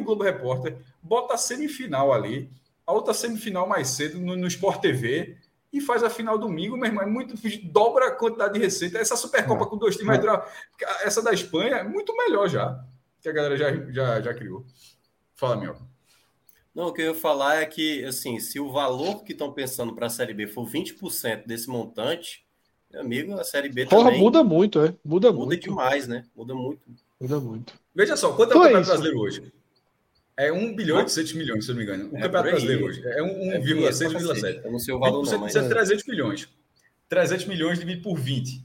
bota a semifinal ali, a outra semifinal mais cedo no Sport TV e faz a final domingo, meu irmão. É muito, dobra a quantidade de receita. Essa Supercopa com 2 times vai durar. Essa da Espanha é muito melhor já, que a galera já criou. Fala, meu. Não, o que eu ia falar é que, assim, se o valor que estão pensando para a Série B for 20% desse montante, meu amigo, a Série B também... muda muito, é. Muda muito. Demais, né? Muda muito. Veja só, quanto é o Campeonato Brasileiro hoje? É 1 bilhão e 800 milhões, se eu não me engano. O Campeonato Brasileiro hoje é 1,6, 1,7. Eu não sei o valor não, mas... 300 milhões. 300 milhões dividido por 20.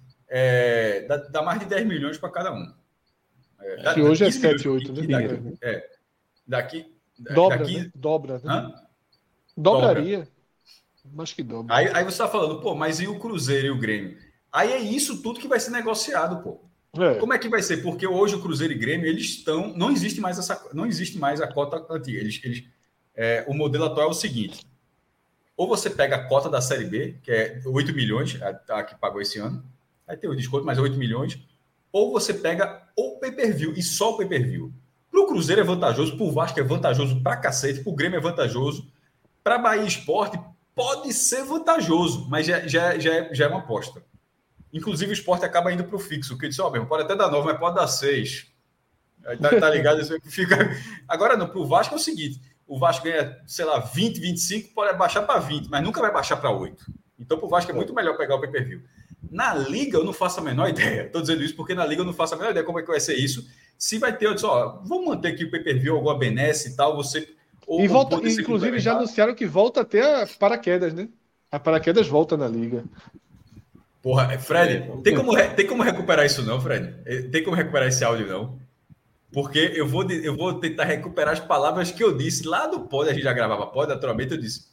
Dá mais de 10 milhões para cada um. Que hoje é 7, 8, né? Daqui... Dobra, né? Dobraria. Acho que dobra. Aí você está falando, pô, mas e o Cruzeiro e o Grêmio? Aí é isso tudo que vai ser negociado, pô. Como é que vai ser? Porque hoje o Cruzeiro e Grêmio, eles estão... Não existe mais a cota antiga. O modelo atual é o seguinte. Ou você pega a cota da Série B, que é 8 milhões, a que pagou esse ano. Aí tem o desconto, mas é 8 milhões. Ou você pega o pay-per-view e só o pay-per-view. Para o Cruzeiro é vantajoso, para o Vasco é vantajoso pra cacete, para o Grêmio é vantajoso, para Bahia Sport pode ser vantajoso, mas já é uma aposta. Inclusive o Sport acaba indo para o fixo, que disse, mesmo, pode até dar 9, mas pode dar 6. Tá ligado? Fica... Agora não, para o Vasco é o seguinte, o Vasco ganha, sei lá, 20, 25, pode baixar para 20, mas nunca vai baixar para 8. Então para o Vasco é muito melhor pegar o pay-per-view. Na Liga eu não faço a menor ideia. Estou dizendo isso porque na Liga eu não faço a menor ideia como é que vai ser isso. Se vai ter, eu disse, vamos manter aqui o pay-per-view, alguma benesse e tal, inclusive já anunciaram que volta a ter a paraquedas, né? A paraquedas volta na Liga. Porra, Fred, tem como recuperar isso não, Fred? Tem como recuperar esse áudio não? Porque eu vou tentar recuperar as palavras que eu disse lá do pod, a gente já gravava pod, naturalmente eu disse.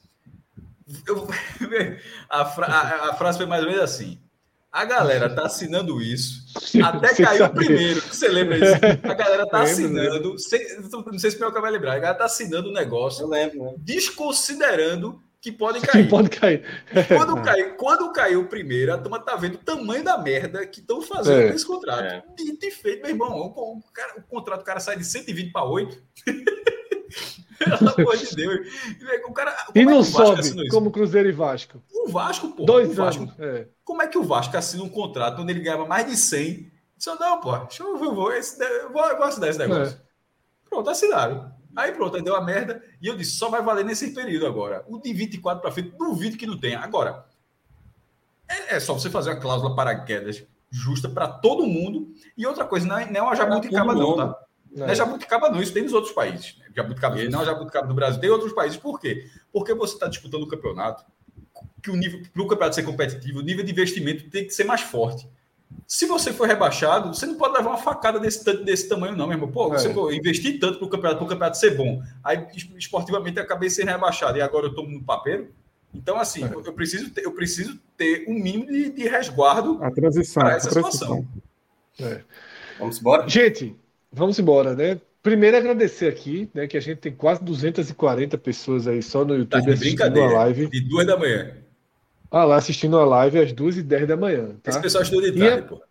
A frase foi mais ou menos assim. A galera tá assinando isso. Até caiu o primeiro. Você lembra isso? A galera tá assinando. Não sei se o meu vai lembrar. A galera tá assinando o negócio. Eu lembro. Desconsiderando que pode cair. Pode cair. Quando caiu o primeiro, a turma tá vendo o tamanho da merda que estão fazendo nesse contrato. Dito e feito, meu irmão. O contrato do cara sai de 120 para 8. Pelo amor de Deus. E não sobe como Cruzeiro e Vasco. O Vasco, pô. 2 anos. Como é que o Vasco assina um contrato onde ele ganhava mais de 100? Disse, não, pô, eu vou assinar esse negócio. Pronto, assinaram. Aí pronto, aí deu a merda. E eu disse, só vai valer nesse período agora. O de 24 para frente, duvido que não tenha. Agora, é só você fazer uma cláusula paraquedas justa para todo mundo. E outra coisa, não é uma jabuticaba não, tá? Não é jabuticaba não, isso tem nos outros países. Jabuticaba não é jabuticaba do Brasil, tem outros países. Por quê? Porque você está disputando o campeonato, que o nível, para o campeonato ser competitivo, o nível de investimento tem que ser mais forte. Se você for rebaixado, você não pode levar uma facada desse tamanho, não, meu irmão. Pô, você investir tanto para o campeonato ser bom. Aí, esportivamente, eu acabei sendo rebaixado e agora eu estou no papeiro. Então, assim, eu preciso ter um mínimo de resguardo para essa situação. Vamos embora? Gente, vamos embora, né? Primeiro, agradecer aqui, né, que a gente tem quase 240 pessoas aí só no YouTube assistindo a live. De 2 da manhã. Lá assistindo a live às 2h10 da manhã. Tá? Esse pessoal estuda de tarde, pô.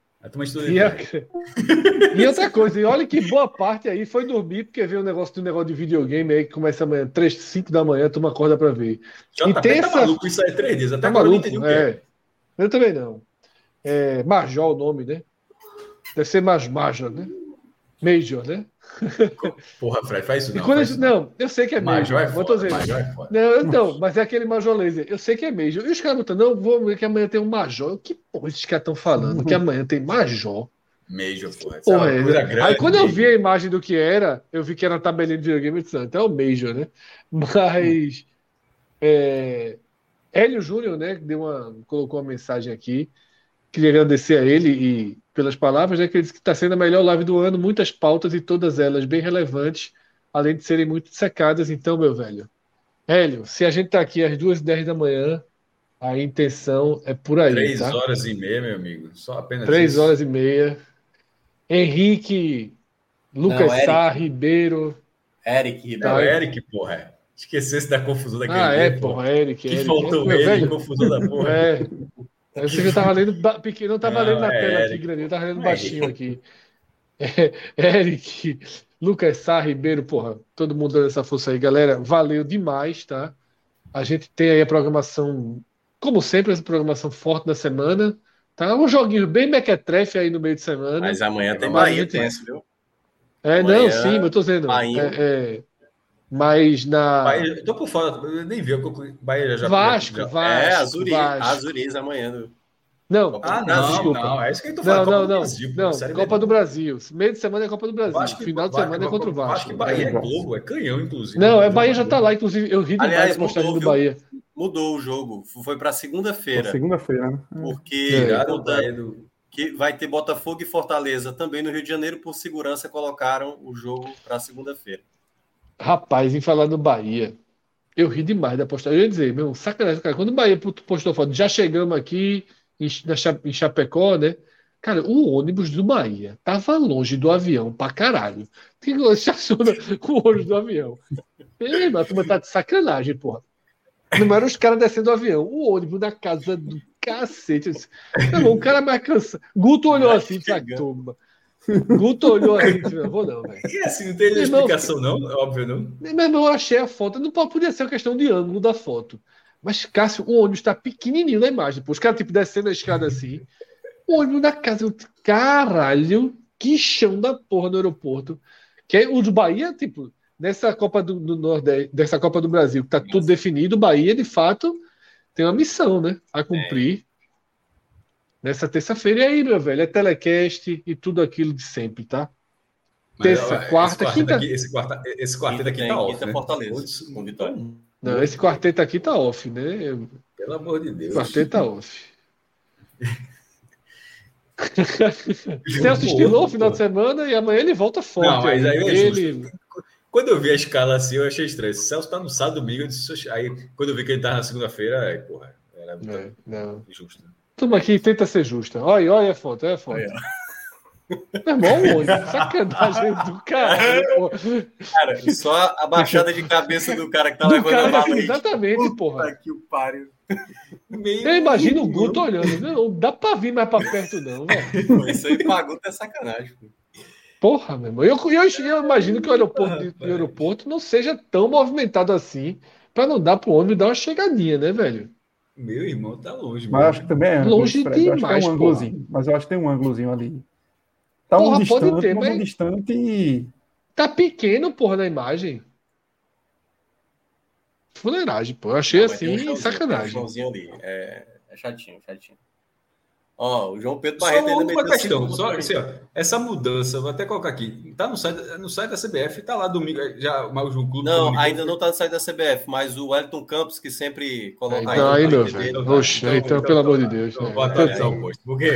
E outra coisa, e olha que boa parte aí foi dormir, porque veio um negócio de videogame aí que começa amanhã, 3, 5 da manhã, tu acorda pra ver. E tem tá maluco, isso aí é 3 dias. Até tá agora maluco, eu não entendi o que é. Eu também não. É Major o nome, né? Deve ser Major, né? Major, né? Porra, Fred, faz isso E não. quando Faz isso não. não, eu sei que é Major Major. é Mas eu tô foda, dizendo. Major é foda. Não, então, mas é aquele Major Laser. Eu sei que é Major. E os caras botam, não, vou ver que amanhã tem um Major. Que porra esses caras estão falando? Que amanhã tem Major? Major, porra. Essa é Porra, uma coisa grande. aí quando eu Major. vi a imagem do que era, eu vi que era a tabelinha de videogame, eu disse, então é o Major, né? Mas Hélio Júnior, né, colocou uma mensagem aqui. Queria agradecer a ele e pelas palavras, né, que ele disse que está sendo a melhor live do ano, muitas pautas e todas elas bem relevantes, além de serem muito secadas. Então, meu velho, Hélio, se a gente está aqui às 2h10 da manhã, a intenção é por aí, 3h30, meu amigo. Só apenas 3h30. isso. Henrique, Lucas Sá, Ribeiro. Eric Não, Ribeiro. Eric, porra. Esquecesse da confusão daquele dia, porra, Eric. Que faltou ele, velho. confusão da porra. Você já estava lendo pequeno, não estava lendo na tela Eric. aqui, grande, eu estava lendo baixinho aqui. Eric, Lucas Sá, Ribeiro, porra, todo mundo dando essa força aí, galera. Valeu demais, tá? A gente tem aí a programação, como sempre, essa programação forte da semana. Tá? Um joguinho bem mequetrefe aí no meio de semana. Mas amanhã tem Bahia tenso, viu? Amanhã, não, sim, mas eu tô dizendo. Mas na. Bahia, eu tô por fora, eu nem vi. Bahia já. Vasco. Azuriz amanhã. Não, desculpa. Não, é isso que eu tô falando. Não, Copa do Brasil. Meio de semana é Copa do Brasil. Vasco, final de semana é contra o Vasco. Acho que Bahia é Globo, é canhão, inclusive. Não, Bahia já tá lá, inclusive. Eu ri demais da postagem do Bahia. Mudou o jogo, foi para segunda-feira. Segunda-feira, né? Porque que vai ter Botafogo e Fortaleza também no Rio de Janeiro, por segurança, colocaram o jogo para segunda-feira. Rapaz, em falar do Bahia, eu ri demais da postagem. Eu ia dizer, meu, sacanagem, cara. Quando o Bahia postou foto, já chegamos aqui em Chapecó, né? Cara, o ônibus do Bahia tava longe do avião pra caralho. Que estaciona com o ônibus do avião. Ei, mas a turma tá de sacanagem, porra. Não eram os caras descendo do avião. O ônibus da casa do cacete. Disse, o cara mais cansado. Guto olhou assim e disse, turma. Guto olhou assim e disse, não vou não, velho. E assim, não tem explicação não? Óbvio não. Meu irmão, eu achei a foto. Não podia ser uma questão de ângulo da foto. Mas, Cássio, o ônibus tá pequenininho na imagem. Pô. Os caras, tipo, descendo a escada assim. O ônibus da casa. Caralho, que chão da porra no aeroporto. Que é o do Bahia, tipo... Nessa Copa do Nordeste, dessa Copa do Brasil, que tá tudo definido, o Bahia, de fato, tem uma missão, né? A cumprir nessa terça-feira. E aí, meu velho, é telecast e tudo aquilo de sempre, tá? Terça, quarta, quinta. Esse quarteto aqui tá off, né? Fortaleza, com vitória. Não, esse quarteto aqui tá off, né? Pelo amor de Deus. O quarteto tá off. Celso estilou o final de semana e amanhã ele volta forte. Não, mas aí é justo. Quando eu vi a escala assim, eu achei estranho. Se o Celso tá no sábado, domingo, eu disse, aí quando eu vi que ele tava na segunda-feira, aí, porra, era muito injusto. Turma aqui tenta ser justa. Olha a foto, olha a foto. Meu irmão, sacanagem do caralho. Cara, só a baixada de cabeça do cara que tá levando a bala. Exatamente, porra. Que o páreo. Eu imagino o Guto olhando. Não dá pra vir mais pra perto, não, velho. Isso aí pra Guto é sacanagem, pô. Porra, meu irmão. Eu imagino que o aeroporto não seja tão movimentado assim para não dar pro ônibus dar uma chegadinha, né, velho? Meu irmão tá longe. Mas acho que também é longe demais, um ângulozinho. Mas eu acho que tem um ângulozinho ali. Tá porra, um distante, pode ter, mas distante e... Tá pequeno, porra, na imagem. Fuleiragem, pô. Eu achei assim, sacanagem. Tem um chãozinho ali. É chatinho. Ó, o João Pedro Barreto ainda meteu questão, só assim, ó, essa mudança, vou até colocar aqui, tá no site da CBF, tá lá domingo, já o clube... Não, ainda não tá no site da CBF, mas o Wellington Campos, que sempre coloca... Então, aí, meu velho. Oxe, então, pelo amor de Deus. Vou atualizar o post. Por quê?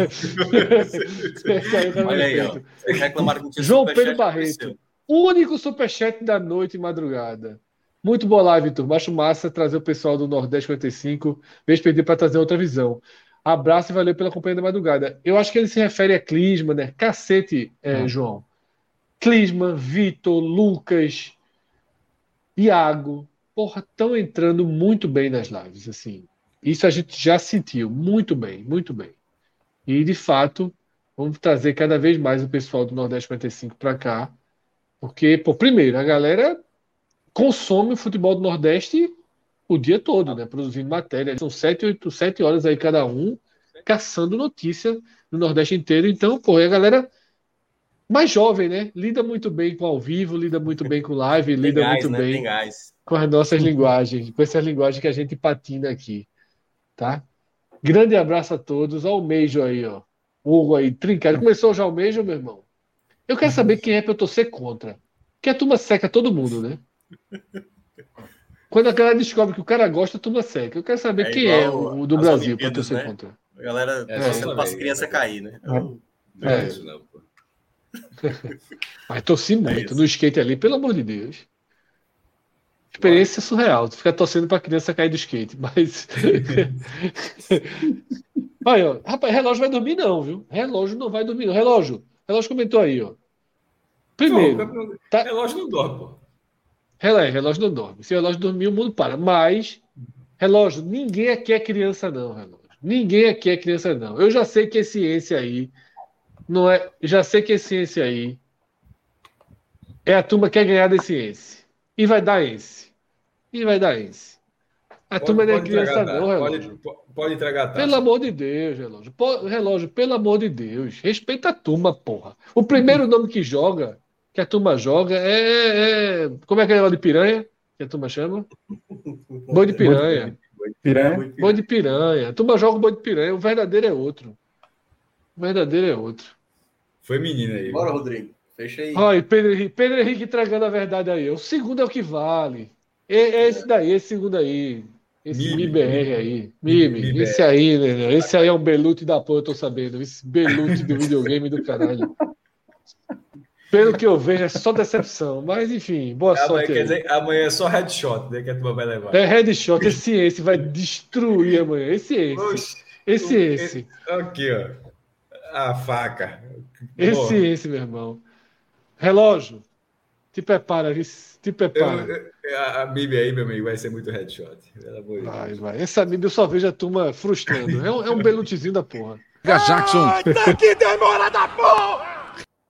Olha aí, ó. Vocês reclamaram que não tinha João Pedro Barreto, único superchat da noite e madrugada. Muito boa live, turma. Acho massa trazer o pessoal do Nordeste 45, vez perder para trazer outra visão. Abraço e valeu pela companhia da madrugada. Eu acho que ele se refere a Clisma, né? Cacete, João. Clisma, Vitor, Lucas, Iago. Porra, estão entrando muito bem nas lives, assim. Isso a gente já sentiu. Muito bem, muito bem. E, de fato, vamos trazer cada vez mais o pessoal do Nordeste 45 para cá. Porque, pô, primeiro, a galera consome o futebol do Nordeste o dia todo, né? Produzindo matéria. São 7 horas aí cada um, caçando notícia no Nordeste inteiro. Então, pô, a galera mais jovem, né? Lida muito bem com ao vivo, lida muito bem com live, lida muito né? bem Tem gás. com as nossas linguagens, com essas linguagens que a gente patina aqui, tá? Grande abraço a todos. Olha o Meijo aí, ó. O Hugo aí, trincado. Começou já o Meijo, meu irmão? Eu quero saber quem é pra eu torcer contra. Porque a turma seca todo mundo, né? Quando a galera descobre que o cara gosta, a turma seca. Eu quero saber quem é o do Brasil pra torcer contra. A galera torcendo para as crianças cair, né? Não é isso, não, pô. Mas torci muito no skate ali, pelo amor de Deus. Experiência surreal. Tu fica torcendo pra criança cair do skate, mas. Olha, ó, rapaz, relógio vai dormir, não, viu? Relógio não vai dormir, não. Relógio comentou aí, ó. Primeiro. Tá... Relógio não dorme, pô. Relógio não dorme. Se o relógio dormir, o mundo para. Mas, relógio, ninguém aqui é criança, não, relógio. Ninguém aqui é criança, não. Eu já sei que esse ciência aí. Não é. Já sei que esse ciência aí. É a turma que quer ganhar da ciência. E vai dar esse. A turma não é criança, não, relógio. Pode entregar a taça. Pelo amor de Deus, relógio. Relógio, pelo amor de Deus. Respeita a turma, porra. O primeiro nome que joga, que a turma joga, como é aquele negócio de piranha? Que a turma chama? Boi de piranha. Boi de piranha. A turma joga o boi de piranha. O verdadeiro é outro. Foi menino aí. Bora, Rodrigo. Fecha aí. Olha, Pedro Henrique entregando a verdade aí. O segundo é o que vale. Esse daí, esse segundo aí. Esse MIBR aí. MIB. Esse aí, né? Esse aí é um Beluti da porra, eu tô sabendo. Esse Beluti do videogame do caralho. Pelo que eu vejo, é só decepção. Mas, enfim, boa sorte. Quer dizer, amanhã é só headshot, né? Que a turma vai levar. É headshot. Esse vai destruir amanhã. Esse. Aqui, ó. A faca. Esse, meu irmão. Relógio. Te prepara. A MIB aí, meu amigo, vai ser muito headshot. Vai. Essa MIB eu só vejo a turma frustrando. É um Belutizinho da porra. Jackson. Que demora da porra!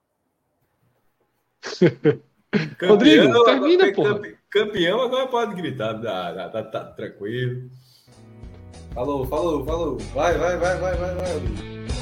Rodrigo, termina, porra. Campeão agora pode gritar. Tá tranquilo. Falou. Vai, Rodrigo.